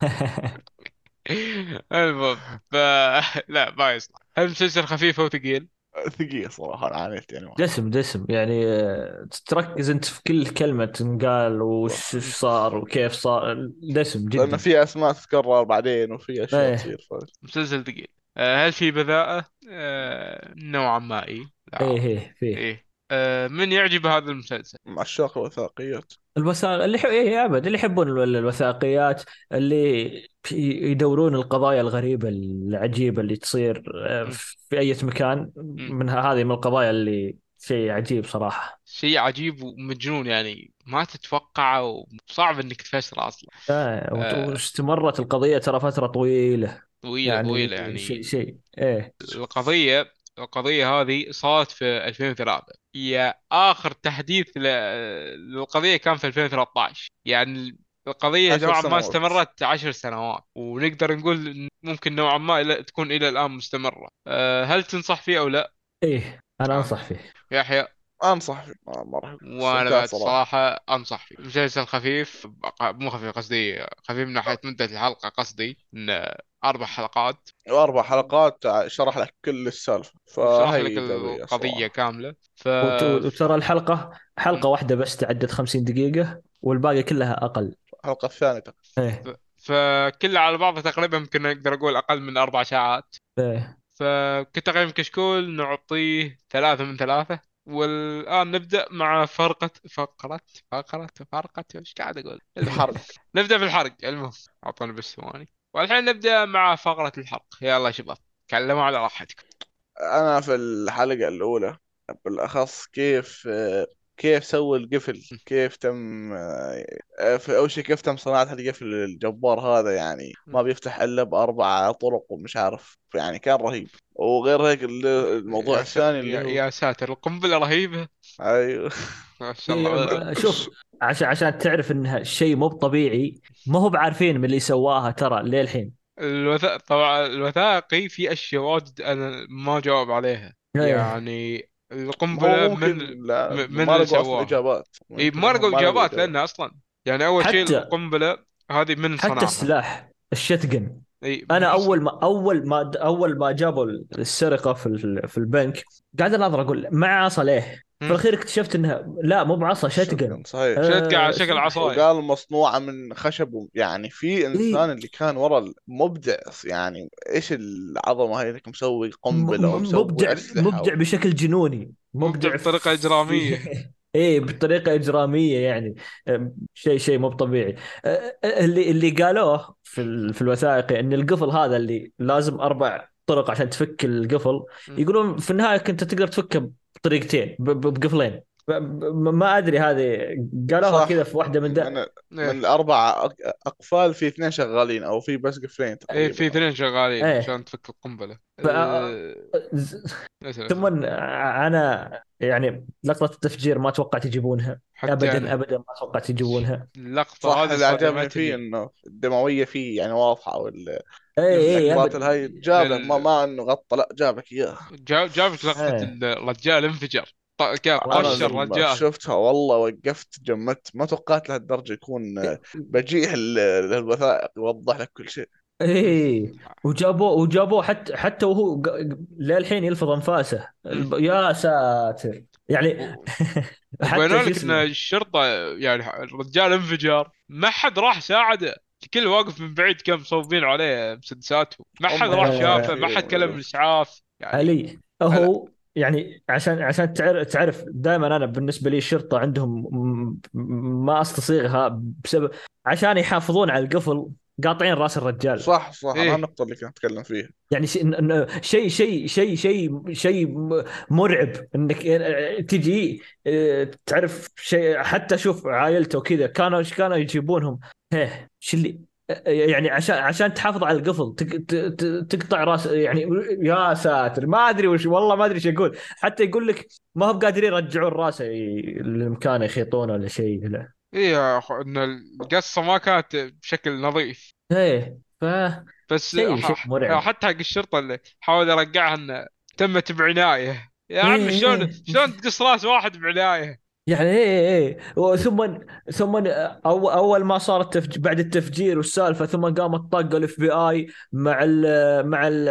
المهم ف... لا ما يصلح. هل المسلسل خفيف او ثقيل؟ ثقيل صراحة أنا عانيت يعني معه. دسم دسم يعني آه، تركز انت في كل كلمة تنقال وش إيش صار وكيف صار، دسم لأن جدا. في أسماء تتكرر بعدين وفي أشياء ايه تصير ف... مسلسل ثقيل. آه، هل في بذاءة؟ آه، نوعا ما إيه، لا ايه أعرف. ايه فيه. إيه. آه، من يعجب هذا المسلسل؟ مع الشاق الوثائقيات. الوثائق اللي يحب ايه ابد، اللي يحبون ال- الوثائقيات، اللي ي- يدورون القضايا الغريبة العجيبة اللي تصير آه، مم. في أي مكان. مم. من هذه من القضايا اللي شيء عجيب صراحة. شيء عجيب ومجنون يعني، ما تتوقعه وصعب إنك تفسره أصلا. آه، وت- آه، واستمرت القضية ترى فترة طويلة. طويلة يعني طويلة شيء يعني. شيء ايه. القضية القضية هذه صارت في ألفين وثلاثة. هي آخر تحديث ل- للقضية كان في ألفين وثلاثة عشر يعني. القضية عشر نوعا ما سنوات استمرت عشر سنوات، ونقدر نقول إن ممكن نوعا ما إلى- تكون إلى الآن مستمرة. أه، هل تنصح فيه أو لا؟ ايه انا أه. انصح فيه. يحيى. انصح فيه، ما ما راح وأنا استمتعت بعد صراحه. صراحة أنصح فيه. مسلسل خفيف، مو خفيف قصدي، خفيف من ناحية مدة الحلقة، قصدي إن أربع حلقات. واربع حلقات شرح لك كل السالفه، وشرح لك فهي ايجابيه القضية صراحه. كاملة. ف وت- وترى الحلقة م. حلقة واحدة بس تعدد خمسين دقيقة، والباقي كلها أقل. الحلقه الثانيه. ف... ايه فكل على بعضه تقريبا ممكن أقدر أقول أقل من أربع ساعات. ايه فكتقييم كشكول نعطيه ثلاثة من ثلاثة. والآن نبدأ مع فرقة فقرة فقرة فرقة إيش قاعد أقول، المهم. الحرق. نبدأ في الحرق، المهم. أعطوني بس ثواني. والحين نبدأ مع فقرة الحرق. يلا يا شباب، تكلموا على راحتكم. انا في الحلقه الاولى بالاخص كيف كيف سووا القفل، كيف تم في اول شيء كيف تم صناعه القفل الجبار هذا، يعني ما بيفتح الا باربع طرق ومش عارف، يعني كان رهيب. وغير هيك ال- الموضوع يا, س... الثاني اللي يا... هو يا ساتر، القنبلة رهيبة. ايوه. ما شاء إيه، الله. ب- شوف، عشان عشان تعرف انها شيء مو طبيعي، ما هو بعارفين من اللي سواها ترى للحين. الوثائق طبعا، الوثائقي في اشياء واجد انا ما جاوب عليها ايه يعني. ما هو القنبله من ممكن لا م- من ما اللي لقوا اصلا سواها. اجابات، اي، ممكن ما انهم لقوا ما لقوا اجابات اجابات. لان اصلا يعني اول شيء حتى القنبله هذه من حتى صنعها. السلاح الشتقن. اي انا مو ص- اول ما اول ما اول ما جابوا السرقه في ال- في البنك، قاعد اناظر اقول مع عصا ليه. في هم؟ الاخير اكتشفت انها لا، مو بعصا، شتقن. شكرا صحيح. شتقة على أه شكل س- عصايه. وقال مصنوعة من خشب و- يعني في إيه، إنسان اللي كان ورا المبدع، يعني إيش العظمة هاي إنك مسوي م- قنبلة م- ومسوي مبدع أسلحة مبدع و... بشكل جنوني، مبدع مبدع بطريقه في اجراميه. ايه بطريقه اجراميه يعني. أم، شيء شيء مو طبيعي. أه، أه، اللي اللي قالوه في ال- في الوثائقي ان القفل هذا اللي لازم اربع طرق عشان تفك القفل، هم. يقولون في النهايه كنت تقدر تفكه بطريقتين، ب- ب- بقفلين. ب- ب- ما ادري هذه قالوها كذا صح. في واحده من ده. من من ايه. الأربع أق- أقفال في اثنين شغالين أو في بس قفلين ايه، في تقريبا. اثنين شغالين ايه عشان تفك القنبله. ف أه... اسال ثم اسال. انا يعني لقطه التفجير ما توقعت يجيبونها. حتى ابدا انا ابدا ما توقعت يجيبونها. اللقطه صح، هذه اللي عجبني فيه صدمتني. إنه الدموية فيه يعني واضحة، اي اي واللقطات ابدا. الهاي جابه، ما لل... ما إنه غطى، لا جابك إياه. جا- جابت لقطة ايه الرجال انفجر. ط- كيف انا طش لما الرجال. شفتها والله وقفت جمدت، ما توقعت لهالدرجه يكون آه، بجيح ال- الوثائق يوضح لك كل شيء. ايه وجابوه وجابوه حتى حتى وهو ق- للحين يلفظ انفاسه مم. الب- يا ساتر يعني. و- حتى وبينوا شو لك ان اسمه. الشرطة يعني الرجال انفجر، ما حد راح ساعده. الكل واقف من بعيد كم مصوبين عليه مسدساتهم، ما حد هم راح كانوا شافه، آه ما حد فيهم كلم ايوه. الاسعاف يعني. علي هلا. هو يعني عشان عشان تعرف تعرف دائما انا بالنسبه لي الشرطه عندهم م- م- ما استصيغها بسبب عشان يحافظون على القفل، قاطعين راس الرجال. صح صح، انا ايه. هالنقطه اللي كنت اتكلم فيها. يعني شيء شيء شيء شيء شيء شيء مرعب انك تجي اه، تعرف شيء. حتى شوف عائلته كذا كانوا ايش كانوا يجيبونهم. ايه شو اللي يعني عشان عشان تحافظ على القفل تق- ت- ت- تقطع راس يعني. يا ساتر ما ادري وش، والله ما ادري ايش اقول. حتى يقول لك ما هو قادرين يرجعون راسه لمكانه يخيطونه ولا شيء لا. ايه يا أخو، ان القصة ما كانت بشكل نظيف. ايه ف بس شيء شيء ح- مرعب. حتى حق الشرطة اللي حاول يرجعها انه تمت بعناية. يا عم ايه شلون ايه شلون تقص راس واحد بعناية؟ يعني ايه ايه إيه. ثم ثم أو اول ما صار التفج... بعد التفجير والسالفه، ثم قامت طاقه الاف بي اي مع ال مع ال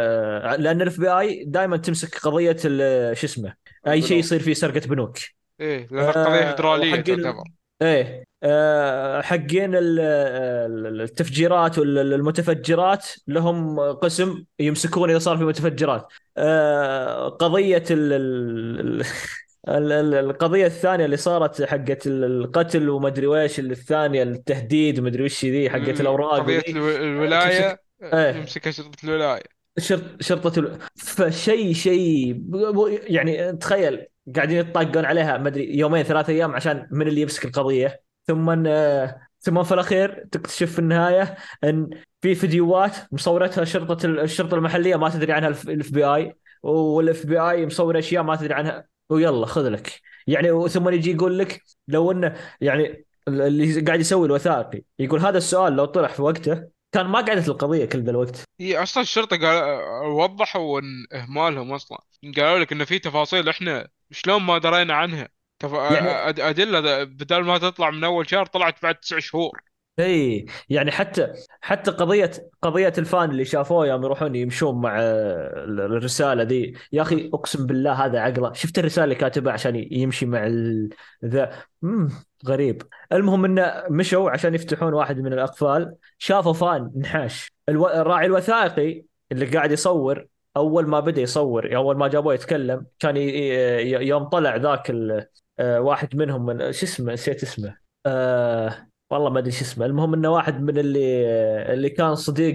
لان الاف بي اي دائما تمسك قضيه ال- شو اسمه، اي شيء البنوك. يصير فيه سرقه بنوك. ايه، لأن القضية أه فدرالية وحق ال... تعتبر. ايه آه، حقين ال- ال- التفجيرات والمتفجرات لهم قسم يمسكون اذا صار في متفجرات. آه، قضيه ال- ال- ال- ال- القضيه الثانيه اللي صارت حقت القتل وما ادري ويش، اللي الثانيه التهديد وما ادري وش ذي حقت ال- الاوراق قضية وذي. الو- آه، تمسك. الولاية، آه، ايه. يمسكها شرطة الولاية. شرط شرطة ال... فشيء شيء ب- ب- يعني تخيل قاعدين يطاقون عليها ما ادري يومين ثلاثة ايام عشان من اللي يمسك القضية. ثم آه، ثم في الاخير تكتشف في النهاية ان في فيديوهات مصورتها شرطة ال- الشرطة المحلية ما تدري عنها الاف بي اي، والاف بي اي مصور اشياء ما تدري عنها، ويلا خذ لك. يعني ثم يجي يقول لك لو انه يعني اللي قاعد يسوي الوثائقي يقول هذا السؤال لو طرح في وقته كان ما قعدت القضية كل ذا الوقت. هي اصلا الشرطة قال وضحوا ان اهمالهم اصلا، قالوا لك ان في تفاصيل احنا شلون ما درينا عنها. تف... يعني أد- ادلة بدل ما تطلع من اول شهر طلعت بعد تسع شهور. اي يعني حتى حتى قضيه قضيه الفان اللي شافوه يوم يروحون يمشون مع آه، الرساله ذي، يا اخي اقسم بالله هذا عقله. شفت الرساله اللي كاتبها عشان يمشي مع ال... ذا. مم. غريب. المهم انه مشوا عشان يفتحون واحد من الاقفال، شافوا فان نحاش. الو... الراعي الوثائقي اللي قاعد يصور اول ما بدا يصور، اول ما جابوه يتكلم كان ي... ي- يوم طلع ذاك ال... آه، واحد منهم من شو اسمه نسيت اسمه. آه والله ما ادري شو اسمه. المهم انه واحد من اللي اللي كان صديق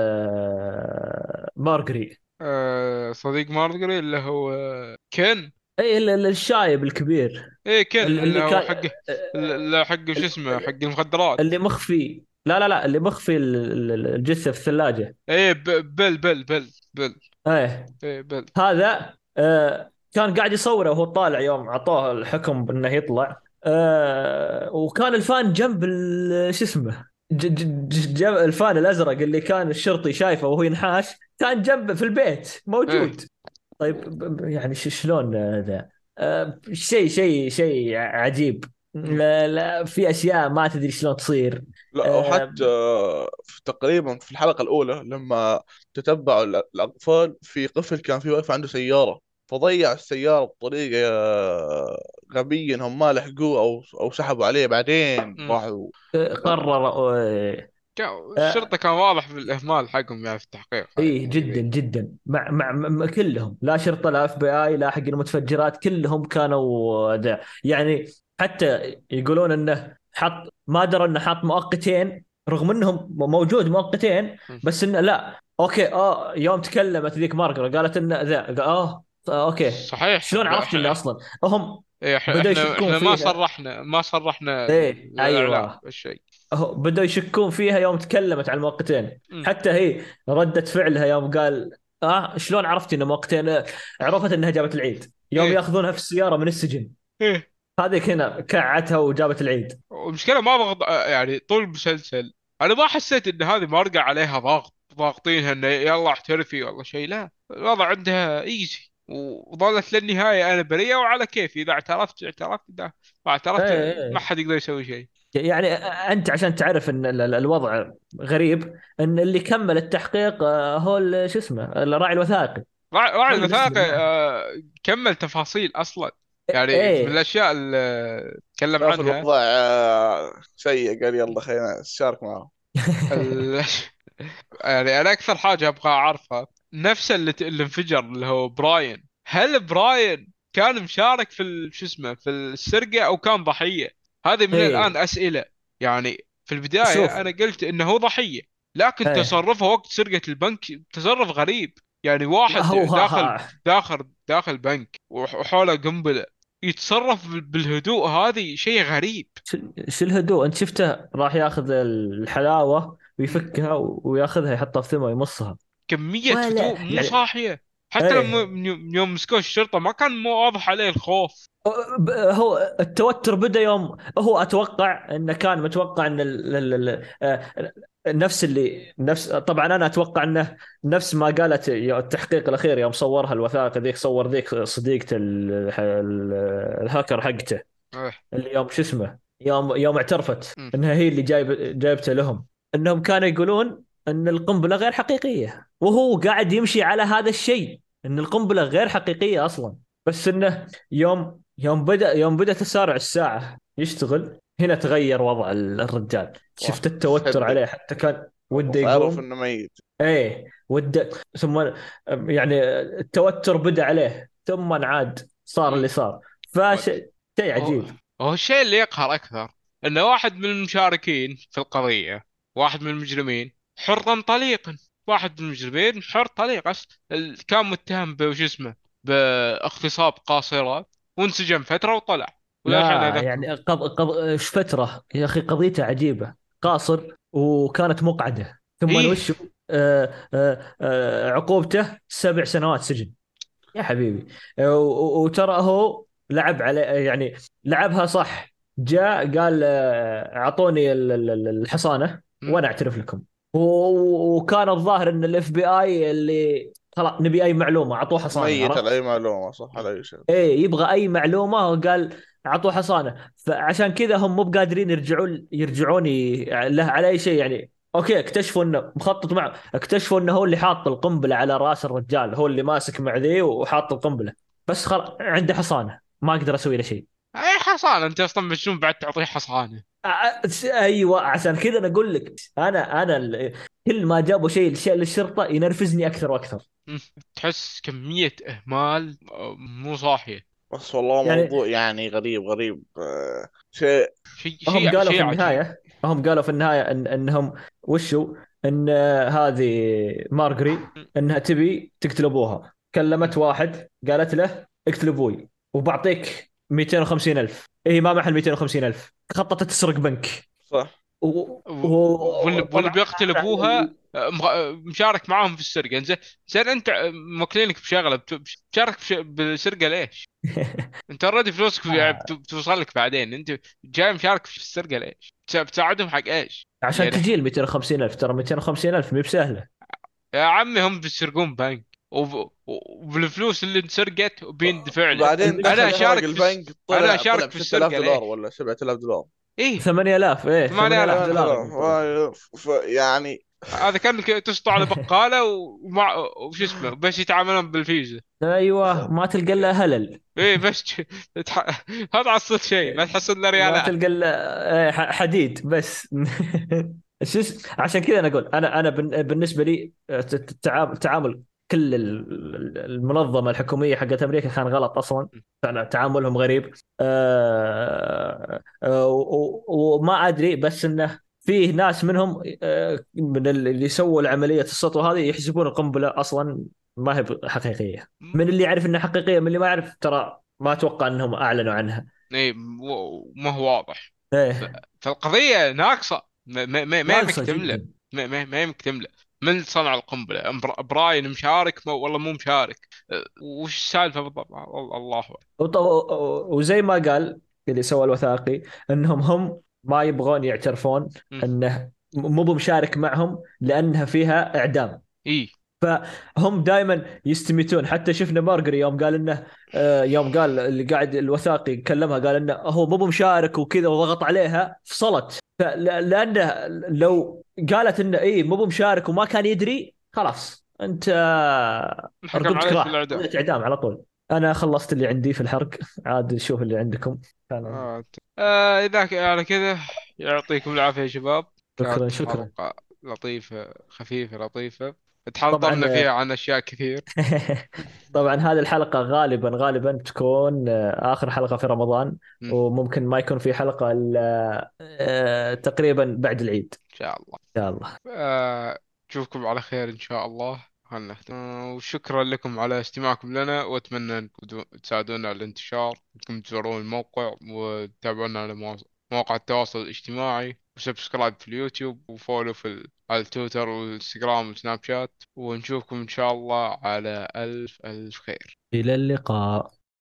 آه، مارجري. أه صديق مارجري اللي هو كين. اي ال- ال- الشايب الكبير. ايه كين ال- اللي اللي هو كان حقه، اللي حقه شو اسمه، حق المخدرات. اللي مخفي. لا لا لا اللي مخفي ال- ال- الجثة في الثلاجة. ايه ب- بل بل بل بل ايه. ايه بل. هذا آه كان قاعد يصوره وهو طالع يوم اعطوه الحكم انه يطلع. آه وكان الفان جنب ال- شو اسمه ج- ج- ج- جنب الفان الازرق اللي كان الشرطي شايفه وهو ينحاش، كان جنبه في البيت ايه. موجود. طيب ب- ب- يعني ش- شلون آه، ذا. آه شيء شيء شيء عجيب. مم. لا, لا في اشياء ما تدري شلون تصير. لا، آه وحتى في تقريبا في الحلقة الأولى لما تتبعوا الأ- الأطفال في قفل كان في واقف عنده سيارة، فضيع السيارة بطريقة غبية، إنهم ما لحقوه أو أو سحبوا عليه بعدين مم. راحوا. قرر آه كا- آه، الشرطة كان واضح في الإهمال حقهم يعني في التحقيق هاي ايه مو جدا ذي. جدا مع مع, مع كلهم، لا شرطه لا اف بي اي لا حق المتفجرات، كلهم كانوا ده يعني. حتى يقولون انه حط ما درى انه حاط مؤقتين رغم انهم موجود مؤقتين. مم. بس انه لا اوكي اه يوم تكلمت ذيك مارجري قالت انه ذا قال اه آه، اوكي. صحيح شلون ب- عرفت انه احنا اصلا هم إيه، احنا بدأوا احنا يشكون إحنا ما فيها. صرحنا ما صرحنا ايه للإعلام ايوه. بالشيء. هو بدأوا يشكون فيها يوم تكلمت عن المؤقتين. مم. حتى هي ردة فعلها يوم قال اه شلون عرفتي انه مؤقتين. آه، عرفت انها جابت العيد يوم ايه ياخذونها في السيارة من السجن. ايه. هذه هنا كعتها وجابت العيد. والمشكلة ما ضغط يعني طول المسلسل، انا ما حسيت ان هذه مارقة عليها ضغط، ضاغطينها انه يلا احترفي ولا شيء. لا، الوضع عندها ايزي، وظلت للنهاية انا بريئة وعلى كيفي. اذا اعترفت اعترفت، اذا ما اعترفت ايه ما ايه. حد يقدر يسوي شيء. يعني انت عشان تعرف ان ال- ال- الوضع غريب، ان اللي كمل التحقيق آه، هو ال- شو اسمه الراعي الوثائقي. راعي راعي هو اللي الوثائقي نزل معه. آه، كمل تفاصيل اصلا. يعني من ايه. الاشياء اللي تكلم شاف عنها الوضع آه، سيء، قال يلا خلينا نشارك معه. ال... يعني انا اكثر حاجه ابغى اعرفها، نفس اللي, ت... اللي انفجر اللي هو براين، هل براين كان مشارك في ال... شو اسمه في السرقه او كان ضحيه؟ هذه من الان ايه. اسئله. يعني في البدايه شوف. انا قلت انه هو ضحيه، لكن ايه. تصرفه وقت سرقه البنك تصرف غريب. يعني واحد هو ها داخل ها. داخل داخل بنك وح- وحوله قنبله يتصرف بال- بالهدوء، هذه شيء غريب. شو شو الهدوء؟ انت شفته راح ياخذ الحلاوه م. ويفكها وياخذها يحطها في ثمه ويمصها. كمية هدوء ولا مو يعني. صاحية. حتى لما ايه. من يوم من يوم مسكوه الشرطة ما كان مو واضح عليه الخوف. ب- هو التوتر بدا يوم هو اتوقع انه كان متوقع ان ال... ال... ال... آه، نفس اللي نفس طبعا انا اتوقع انه نفس ما قالت التحقيق الاخير يوم صورها الوثائق ذيك، صور ذيك صديقته ال... ال... الهاكر حقته ايه. اللي يوم شو اسمه يوم يوم اعترفت م. انها هي اللي جايب جايبته لهم، انهم كانوا يقولون ان القنبله غير حقيقيه، وهو قاعد يمشي على هذا الشيء ان القنبله غير حقيقيه اصلا. بس انه يوم يوم بدا يوم بدا تسارع الساعه يشتغل هنا تغير وضع الرجال، شفت صح، التوتر شدك. عليه، حتى كان وده عرف يقوم. انه ميت. ايه وده، ثم يعني التوتر بدأ عليه ثم عاد صار اللي إيه. صار. ود- فشيء شيء هو عجيب. هو الشيء اللي يقهر أكثر أن واحد من المشاركين في القضية، واحد من المجرمين حرا طليقا، واحد من المجرمين حر طليق أس... ال- كان متهم بوش اسمه باغتصاب قاصرة، وانسجن فترة وطلع، ودخل لا أذكره. يعني قض... قض... ايش فترة يا اخي، قضيته عجيبة. قاصر وكانت مقعدة، ثم إيه. وش آه آه آه عقوبته سبع سنوات سجن. يا حبيبي، آه، و- و- وترى هو لعب على يعني لعبها صح. جاء قال آه، اعطوني ال- ال- ال- الحصانة م? وانا اعترف لكم. و- وكان الظاهر ان الاف بي اي اللي خلاص نبي اي معلومة اعطوه حصانة، ميت على اي عرفت؟ معلومه، صح، على اي شيء. ايه يبغى اي معلومه وقال اعطوه حصانه، فعشان كذا هم مو بقادرين يرجعون يرجعون ي- له على اي شيء يعني. اوكي اكتشفوا انه مخطط معه، اكتشفوا انه هو اللي حاط القنبله على راس الرجال، هو اللي ماسك مع ذي وحاط القنبله، بس خلاص عنده حصانه ما اقدر اسوي له شيء. أي حصانة؟ أنت أصلا مجنون بعد تعطيه حصانة؟ أ- ايوه عشان كذا انا اقول لك، انا انا ال- كل ما جابوا شيء شيء للشرطه ينرفزني اكثر واكثر. م? تحس كمية إهمال آه، مو صاحية. بس والله يعني موضوع يعني غريب غريب، آه شيء. شيء هم شيء قالوا شيء في عجيب. النهاية هم قالوا في النهاية إن إنهم وشو إن آه، هذه مارجري م? إنها تبي تقتل أبوها، م? كلمت واحد قالت له اقتل أبوي وبعطيك مئتين وخمسين ألف. هي ما معها مئتين وخمسين ألف، خططت تسرق بنك. صح. و- واللي واللي وطبعا بيقتل ابوها آه، مغ- آه، مشارك معاهم في السرقه. زين زين انت آه، موكلينك بشغله، بت- بتشارك بش- بالسرقه ليش؟ انت اوريدي فلوسك في- بت- بتوصل لك بعدين، انت جاي مشارك في السرقه ليش؟ بتسا- بتساعدهم حق ايش عشان يعني؟ تجي ال مئتين وخمسين ألف، ترى مئتين وخمسين ألف مي بسهلة. يا عمي هم بيسرقون بنك، وب- وبالفلوس اللي انسرقت بيندفع لك. بعدين انا دخل سرق اشارك في الس... البنك، انا طلع طلع اشارك ب في 6000 السرقه دولار ليش؟ ولا سبعة آلاف دولار. ايه. ثمانية آلاف، ايه ثمانية آلاف ثمانية آلاف. دولار ثمانية آلاف. المفروض. آه، ف- يعني هذا كان تسطو على بقاله ومع وش اسمه بس يتعاملون بالفيزا. ايوه ما تلقى الا هلل. ايه بس ج- تح... هذا عصت شيء ما تحصل له ما ريالات. تلقى الا آه، ح- حديد بس. شو اس- عشان كذا انا اقول، انا انا بن- بالنسبه لي آه، ت- ت- التعامل تعامل كل ال- المنظمه الحكوميه حقت امريكا كان غلط اصلا. كان تعاملهم غريب. آه، آه، و- و- وما ادري، بس انه فيه ناس منهم آه، من اللي سووا العمليه السطو هذه يحسبون القنبله اصلا ما هي حقيقيه. من اللي يعرف انها حقيقيه، من اللي ما يعرف ترى ما اتوقع انهم اعلنوا عنها. ايه مو- ما هو واضح. ف... ايه فالقضية ناقصة، ما ما ما ما هي ناقصه مكتملة. جدا. ما ما ما هي مكتملة. من صنع القنبلة؟ أمبر- براين مشارك مو- والله مو مشارك؟ أه، وش السالفة بالضبط؟ الله الله أعلم. وط- وزي ما قال اللي سوى الوثائقي انهم هم ما يبغون يعترفون م. انه مو بمشارك معهم لانها فيها اعدام. ايه. فهم دائما يستميتون. حتى شفنا مارجري يوم قال انه آه، يوم قال اللي قاعد الوثائقي كلمها قال انه هو مو بمشارك وكذا وضغط عليها فصلت. فل- لانه لو قالت انه اي مو بمشارك وما كان يدري خلاص انت آه، انحكم رقبتك عليه راح بالإعدام. اعدام على طول. انا خلصت اللي عندي في الحرق، عاد نشوف اللي عندكم. كان آه. آه إذا ك- على كذا يعطيكم العافية يا شباب. شكرا كانت شكرا. حلقة لطيفة خفيفة لطيفة، طبعا تحلطمنا فيها عن أشياء كثير. طبعا هذه الحلقة غالبا غالبا تكون آه، آخر حلقة في رمضان، م. وممكن ما يكون في حلقة إلا آه، تقريبا بعد العيد إن شاء الله. إن شاء الله. آه، نشوفكم على خير إن شاء الله. خلنا نختم. آه، وشكرا لكم على استماعكم لنا، وأتمنى أنكم دو- تساعدونا على الانتشار، أنكم تزورون الموقع وتتابعونا على مواقع مواقع التواصل الاجتماعي، وسبسكرايب في اليوتيوب، وفولو في ال... على التويتر والانستغرام والسناب شات. ونشوفكم إن شاء الله على ألف ألف خير. إلى اللقاء.